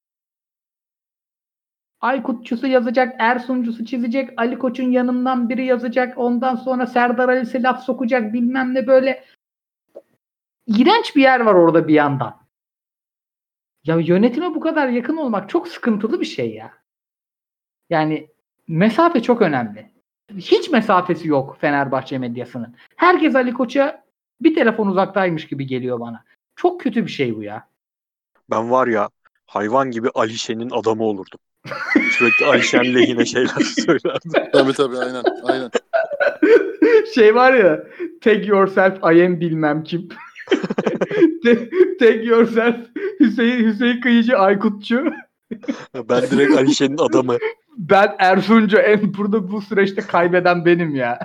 Aykutçusu yazacak, Ersuncusu çizecek, Ali Koç'un yanından biri yazacak, ondan sonra Serdar Ali'si laf sokacak bilmem ne böyle. İğrenç bir yer var orada bir yandan. Ya yönetime bu kadar yakın olmak çok sıkıntılı bir şey ya. Yani mesafe çok önemli. Hiç mesafesi yok Fenerbahçe medyasının. Herkes Ali Koç'a bir telefon uzaktaymış gibi geliyor bana. Çok kötü bir şey bu ya. Ben var ya hayvan gibi Alişen'in adamı olurdum. Sürekli Alişen lehine şeyler söylerdim. Tabii tabii aynen. Aynen. Şey var ya take yourself I am bilmem kim. Take yourself Hüseyin, Hüseyin Kıyıcı Aykutçu. Ben direkt Alişen'in adamı. Ben Ersuncu en burada bu süreçte kaybeden benim ya.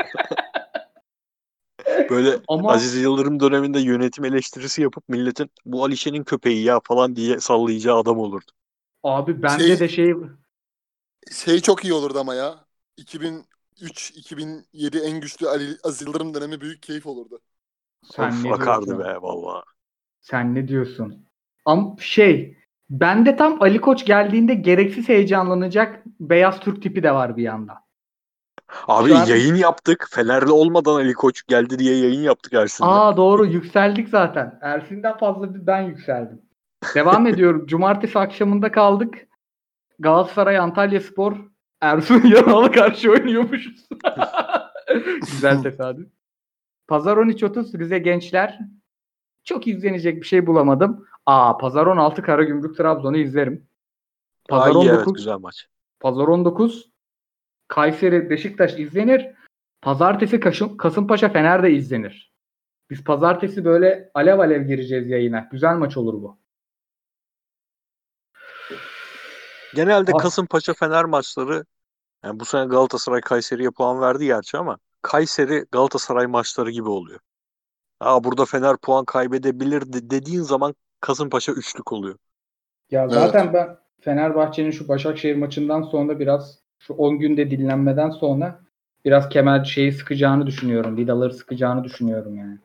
Böyle Ama Aziz Yıldırım döneminde yönetim eleştirisi yapıp milletin bu Alişen'in köpeği ya falan diye sallayacağı adam olurdu. abi bende Şey- de şey Şey çok iyi olurdu ama ya. iki bin üç iki bin yedi en güçlü Ali Aziz Yıldırım dönemi büyük keyif olurdu. sen Of ne akardı diyorsun? be vallahi. Sen ne diyorsun? Am şey bende tam Ali Koç geldiğinde gereksiz heyecanlanacak beyaz Türk tipi de var bir yandan. Abi Şu an- yayın yaptık. Fenerli olmadan Ali Koç geldi diye yayın yaptık Ersin'le. Aa doğru yükseldik zaten. Ersin'den fazla bir ben yükseldim. Devam ediyorum. Cumartesi akşamında kaldık. Galatasaray Antalyaspor Ersun Yanal'a karşı oynuyormuşuz. Güzel tesadüf. Pazar on üç otuz Rize Gençler. Çok izlenecek bir şey bulamadım. Aa Pazar on altı Karagümrük Trabzon'u izlerim. Pazar Aa, iyi, evet on dokuz güzel maç. Pazar on dokuz Kayseri Beşiktaş izlenir. Pazartesi Kasım, Kasımpaşa Fener de izlenir. Biz pazartesi böyle alev alev gireceğiz yayına. Güzel maç olur bu. Genelde Ah. Kasımpaşa Fener maçları yani bu sene Galatasaray Kayseri'ye puan verdi gerçi ama Kayseri Galatasaray maçları gibi oluyor. Aa burada Fener puan kaybedebilir de- dediğin zaman Kasımpaşa üçlük oluyor. Ya zaten ben Fenerbahçe'nin şu Başakşehir maçından sonra biraz şu on günde dinlenmeden sonra biraz kemer şeyi sıkacağını düşünüyorum. Vidaları sıkacağını düşünüyorum yani.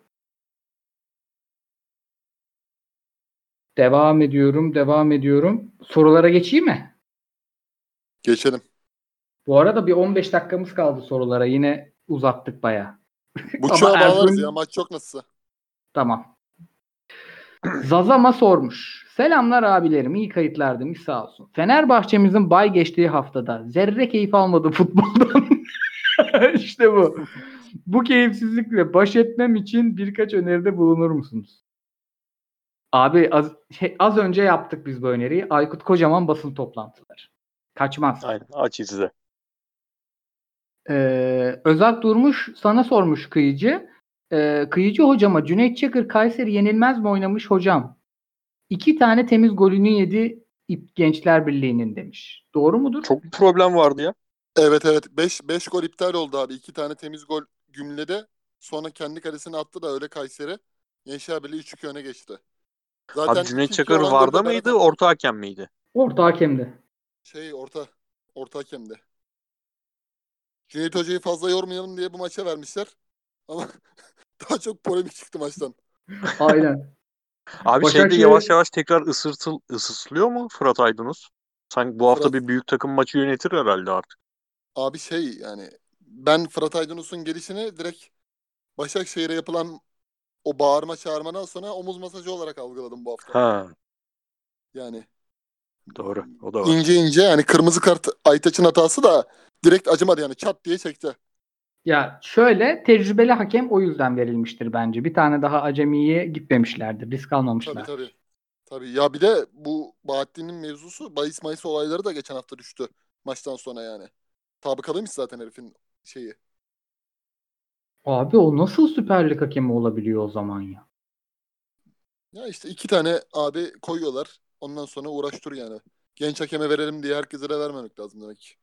Devam ediyorum, devam ediyorum. Sorulara geçeyim mi? Geçelim. Bu arada bir on beş dakikamız kaldı sorulara. Yine uzattık bayağı. Bu Ama çağa bağlarız Ersun- ya. Maç çok nasılsa. Tamam. Zazama sormuş. Selamlar abilerim. İyi kayıtlar demiş sağ olsun. Fenerbahçe'mizin bay geçtiği haftada zerre keyif almadı futboldan. İşte bu. Bu keyifsizlikle baş etmem için birkaç öneride bulunur musunuz? Abi az, şey, az önce yaptık biz bu öneriyi. Aykut Kocaman basın toplantıları. Kaçmaz. Aynen. Aç izle. Ee, Özak Durmuş sana sormuş Kıyıcı. Ee, Kıyıcı hocama Cüneyt Çakır Kayseri yenilmez mi oynamış hocam? İki tane temiz golünü yedi İp- Gençler Birliği'nin demiş. Doğru mudur? Çok bir problem vardı ya. Evet evet. beş gol iptal oldu abi. iki tane temiz gol Gümle'de. Sonra kendi kalesine attı da öyle Kayseri. Gençler Birliği üç iki öne geçti. Zaten Abi Cüneyt iki iki Çakır olan varda golde Berat mıydı, attı. orta hakem miydi? Orta hakemdi. Şey orta. Orta hakemdi. Cüneyt Hoca'yı fazla yormayalım diye bu maça vermişler. Ama daha çok polemik çıktı maçtan. Aynen. Abi şeyde Başakşehir- yavaş yavaş tekrar ısırtıl, ısısılıyor mu Fırat Aydınus? Sanki bu hafta Fırat- bir büyük takım maçı yönetir herhalde artık. Abi şey yani ben Fırat Aydınus'un gelişini direkt Başakşehir'e yapılan o bağırma çağırmadan sonra omuz masajı olarak algıladım bu hafta. Ha, Yani doğru. O da var. ince ince yani kırmızı kart Aytaç'ın hatası da direkt acımadı yani çat diye çekti. Ya şöyle tecrübeli hakem o yüzden verilmiştir bence. Bir tane daha acemiye gitmemişlerdir. Risk almamışlar. Tabii tabii. Tabii ya bir de bu Bahattin'in mevzusu bahis mayıs olayları da geçen hafta düştü maçtan sonra yani. Tabikalıymış zaten herifin şeyi. Abi o nasıl Süper Lig hakemi olabiliyor o zaman ya? Ya işte iki tane abi koyuyorlar. Ondan sonra uğraş dur yani. Genç hakeme verelim diye herkese de vermemek lazım demek ki.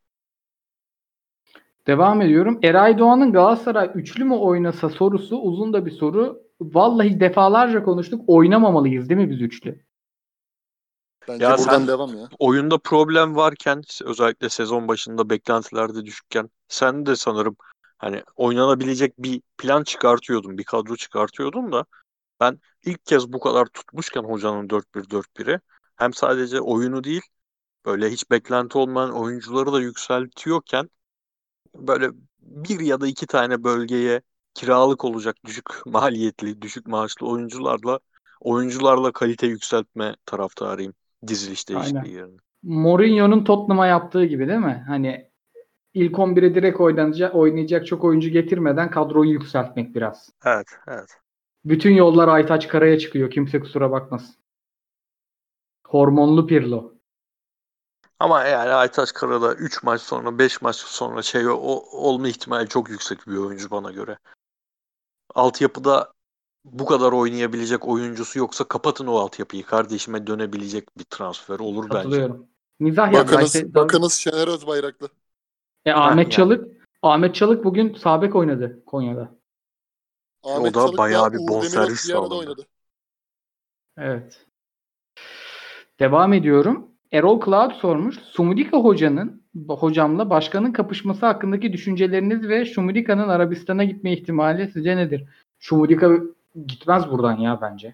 Devam ediyorum. Eray Doğan'ın Galatasaray üçlü mü oynasa sorusu uzun da bir soru. Vallahi defalarca konuştuk. Oynamamalıyız değil mi biz üçlü? Bence Ya buradan sen- devam ya. Oyunda problem varken, özellikle sezon başında beklentilerde düşükken, sen de sanırım hani oynanabilecek bir plan çıkartıyordun, bir kadro çıkartıyordun da ben ilk kez bu kadar tutmuşken hocanın dört bir dört biri hem sadece oyunu değil, böyle hiç beklenti olmayan oyuncuları da yükseltiyorken böyle bir ya da iki tane bölgeye kiralık olacak düşük maliyetli, düşük maaşlı oyuncularla oyuncularla kalite yükseltme taraftarıyım diziliş değişikliği Aynen. yerine. Mourinho'nun Tottenham'a yaptığı gibi değil mi? Hani ilk on bire direkt oynanacak, oynayacak çok oyuncu getirmeden kadroyu yükseltmek biraz. Evet, evet. Bütün yollar Aytaç Kara'ya çıkıyor. Kimse kusura bakmasın. Hormonlu Pirlo. Ama yani Aytaç Kara'da üç maç sonra, beş maç sonra şey o, olma ihtimali çok yüksek bir oyuncu bana göre. Altyapıda bu kadar oynayabilecek oyuncusu yoksa kapatın o altyapıyı. Kardeşime dönebilecek bir transfer olur bence. Katılıyorum. Mizah yapma. Bakınız, İşte- bakınız Şener Özbayraklı. E, Ahmet yani. Çalık Ahmet Çalık bugün sağ bek oynadı Konya'da. Ahmet da Çalık bayağı bir Uğur bonservis Demirok bir arada sağladı. oynadı. Evet. Devam ediyorum. Erol Cloud sormuş. Sumudika hocanın hocamla başkanın kapışması hakkındaki düşünceleriniz ve Şumudika'nın Arabistan'a gitme ihtimali sizce nedir? Şumudika gitmez buradan ya bence.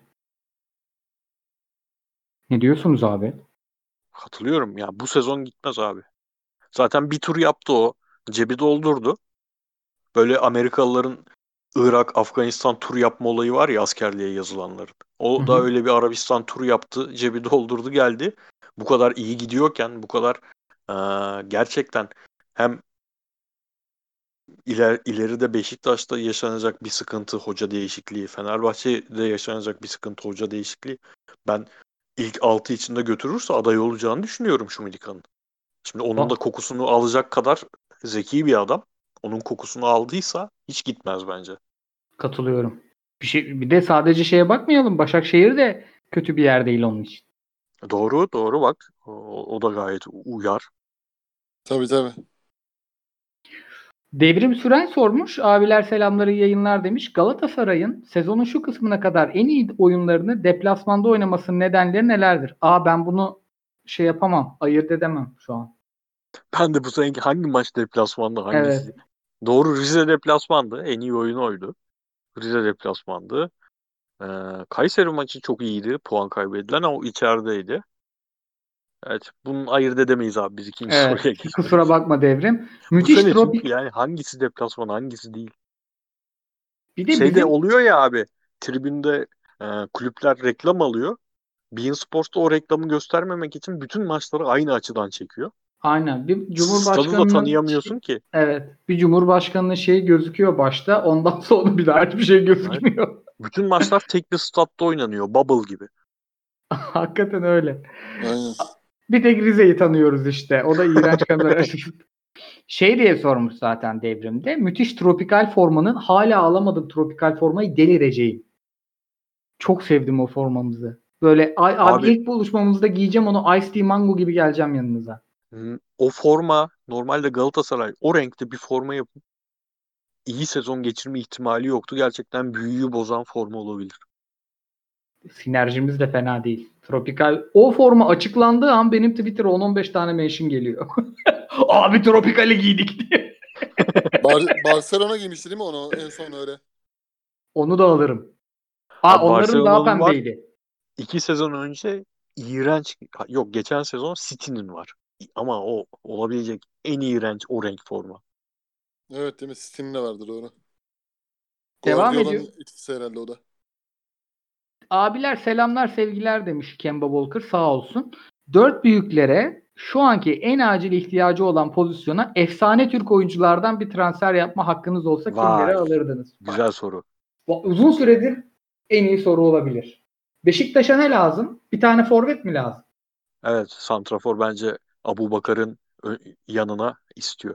Ne diyorsunuz abi? Katılıyorum. Ya bu sezon gitmez abi. Zaten bir tur yaptı o. Cebi doldurdu. Böyle Amerikalıların Irak, Afganistan tur yapma olayı var ya askerliğe yazılanların. O Hı da hı. öyle bir Arabistan turu yaptı. Cebi doldurdu geldi. Bu kadar iyi gidiyorken, bu kadar eee, gerçekten hem iler, ileride Beşiktaş'ta yaşanacak bir sıkıntı hoca değişikliği, Fenerbahçe'de yaşanacak bir sıkıntı hoca değişikliği. Ben ilk altı içinde götürürse aday olacağını düşünüyorum Şumidika'nın. Şimdi onun da Bak. kokusunu alacak kadar zeki bir adam. Onun kokusunu aldıysa hiç gitmez bence. Katılıyorum. Bir şey bir de sadece şeye bakmayalım. Başakşehir de kötü bir yer değil onun için. Doğru, doğru bak. O, o da gayet uyar. Tabii tabii. Devrim Süren sormuş. Abiler selamları iyi yayınlar demiş. Galatasaray'ın sezonun şu kısmına kadar en iyi oyunlarını deplasmanda oynamasının nedenleri nelerdir? Aa ben bunu şey yapamam. Ayırt edemem şu an. Ben de bu seneki hangi maç deplasmanda hangisi? Evet. Doğru, Rize deplasmandı. En iyi oyunu oydu. Rize deplasmandı. Ee, Kayseri maçı çok iyiydi. Puan kaybedilen ama o içerideydi. Evet. Bunu ayırt edemeyiz abi. Biz ikinci soruya Evet. geçelim. Kusura bakma Devrim. Bu Müthiş sene tropik. çünkü yani hangisi deplasman hangisi değil. Bir de Şeyde bizim oluyor ya abi. Tribünde e, kulüpler reklam alıyor. beIN Sports'ta o reklamı göstermemek için bütün maçları aynı açıdan çekiyor. Aynen. Bir Stadı da Cumhurbaşkanının tanıyamıyorsun ki. evet, bir Cumhurbaşkanının şeyi gözüküyor başta. Ondan sonra bir daha hiçbir şey gözükmüyor. Bütün maçlar tek bir statta oynanıyor. Bubble gibi. Hakikaten öyle. Aynen. Bir tek Rize'yi tanıyoruz işte. O da iğrenç kamera. Şey diye sormuş zaten devrimde. Müthiş tropikal formanın hala alamadım tropikal formayı delireceğim. Çok sevdim o formamızı. Böyle "Ay, abi, Abi- ilk buluşmamızda giyeceğim onu Ice Tea Mango gibi geleceğim yanınıza. Hı, O forma normalde Galatasaray o renkte bir forma yapıp iyi sezon geçirme ihtimali yoktu. Gerçekten büyüyü bozan forma olabilir. Sinerjimiz de fena değil. Tropikal. O forma açıklandığı an benim Twitter'a on on beş tane mention geliyor. Abi tropikali giydik diye. Bar- Barcelona giymişti değil mi onu en son öyle? Onu da alırım. Aa, Abi onların daha Barcelona'nın var. pembeydi. İki sezon önce iğrenç, yok geçen sezon City'nin var. Ama o olabilecek en iğrenç o renk forma. Evet değil mi? Steam'de vardı doğru. Devam Guardiola'nın ediyor. etkisi herhalde o da. Abiler selamlar sevgiler demiş Kemba Walker sağ olsun. Dört büyüklere şu anki en acil ihtiyacı olan pozisyona efsane Türk oyunculardan bir transfer yapma hakkınız olsa kimleri Vay. alırdınız? Güzel soru. Bak, uzun süredir en iyi soru olabilir. Beşiktaş'a ne lazım? Bir tane forvet mi lazım? Evet, santrafor bence Abubakar'ın ö- yanına istiyor.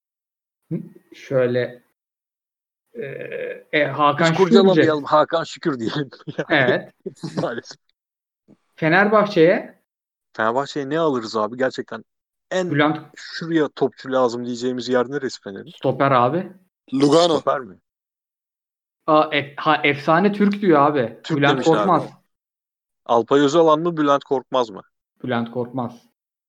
Şöyle e, e, Hakan Hiç Şükür diyecek. kurcalamayalım, Hakan Şükür diyelim. Yani Evet. maalesef. Fenerbahçe'ye Fenerbahçe'ye ne alırız abi? Gerçekten en Bülent şuraya topçu lazım diyeceğimiz yer neresi Fener'in? stoper abi. Lugano. Stoper mi? Aa, ef- ha, efsane Türk diyor abi. Türk Bülent demişler Korkmaz. abi. Alpay Özalan mı, Bülent Korkmaz mı? Bülent Korkmaz.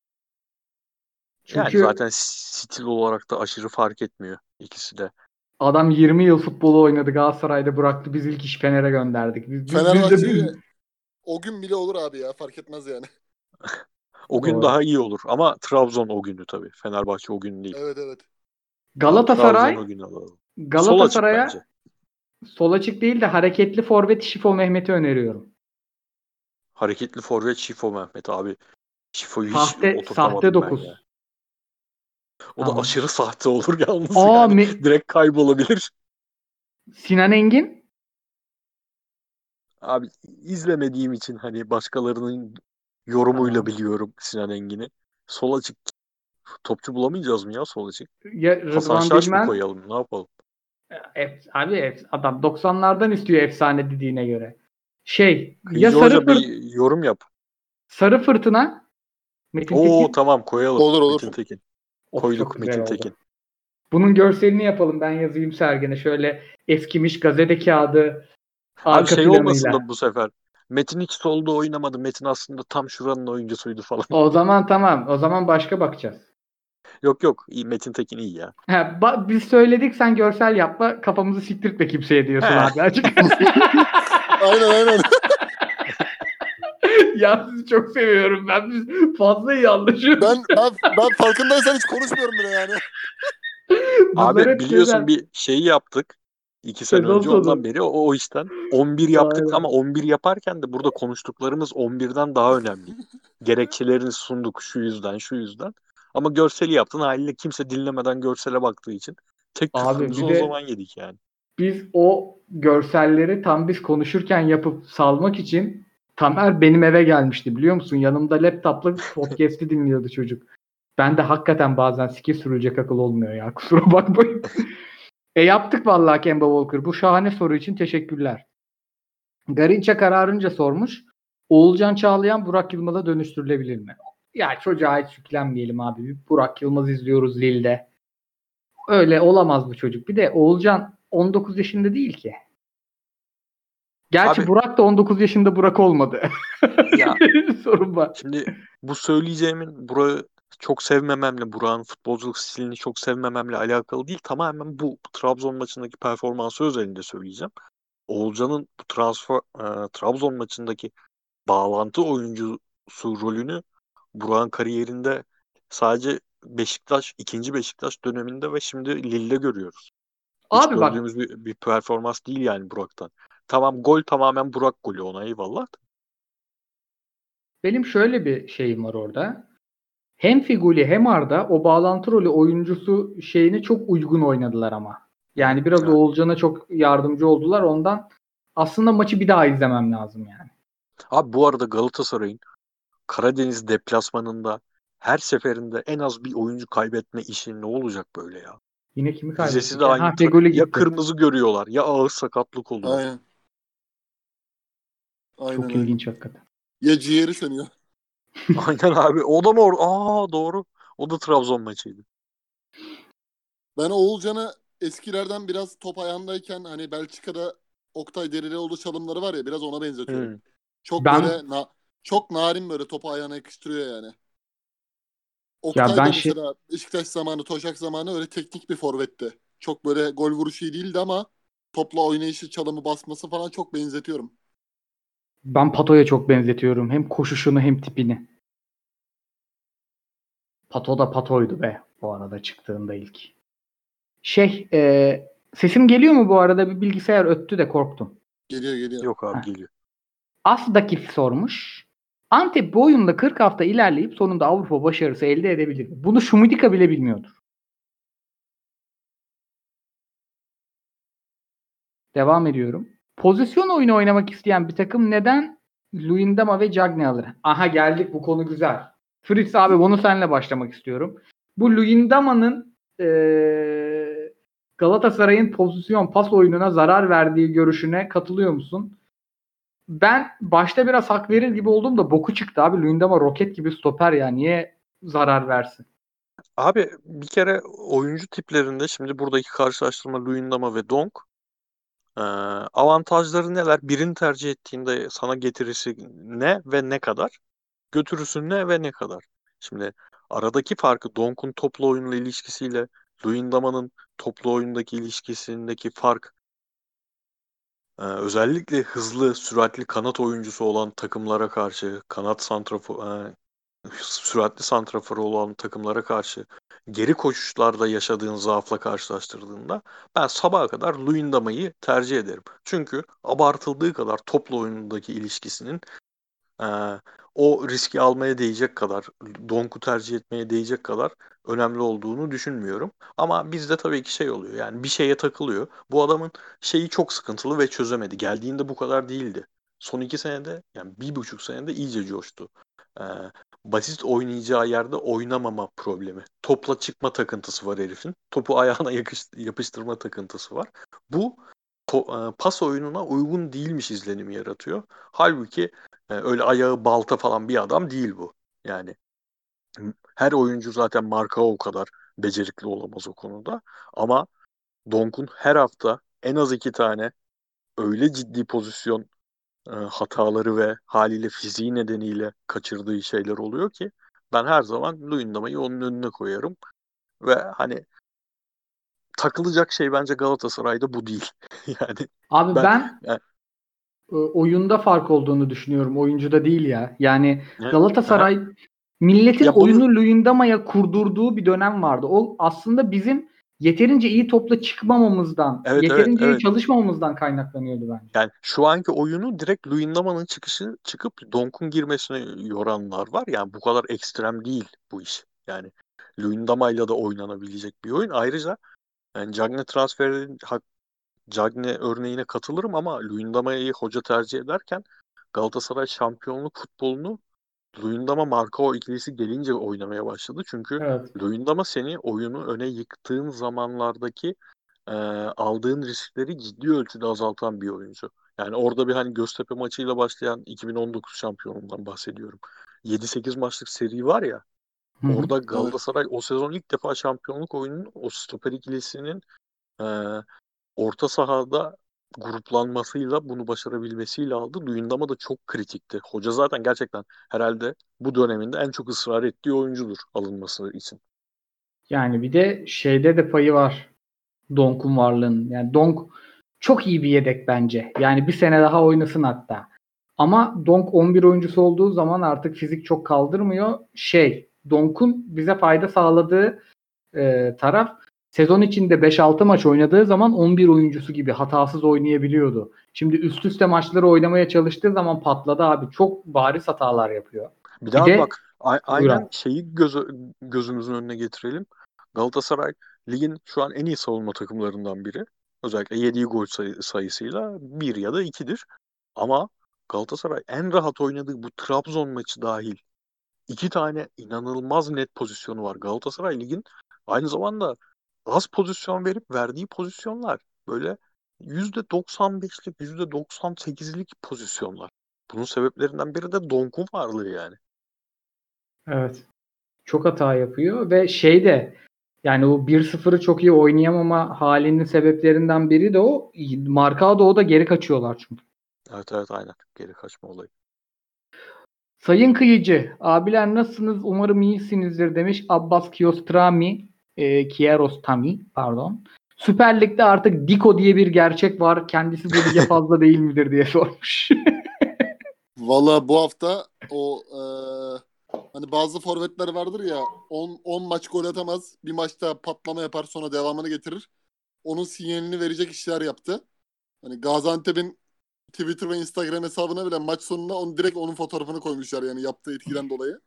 Yani Çünkü zaten stil olarak da aşırı fark etmiyor ikisi de. adam yirmi yıl futbolu oynadı Galatasaray'da bıraktı. Biz ilk iş Fener'e gönderdik. Biz, biz, biz de Fenerbahçe'yi biz. o gün bile olur abi ya. Fark etmez yani. O gün Doğru. daha iyi olur ama Trabzon o günü tabii. Fenerbahçe o gün değil. Evet evet. Ama Trabzon o Galatasaray gün alalım. Sol açık Galatasaray'a bence. sol açık değil de hareketli forvet Şifo Mehmet'i öneriyorum. Hareketli forvet Şifo Mehmet abi. Şifo'yu hiç Sahte sahte oturtamadım ben dokuz. ya. O da Tamam. aşırı sahte olur yalnız Aa, yani. me- Direkt kaybolabilir. Sinan Engin Abi izlemediğim için hani başkalarının yorumuyla Tamam. biliyorum Sinan Engin'i. Sol açık topçu bulamayacağız mı ya sol açık? ya Hasan Rıdvan Şaş mı Dilmen koyalım? Ne yapalım? ef- abi ef- adam doksanlardan istiyor efsane dediğine göre. Şey ya Kıyıcı sarı Hoca fır- bir yorum yap. sarı fırtına Metin Oo Tekin. tamam koyalım. Olur, olur. Metin Tekin. Of, Koyduk çok güzel Metin oldu. Tekin. Bunun görselini yapalım. Ben yazayım Sergen'e. Şöyle eskimiş gazete kağıdı Abi arka şey planıyla. olmasın da bu sefer. Metin hiç solda oynamadı. Metin aslında tam şuranın oyuncusuydu falan. O zaman tamam. O zaman başka bakacağız. Yok yok. İyi, Metin Tekin iyi ya. Ha, ba- biz söyledik sen görsel yapma kafamızı siktirtme kimseye diyorsun He. abi açık. Aynen aynen. Ya sizi çok seviyorum ben. Biz fazla iyi anlaşıyoruz. Ben, ben, ben farkındaysan hiç konuşmuyorum bile yani. Bunlar Abi hep biliyorsun şeyler. bir şeyi yaptık. İki sene Sezon önce sonu. ondan beri o, o işten. on bir yaptık Aynen. ama on bir yaparken de burada konuştuklarımız on birden daha önemli. Gerekçelerini sunduk şu yüzden şu yüzden. Ama görseli yaptın haliyle kimse dinlemeden görsele baktığı için tek Abi küfrümüzü bir o de zaman yedik yani. biz o görselleri tam biz konuşurken yapıp salmak için Tamer benim eve gelmişti biliyor musun? Yanımda laptopla podcast'i dinliyordu çocuk. Ben de hakikaten bazen skill sürülecek akıl olmuyor ya. Kusura bakmayın. e yaptık vallahi Kemba Walker. Bu şahane soru için teşekkürler. Garinçe kararınca sormuş. Oğulcan Çağlayan Burak Yılmaz'a dönüştürülebilir mi? Ya çocuğa hiç yüklenmeyelim abi. Burak Yılmaz izliyoruz Lille'de. Öyle olamaz bu çocuk. Bir de Oğulcan on dokuz yaşında değil ki. Gerçi Abi- Burak da on dokuz yaşında Burak olmadı. Ya Sorun var. şimdi bu söyleyeceğimin Burak'ı çok sevmememle, Burak'ın futbolculuk stilini çok sevmememle alakalı değil. Tamamen bu Trabzon maçındaki performansı özelinde söyleyeceğim. Oğulcan'ın bu transfer e, Trabzon maçındaki bağlantı oyuncusu rolünü Burak'ın kariyerinde sadece Beşiktaş, ikinci Beşiktaş döneminde ve şimdi Lille'de görüyoruz. Hiç Abi bak gördüğümüz bir, bir performans değil yani Burak'tan. tamam gol tamamen Burak golü, ona eyvallah. Benim şöyle bir şeyim var orada. Hem Figuli hem Arda o bağlantı rolü oyuncusu şeyini çok uygun oynadılar ama. Yani biraz Evet. Oğulcan'a çok yardımcı oldular. Ondan aslında maçı bir daha izlemem lazım yani. Abi bu arada Galatasaray'ın Karadeniz deplasmanında her seferinde en az bir oyuncu kaybetme işi ne olacak böyle ya? Yine kimi Rize'si kaybettik de ya? aynı. Ha, Tra- Figuli ya gitti. kırmızı görüyorlar ya ağır sakatlık oluyor. Aynen. Aynen Çok aynen. ilginç hakikaten. Ya ciğeri sönüyor. Aynen abi. O da mı orada? Aa doğru. O da Trabzon maçıydı. Ben Oğulcan'a eskilerden biraz top ayağındayken hani Belçika'da Oktay Derilioğlu çalımları var ya, biraz ona benzetiyorum. Hmm. Çok Ben böyle na- çok narin, böyle topu ayağına yakıştırıyor yani. ya Oktay ben da şey mesela Beşiktaş zamanı, Toşak zamanı öyle teknik bir forvetti. Çok böyle gol vuruşu iyi değildi ama topla oynayışı, çalımı basması falan çok benzetiyorum. ben Pato'ya çok benzetiyorum. Hem koşuşunu hem tipini. Pato da Pato'ydu be bu arada çıktığında ilk. Şey, e, sesim geliyor mu bu arada? Bir bilgisayar öttü de korktum. Geliyor geliyor. Yok abi Heh. geliyor. Asdakif sormuş. Antep bu oyunda kırk hafta ilerleyip sonunda Avrupa başarısı elde edebilir mi? Bunu Şumudika bile bilmiyordur. Devam ediyorum. Pozisyon oyunu oynamak isteyen bir takım neden Luyendama ve Cagney alır? Aha geldik, bu konu güzel. Fritz abi, bunu seninle başlamak istiyorum. Bu Luyendama'nın eee Galatasaray'ın pozisyon pas oyununa zarar verdiği görüşüne katılıyor musun? Ben başta biraz hak verir gibi oldum da boku çıktı abi. Luyendama roket gibi stoper ya. Niye zarar versin? Abi bir kere oyuncu tiplerinde şimdi buradaki karşılaştırma Luyendama ve Donk. Ee, avantajları neler? Birini tercih ettiğinde sana getirisi ne ve ne kadar? Götürüsü ne ve ne kadar? Şimdi aradaki farkı Donk'un toplu oyunla ilişkisiyle Luyendama'nın toplu oyundaki ilişkisindeki fark, e, özellikle hızlı, süratli kanat oyuncusu olan takımlara karşı, kanat santrafor, e, süratli santraforu olan takımlara karşı geri koşuşlarda yaşadığın zaafla karşılaştırdığında ben sabaha kadar Luyendama'yı tercih ederim. Çünkü abartıldığı kadar toplu oyundaki ilişkisinin ee, o riski almaya değecek kadar, Donk'u tercih etmeye değecek kadar önemli olduğunu düşünmüyorum. Ama bizde tabii ki şey oluyor, yani bir şeye takılıyor. Bu adamın şeyi çok sıkıntılı ve çözemedi. Geldiğinde bu kadar değildi. Son iki senede, yani bir buçuk senede iyice coştu. Ee, basit oynayacağı yerde oynamama problemi. Topla çıkma takıntısı var herifin. Topu ayağına yakış- yapıştırma takıntısı var. Bu to- e, pas oyununa uygun değilmiş izlenimi yaratıyor. Halbuki e, öyle ayağı balta falan bir adam değil bu. Yani her oyuncu zaten marka o kadar becerikli olamaz o konuda. Ama Donk'un her hafta en az iki tane öyle ciddi pozisyon e, hataları ve haliyle fiziği nedeniyle kaçırdığı şeyler oluyor ki ben her zaman Luyendama'yı onun önüne koyarım. Ve hani takılacak şey bence Galatasaray'da bu değil. Yani Abi ben ben yani, e, oyunda fark olduğunu düşünüyorum. Oyuncuda değil ya. Yani ne- aha. Galatasaray milletin Ya bunu oyunu Luyendama'ya kurdurduğu bir dönem vardı. O aslında bizim yeterince iyi topla çıkmamamızdan, evet evet yeterince iyi evet. çalışmamamızdan kaynaklanıyordu bence. Yani şu anki oyunu direkt Luyendama'nın çıkışı çıkıp Donk'un girmesine yoranlar var. Yani bu kadar ekstrem değil bu iş. Yani Luyendama'yla da oynanabilecek bir oyun. Ayrıca yani Cagney transferi, hak- Cagney örneğine katılırım ama Luyendama'yı hoca tercih ederken Galatasaray şampiyonluk futbolunu Luyendama Markao ikilisi gelince oynamaya başladı. Çünkü Evet. Luyendama seni oyunu öne yıktığın zamanlardaki e, aldığın riskleri ciddi ölçüde azaltan bir oyuncu. Yani orada bir hani Göztepe maçıyla başlayan iki bin on dokuz şampiyonundan bahsediyorum. yedi sekiz maçlık seri var ya, Hı hı. orada Evet. Galatasaray o sezon ilk defa şampiyonluk oyunun o stoper ikilisinin e, orta sahada gruplanmasıyla bunu başarabilmesiyle aldı. Luyendama da çok kritikti. Hoca zaten gerçekten herhalde bu döneminde en çok ısrar ettiği oyuncudur alınması için. Yani bir de şeyde de payı var. Donk'un varlığının. Yani Donk çok iyi bir yedek bence. Yani bir sene daha oynasın hatta. Ama Donk on bir oyuncusu olduğu zaman artık fizik çok kaldırmıyor. Şey, Donk'un bize fayda sağladığı e, taraf sezon içinde beş altı maç oynadığı zaman on bir oyuncusu gibi hatasız oynayabiliyordu. Şimdi üst üste maçları oynamaya çalıştığı zaman patladı abi. Çok bariz hatalar yapıyor. Bir Bir daha de bak a- buyur aynen abi. şeyi göz- gözümüzün önüne getirelim. Galatasaray ligin şu an en iyi savunma takımlarından biri. Özellikle yediği gol sayı- sayısıyla bir ya da ikidir. Ama Galatasaray en rahat oynadığı bu Trabzon maçı dahil iki tane inanılmaz net pozisyonu var. Galatasaray ligin aynı zamanda az pozisyon verip verdiği pozisyonlar böyle yüzde doksan beşlik, yüzde doksan sekizlik pozisyonlar. Bunun sebeplerinden biri de Donk'un varlığı yani. Evet. Çok hata yapıyor ve şey de yani o bir sıfırı çok iyi oynayamama halinin sebeplerinden biri de o. Markao'da da geri kaçıyorlar çünkü. Evet evet aynen. Geri kaçma olayı. Sayın Kıyıcı, abiler nasılsınız? Umarım iyisinizdir demiş Abbas Kiarostami, e, Kiarostami, pardon. Süper Lig'de artık Diko diye bir gerçek var. Kendisi bu lige fazla değil midir diye sormuş. Valla bu hafta o e, hani bazı forvetler vardır ya on on maç gol atamaz. Bir maçta patlama yapar sonra devamını getirir. Onun sinyalini verecek işler yaptı. Hani Gaziantep'in Twitter ve Instagram hesabına bile maç sonunda onu direkt onun fotoğrafını koymuşlar yani yaptığı etkiden dolayı.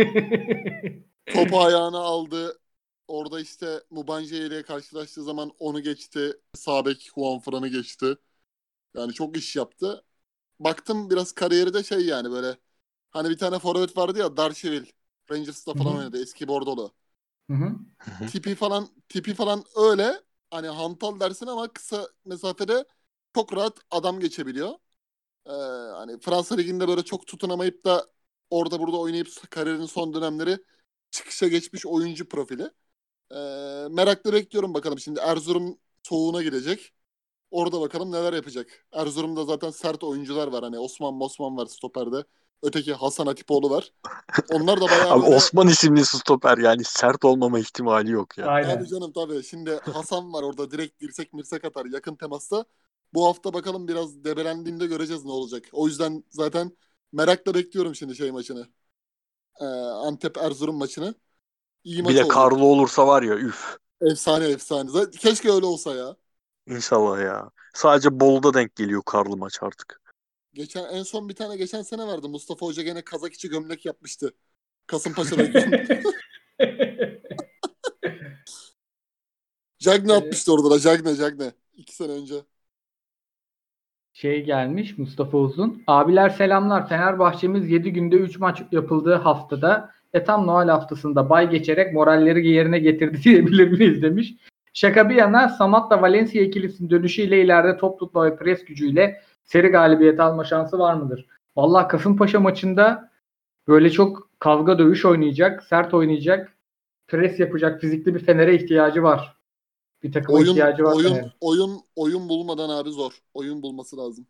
Topu ayağına aldı. Orada işte Mubanje ile karşılaştığı zaman onu geçti. Sağ bek Juan Fran'ı geçti. Yani çok iş yaptı. Baktım biraz kariyeri de şey yani böyle hani bir tane forvet vardı ya Darşevil. Rangers'ta Hı falan hı. oynadı eski Bordolu. Hı hı. Tipi falan tipi falan öyle hani hantal dersin ama kısa mesafede çok rahat adam geçebiliyor. Ee, hani Fransa Ligi'nde böyle çok tutunamayıp da orada burada oynayıp kariyerinin son dönemleri çıkışa geçmiş oyuncu profili. Ee, merakla bekliyorum bakalım. Şimdi Erzurum soğuğuna girecek. Orada bakalım neler yapacak. Erzurum'da zaten sert oyuncular var. Hani Osman Osman var stoperde. Öteki Hasan Atipoğlu var. Onlar da bayağı Abi böyle Osman isimli stoper yani sert olmama ihtimali yok ya. tabii Aynen. canım tabii. Şimdi Hasan var orada direkt dirsek mirsek atar yakın temasta. Bu hafta bakalım biraz debelendiğinde göreceğiz ne olacak. O yüzden zaten merakla bekliyorum şimdi şey maçını. Ee, Antep Erzurum maçını. İyi Bir maç de olacak. karlı olursa var ya üf. Efsane efsane. Zaten keşke öyle olsa ya. İnşallah ya. Sadece Bolu'da denk geliyor karlı maç artık. Geçen en son bir tane geçen sene vardı. Mustafa Hoca gene kazak içi gömlek yapmıştı. Kasımpaşa'dayken. Jagne Ee, atmıştı orada da. Jagne Jagne. İki sene önce. Şey gelmiş Mustafa Uzun. Abiler selamlar. Fenerbahçemiz yedi günde üç maç yapıldığı haftada e tam Noel haftasında bay geçerek moralleri yerine getirdi diyebilir miyiz demiş. Şaka bir yana Samat'la Valencia ikilisinin dönüşüyle ileride top tutma ve pres gücüyle seri galibiyet alma şansı var mıdır? Vallahi Kasımpaşa maçında böyle çok kavga dövüş oynayacak, sert oynayacak, pres yapacak fizikli bir Fener'e ihtiyacı var. Bir takıma Oyun ihtiyacı var oyun Fener'in. oyun oyun bulmadan abi zor. Oyun bulması lazım.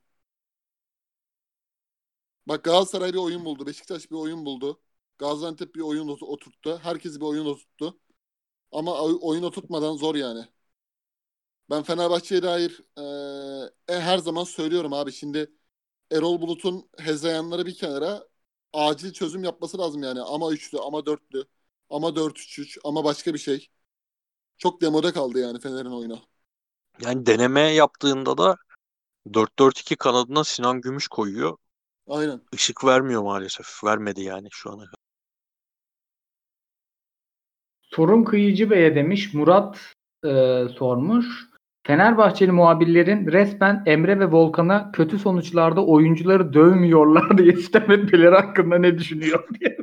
Bak Galatasaray bir oyun buldu. Beşiktaş bir oyun buldu. Gaziantep bir oyun ot- oturttu. Herkes bir oyun oturttu. Ama oy- oyun oturtmadan zor yani. Ben Fenerbahçe'ye dair eee, e, her zaman söylüyorum abi. Şimdi Erol Bulut'un hezeyanları bir kenara acil çözüm yapması lazım yani. Ama üçlü, ama dörtlü, ama dört üç üç, ama başka bir şey. Çok demode kaldı yani Fener'in oyunu. Yani deneme yaptığında da dört dört iki kanadına Sinan Gümüş koyuyor. Aynen. Işık vermiyor maalesef. Vermedi yani şu ana kadar. Sorun Kıyıcı Bey'e demiş. Murat e, sormuş. Fenerbahçeli muhabirlerin resmen Emre ve Volkan'a kötü sonuçlarda oyuncuları dövmüyorlar diye sitem etmeleri hakkında ne düşünüyor diye.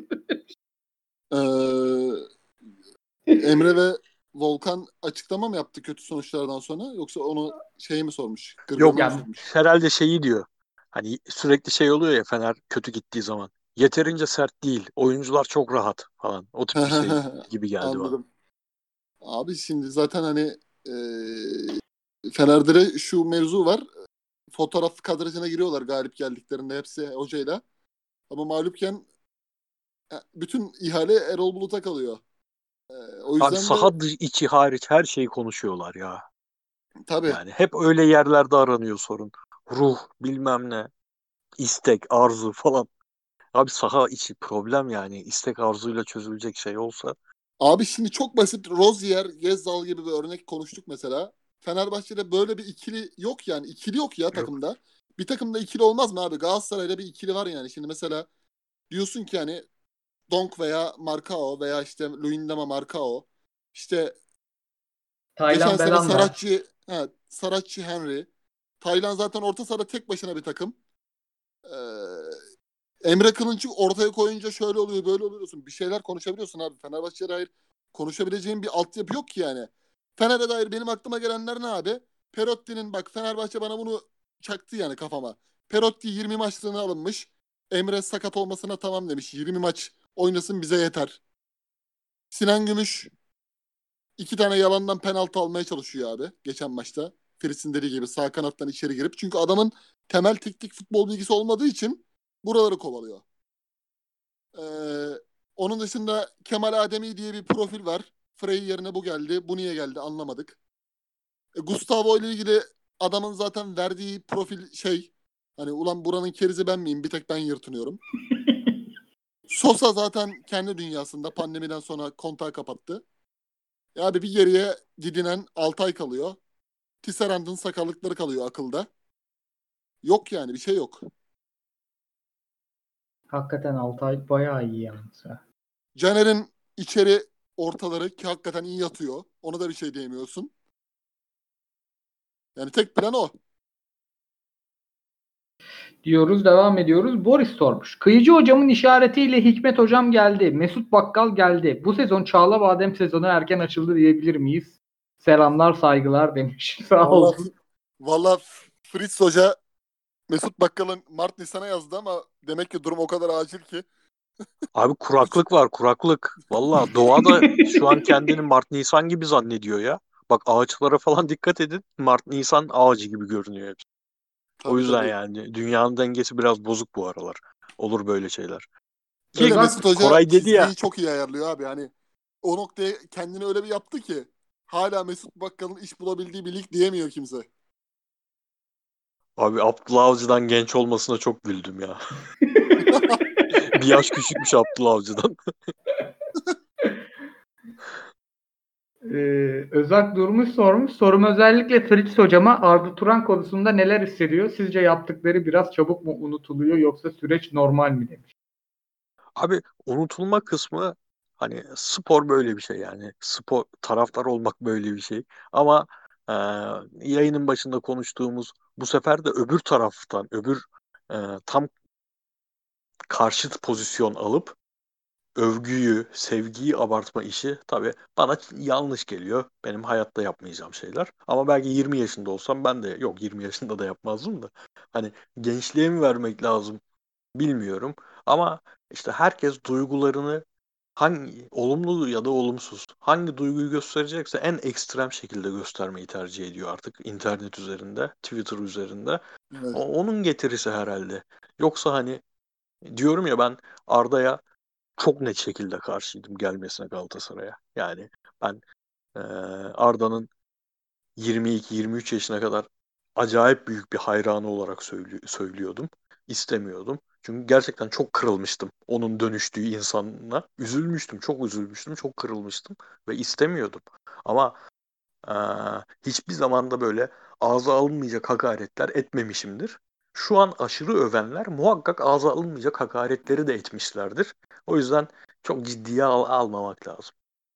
Ee, Emre ve Volkan açıklama mı yaptı kötü sonuçlardan sonra yoksa onu şey mi sormuş? Gırgırını Yok mı Yani sormuş? herhalde şeyi diyor. Hani sürekli şey oluyor ya Fener kötü gittiği zaman. Yeterince sert değil. Oyuncular çok rahat falan. O tip bir şey gibi geldi bana. Anladım. Abi şimdi zaten hani e, Fener'de de şu mevzu var. Fotoğraf kadrajına giriyorlar galip geldiklerinde hepsi hocayla. Ama mağlupken e, bütün ihale Erol Bulut'a kalıyor. E, o Abi yüzden de saha dı- içi hariç her şeyi konuşuyorlar ya. tabii Yani hep öyle yerlerde aranıyor sorun. Ruh, bilmem ne, istek, arzu falan. Abi saha içi problem yani. İstek arzuyla çözülecek şey olsa Abi şimdi çok basit Rozier, Gezzal gibi bir örnek konuştuk mesela. Fenerbahçe'de böyle bir ikili yok yani. İkili yok ya Yok. takımda. Bir takımda ikili olmaz mı abi? Galatasaray'da bir ikili var yani. Şimdi mesela diyorsun ki hani Donk veya Marcao veya işte Luyendama Marcao. İşte geçen Taylan sene Belanda. Saratçı, ha, Saratçı Henry. Taylan zaten orta sahada tek başına bir takım. Ee, Emre Kılınç'ı ortaya koyunca şöyle oluyor böyle oluyorsun. Bir şeyler konuşabiliyorsun abi. Fenerbahçe'ye dair konuşabileceğin bir altyapı yok ki yani. Fener'e dair benim aklıma gelenler ne abi? Perotti'nin bak Fenerbahçe bana bunu çaktı yani kafama. Perotti yirmi maçlığına alınmış. Emre sakat olmasına tamam demiş. yirmi maç oynasın bize yeter. Sinan Gümüş iki tane yalandan penaltı almaya çalışıyor abi geçen maçta. Fritz'in dediği gibi sağ kanattan içeri girip. Çünkü adamın temel teknik futbol bilgisi olmadığı için buraları kovalıyor. Ee, Onun dışında Kemal Ademi diye bir profil var. Frey yerine bu geldi. Bu niye geldi anlamadık. E, Gustavo ile ilgili adamın zaten verdiği profil şey hani ulan buranın kerizi ben miyim? Bir tek ben yırtınıyorum. Sosa zaten kendi dünyasında pandemiden sonra kontağı kapattı. Ya abi bir geriye didinen Altay kalıyor. Tisserand'ın sakarlıkları kalıyor akılda. Yok yani bir şey yok. Hakikaten Altay bayağı iyi yalnız. ha. Caner'in içeri ortaları ki hakikaten iyi yatıyor. Ona da bir şey diyemiyorsun. Yani tek plan o. Diyoruz, devam ediyoruz. Boris sormuş. Kıyıcı hocamın işaretiyle Hikmet hocam geldi. Mesut Bakkal geldi. Bu sezon Çağla Badem sezonu erken açıldı diyebilir miyiz? Selamlar, saygılar demiş. Sağ Vallahi olsun. vallahi Fritz Hoca Mesut Bakkal'ın Mart Nisan'a yazdı ama demek ki durum o kadar acil ki. Abi kuraklık var kuraklık. Valla doğada şu an kendini Mart Nisan gibi zannediyor ya. Bak ağaçlara falan dikkat edin. Mart Nisan ağacı gibi görünüyor hepsi. O Tabii yüzden tabii. yani dünyanın dengesi biraz bozuk bu aralar. Olur böyle şeyler. Bir Ki de Özak Mesut Hoca Koray dedi ya. çizgiyi çok iyi ayarlıyor abi. Hani o noktaya kendini öyle bir yaptı ki hala Mesut Bakkal'ın iş bulabildiği bir lig diyemiyor kimse. Abi Abdullah Avcı'dan genç olmasına çok güldüm ya. Bir yaş küçükmüş Abdullah Avcı'dan. Ee, Özak Durmuş sormuş. Sorum özellikle Fritz hocama Arda Turan konusunda neler hissediyor? Sizce yaptıkları biraz çabuk mu unutuluyor yoksa süreç normal mi demiş. Abi unutulma kısmı hani spor böyle bir şey yani. Spor taraftar olmak böyle bir şey. Ama e, yayının başında konuştuğumuz bu sefer de öbür taraftan öbür e, tam karşıt pozisyon alıp övgüyü, sevgiyi abartma işi tabii bana yanlış geliyor. Benim hayatta yapmayacağım şeyler. Ama belki yirmi yaşında olsam ben de yok yirmi yaşında da yapmazdım da. Hani gençliğe mi vermek lazım bilmiyorum. Ama işte herkes duygularını hangi olumlu ya da olumsuz hangi duyguyu gösterecekse en ekstrem şekilde göstermeyi tercih ediyor artık internet üzerinde, Twitter üzerinde. Evet. O, onun getirisi herhalde. Yoksa hani diyorum ya ben Arda'ya çok net şekilde karşıydım gelmesine Galatasaray'a. Yani ben eee, Arda'nın yirmi iki yirmi üç yaşına kadar acayip büyük bir hayranı olarak söylü- söylüyordum. İstemiyordum. Çünkü gerçekten çok kırılmıştım onun dönüştüğü insanla. Üzülmüştüm, çok üzülmüştüm, çok kırılmıştım ve istemiyordum. Ama eee, hiçbir zaman da böyle ağza alınmayacak hakaretler etmemişimdir. Şu an aşırı övenler muhakkak ağza alınmayacak hakaretleri de etmişlerdir. O yüzden çok ciddiye al- almamak lazım.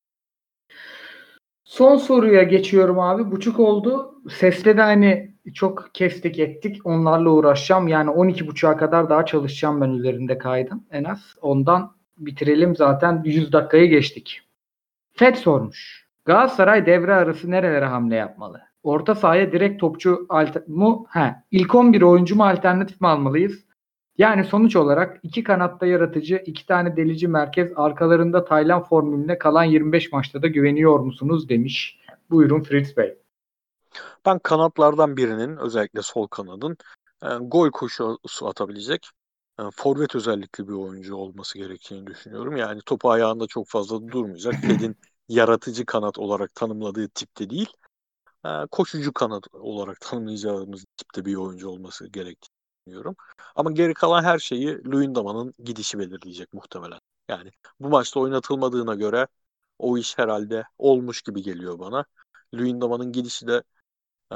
Son soruya geçiyorum abi. Buçuk oldu. Sesle de hani çok kestik ettik. Onlarla uğraşacağım. Yani on iki buçuğa kadar daha çalışacağım ben üzerinde kaydın en az. Ondan bitirelim zaten yüz dakikayı geçtik. Fed sormuş. Galatasaray devre arası nerelere hamle yapmalı? Orta sahaya direkt topçu alter- mu? He, ilk on bir oyuncu mu alternatif mi almalıyız? Yani sonuç olarak iki kanatta yaratıcı, iki tane delici merkez, arkalarında Taylan formülüne kalan yirmi beş maçta da güveniyor musunuz demiş. Buyurun Fritz Bey. Ben kanatlardan birinin özellikle sol kanadın e, gol koşusu atabilecek e, forvet özellikli bir oyuncu olması gerektiğini düşünüyorum. Yani topu ayağında çok fazla durmayacak. Fed'in yaratıcı kanat olarak tanımladığı tipte değil, e, koşucu kanat olarak tanımlayacağımız tipte bir oyuncu olması gerektiğini düşünüyorum. Ama geri kalan her şeyi Luyendama'nın gidişi belirleyecek muhtemelen. Yani bu maçta oynatılmadığına göre o iş herhalde olmuş gibi geliyor bana. Luyendama'nın gidişi de ee,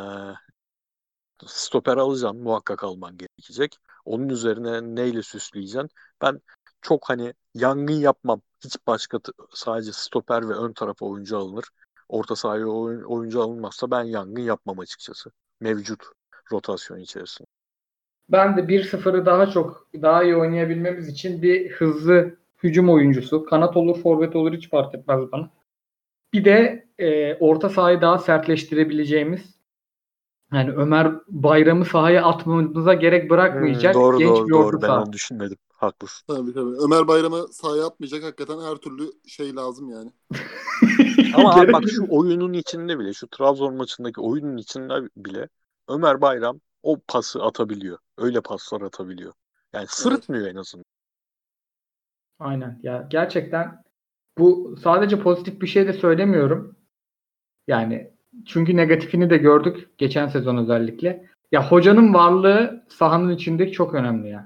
stoper alacaksın. Muhakkak alman gerekecek. Onun üzerine neyle süsleyeceksin? Ben çok hani yangın yapmam. Hiç başka t- sadece stoper ve ön tarafa oyuncu alınır. Orta sahaya oyun- oyuncu alınmazsa ben yangın yapmam açıkçası. Mevcut rotasyon içerisinde. Ben de bir sıfırı daha çok daha iyi oynayabilmemiz için bir hızlı hücum oyuncusu. Kanat olur, forvet olur hiç fark etmez bana. Bir de e, orta sahayı daha sertleştirebileceğimiz, yani Ömer Bayram'ı sahaya atmamıza gerek bırakmayacak doğru genç doğru bir orta doğru. Ben saha. onu düşünmedim. Haklısın. Tabii tabii. Ömer Bayram'ı sahaya atmayacak. Hakikaten her türlü şey lazım yani. Ama abi Gerek bak şu oyunun içinde bile, şu Trabzon maçındaki oyunun içinde bile Ömer Bayram o pası atabiliyor. Öyle paslar atabiliyor. Yani Evet. sırıtmıyor en azından. Aynen. Ya gerçekten bu sadece pozitif bir şey de söylemiyorum. Yani çünkü negatifini de gördük geçen sezon özellikle. Ya hocanın varlığı sahanın içinde çok önemli ya.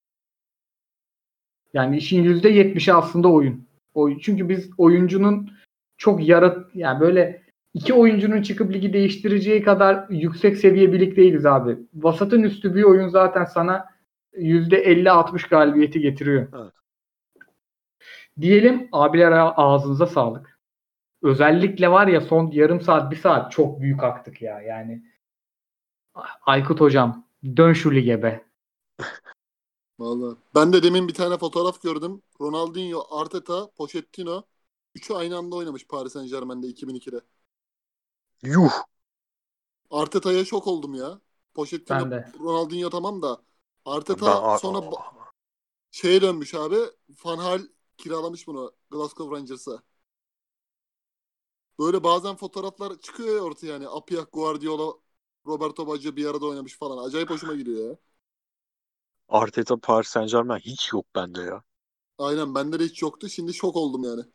Yani işin yüzde yetmişi aslında oyun. Oyun. Çünkü biz oyuncunun çok yarat yani böyle iki oyuncunun çıkıp ligi değiştireceği kadar yüksek seviye birlik değiliz abi. Vasatın üstü bir oyun zaten sana yüzde elli altmış galibiyeti getiriyor. Evet. Diyelim abiler ağzınıza sağlık. Özellikle var ya son yarım saat bir saat çok büyük aktık ya yani. Aykut hocam dön şu lige be. Vallahi. Ben de demin bir tane fotoğraf gördüm. Ronaldinho, Arteta, Pochettino. Üçü aynı anda oynamış Paris Saint-Germain'de iki bin ikide. Yuh. Arteta'ya şok oldum ya. Pochettino, Ben de. Ronaldinho tamam da Ben Arteta a- sonra ba- a- şeye dönmüş abi. Van Gaal kiralamış bunu Glasgow Rangers'a. Böyle bazen fotoğraflar çıkıyor ya ortaya yani. Apia, Guardiola, Roberto Baggio bir arada oynamış falan. Acayip hoşuma gidiyor ya. Arteta Paris Saint-Germain hiç yok bende ya. Aynen bende de hiç yoktu. Şimdi şok oldum yani.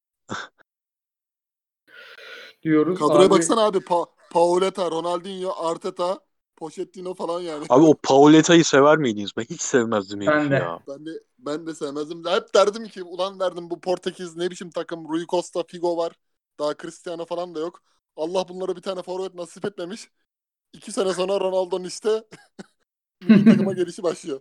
Diyoruz Kadroya abi. baksana abi. Pa Pauleta, Ronaldinho, Arteta, Pochettino falan yani. Abi o Pauleta'yı sever miydiniz? Ben hiç sevmezdim Ben herifi de. ya. Ben de ben de sevmezdim. Hep derdim ki ulan derdim bu Portekiz ne biçim takım. Rui Costa, Figo var. Daha Cristiano falan da yok. Allah bunlara bir tane forvet nasip etmemiş. İki sene sonra Ronaldo'nun işte milli takıma gelişi başlıyor.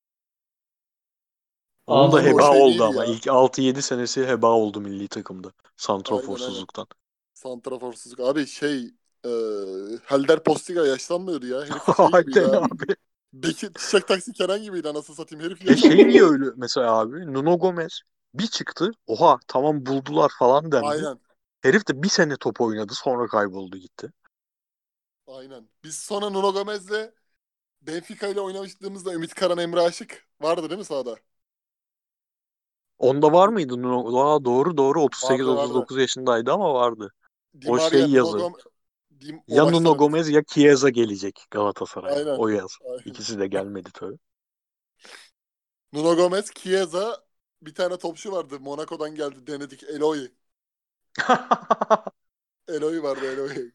Onun da Ağzına Abi o heba şey oldu neydi ama. ya? İlk altı yedi senesi heba oldu milli takımda. Aynen aynen. Santraforsuzluktan. Santraforsuzluk. Abi şey e, Helder Postiga yaşlanmıyordu ya. Herif şey gibiydi Aynen ha. abi. Bekir Çiçek Taksi Kenan gibiydi anasını satayım. Herif Ya şey niye yaşlanmıyordu. öyle mesela abi? Nuno Gomez bir çıktı. Oha tamam buldular falan dendi. Aynen. Herif de bir sene top oynadı sonra kayboldu gitti. Aynen. Biz sonra Nuno Gomez'le Benfica ile oynamışlığımızda Ümit Karan, Emre Aşık vardı değil mi sahada? Onda var mıydı Nuno? Aa, doğru doğru Vardı vardı. otuz sekiz otuz dokuz yaşındaydı ama vardı. Di O Maria, şey Nuno yazı. Gomez. Di- O Ya baştan Nuno Ümit. Gomez ya Chiesa gelecek Galatasaray'a. Aynen. O yaz. Aynen. İkisi de gelmedi tabii. Nuno Gomez, Chiesa, bir tane topçu vardı. Monaco'dan geldi denedik. Eloy. Eloy vardı Eloy.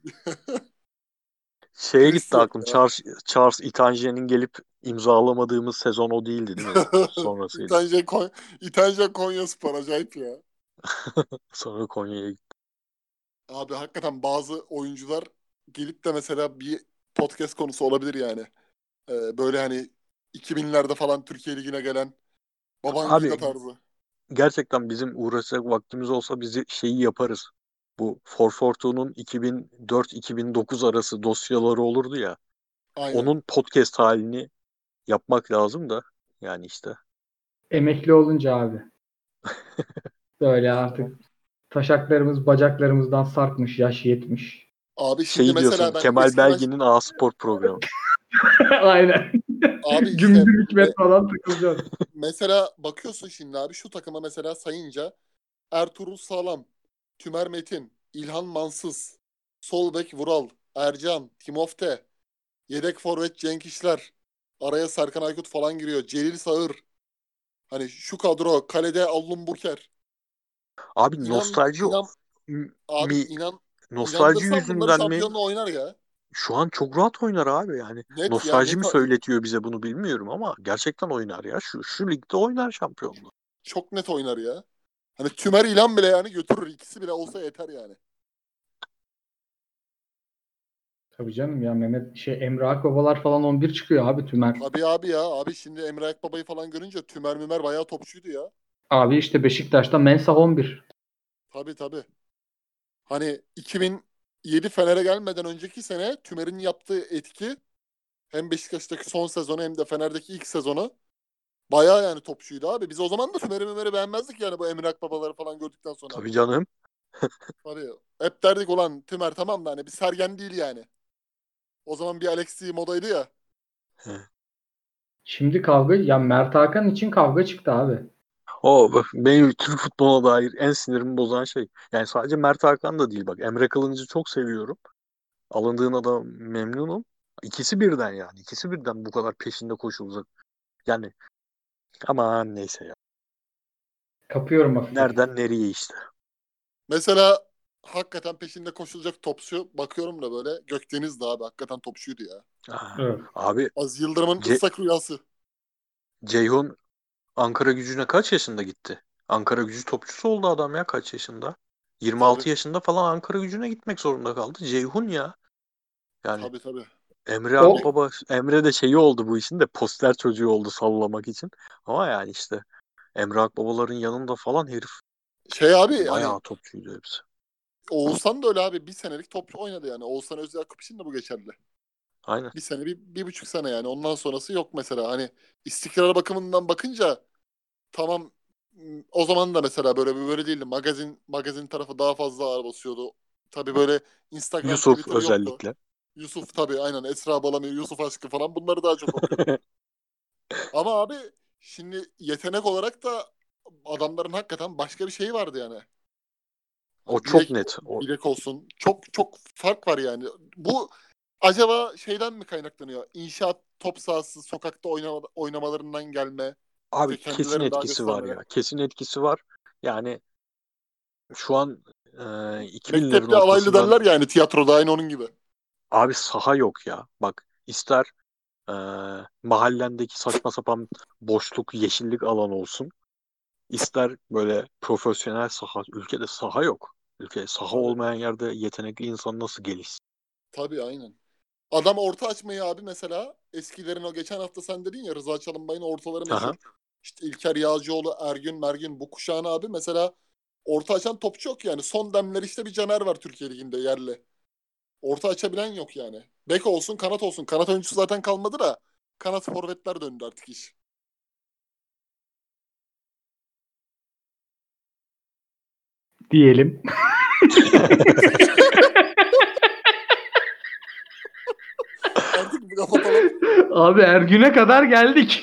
Şeye gitti Christian aklım. ya. Charles, Charles Itangi'nin gelip imzalamadığımız sezon o değildi değil mi? Sonrasıydı. İtalya, Kon İtalya Konyaspor acayip ya. Sonra Konya'ya gitti. Abi hakikaten bazı oyuncular gelip de mesela bir podcast konusu olabilir yani. Ee, böyle hani iki binlerde falan Türkiye Ligi'ne gelen Babangida Abi tarzı. gerçekten bizim uğraşacak vaktimiz olsa bizi şeyi yaparız. Bu for Fortune'un iki bin dört iki bin dokuz arası dosyaları olurdu ya. Aynen. Onun podcast halini yapmak lazım da. Yani işte. Emekli olunca abi. Böyle artık taşaklarımız bacaklarımızdan sarkmış. Yaş yetmiş. Abi şimdi Şey diyorsun mesela ben Kemal eski maç Belgin'in A-Spor programı. Aynen. abi işte Gümbür me- hikmet falan takılacağız. mesela bakıyorsun şimdi abi şu takıma mesela sayınca Ertuğrul Sağlam, Tümer Metin, İlhan Mansız, sol bek Vural, Ercan, Timofte, yedek forvet Cenk İşler, araya Serkan Aykut falan giriyor. Celil Sağır. Hani şu kadro kalede Allum Buker. Abi İnan nostalji inan m- abi mi inan nostalji inandırsam bunları yüzünden mi? şampiyonla oynar ya. Şu an çok rahat oynar abi yani. Net ya Nostalji net mi söyletiyor bize bunu bilmiyorum ama gerçekten oynar ya. Şu şu ligde oynar şampiyonluğu. çok net oynar ya. Hani Tümer İlhan bile yani götürür. İkisi bile olsa yeter yani. Tabii canım ya, Mehmet şey Emre Akbabalar falan on bir çıkıyor abi, Tümer. Tabii abi ya. Abi şimdi Emre Akbaba'yı falan görünce Tümer Mümer bayağı topçuydu ya. Abi işte Beşiktaş'ta Mensah on bir. Tabii tabii. Hani iki bin yedi Fener'e gelmeden önceki sene Tümer'in yaptığı etki hem Beşiktaş'taki son sezonu hem de Fener'deki ilk sezonu bayağı yani topçuydu abi. Biz o zaman da Tümer'i Mümer'i beğenmezdik yani bu Emre Akbabaları falan gördükten sonra. Tabii canım. Tabii. Hep derdik ulan Tümer tamam da hani bir Sergen değil yani. O zaman bir Alexi modaydı ya. Şimdi kavga ya, Mert Hakan için kavga çıktı abi. O bak, benim Türk futboluna dair en sinirimi bozan şey. Yani sadece Mert Hakan da değil bak. Emre Kılınç'ı çok seviyorum. Alındığına da memnunum. İkisi birden yani. İkisi birden bu kadar peşinde koşulacak. Yani aman neyse ya. Kapıyorum hafif hafif. Nereden nereye işte. Mesela hakikaten peşinde koşulacak topçu bakıyorum da böyle Gökdeniz de abi hakikaten topçuydu ya. Ah, Evet. abi Az Yıldırım'ın Ce- ıslak rüyası. Ceyhun Ankara Gücü'ne kaç yaşında gitti? Ankara Gücü topçusu oldu adam ya, kaç yaşında? yirmi altı Tabii yaşında falan Ankara Gücü'ne gitmek zorunda kaldı. Ceyhun ya. Yani tabii tabii. Emre O Akbaba, Emre de şeyi oldu bu işin de, poster çocuğu oldu sallamak için. Ama yani işte Emre Akbabaların yanında falan herif Şey abi hani bayağı topçuydu hepsi. Oğuzhan da öyle abi. Bir senelik top oynadı yani. Oğuzhan Özyakup için de bu geçerli. Aynen. Bir sene, bir, bir buçuk sene yani. Ondan sonrası yok mesela. Hani istikrar bakımından bakınca tamam m, o zaman da mesela böyle böyle değildi. Magazin magazin tarafı daha fazla ağır basıyordu. Tabii böyle Instagram, Yusuf Twitter yoktu. özellikle. Yusuf tabii aynen. Esra Balamir, Yusuf Aşkı falan bunları daha çok okuyorduk. Ama abi şimdi yetenek olarak da adamların hakikaten başka bir şeyi vardı yani. O Hani çok bilek net. O, bilek olsun. Çok çok fark var yani. Bu acaba şeyden mi kaynaklanıyor? İnşaat top sahası sokakta oynama, oynamalarından gelme. abi İşte kesin kendilerini daha etkisi var göstermeleri. ya. Kesin etkisi var. Yani şu an e, iki binlerin Mektepli alaylı ortasından derler yani tiyatroda aynı onun gibi. abi saha yok ya. Bak, ister e, mahallendeki saçma sapan boşluk, yeşillik alan olsun. İster böyle profesyonel saha. Ülkede saha yok. Ülkede saha Tabii. olmayan yerde yetenekli insan nasıl gelişsin? Tabii aynen. Adam orta açmayı abi mesela eskilerin o geçen hafta sen dedin ya Rıza Çalınbay'ın ortaları meşhur. Aha. İşte İlker Yağcıoğlu, Ergün, Mergün bu kuşağın abi mesela orta açan topçu yok yani. Son demler işte bir Caner var Türkiye Ligi'nde yerli. Orta açabilen yok yani. Bek olsun, kanat olsun. Kanat oyuncusu zaten kalmadı da kanat forvetler döndü artık iş. diyelim. Artık bir kapatalım. Abi Ergün'e kadar geldik.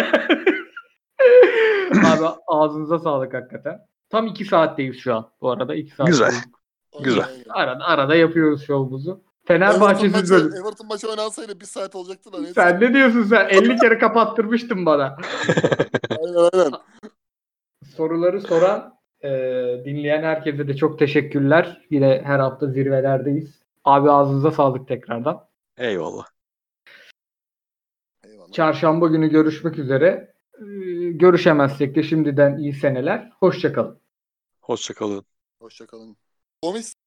Abi ağzınıza sağlık hakikaten. Tam iki saatteyiz şu an. Bu arada iki Güzel. saatteyiz. Güzel. Aynen, aynen. Arada, arada yapıyoruz şovumuzu. Everton Fenerbahçesiz maçı, bölüm. Everton maçı oynansaydı bir saat olacaktı da neyse. Sen ne diyorsun sen? elli kere kapattırmıştın bana. Aynen aynen. Soruları soran, e, dinleyen herkese de çok teşekkürler. Yine her hafta zirvelerdeyiz. Abi ağzınıza sağlık tekrardan. Eyvallah. Eyvallah. Çarşamba günü görüşmek üzere. E, görüşemezsek de şimdiden iyi seneler. Hoşça kalın. Hoşça kalın. Hoşçakalın. Gomis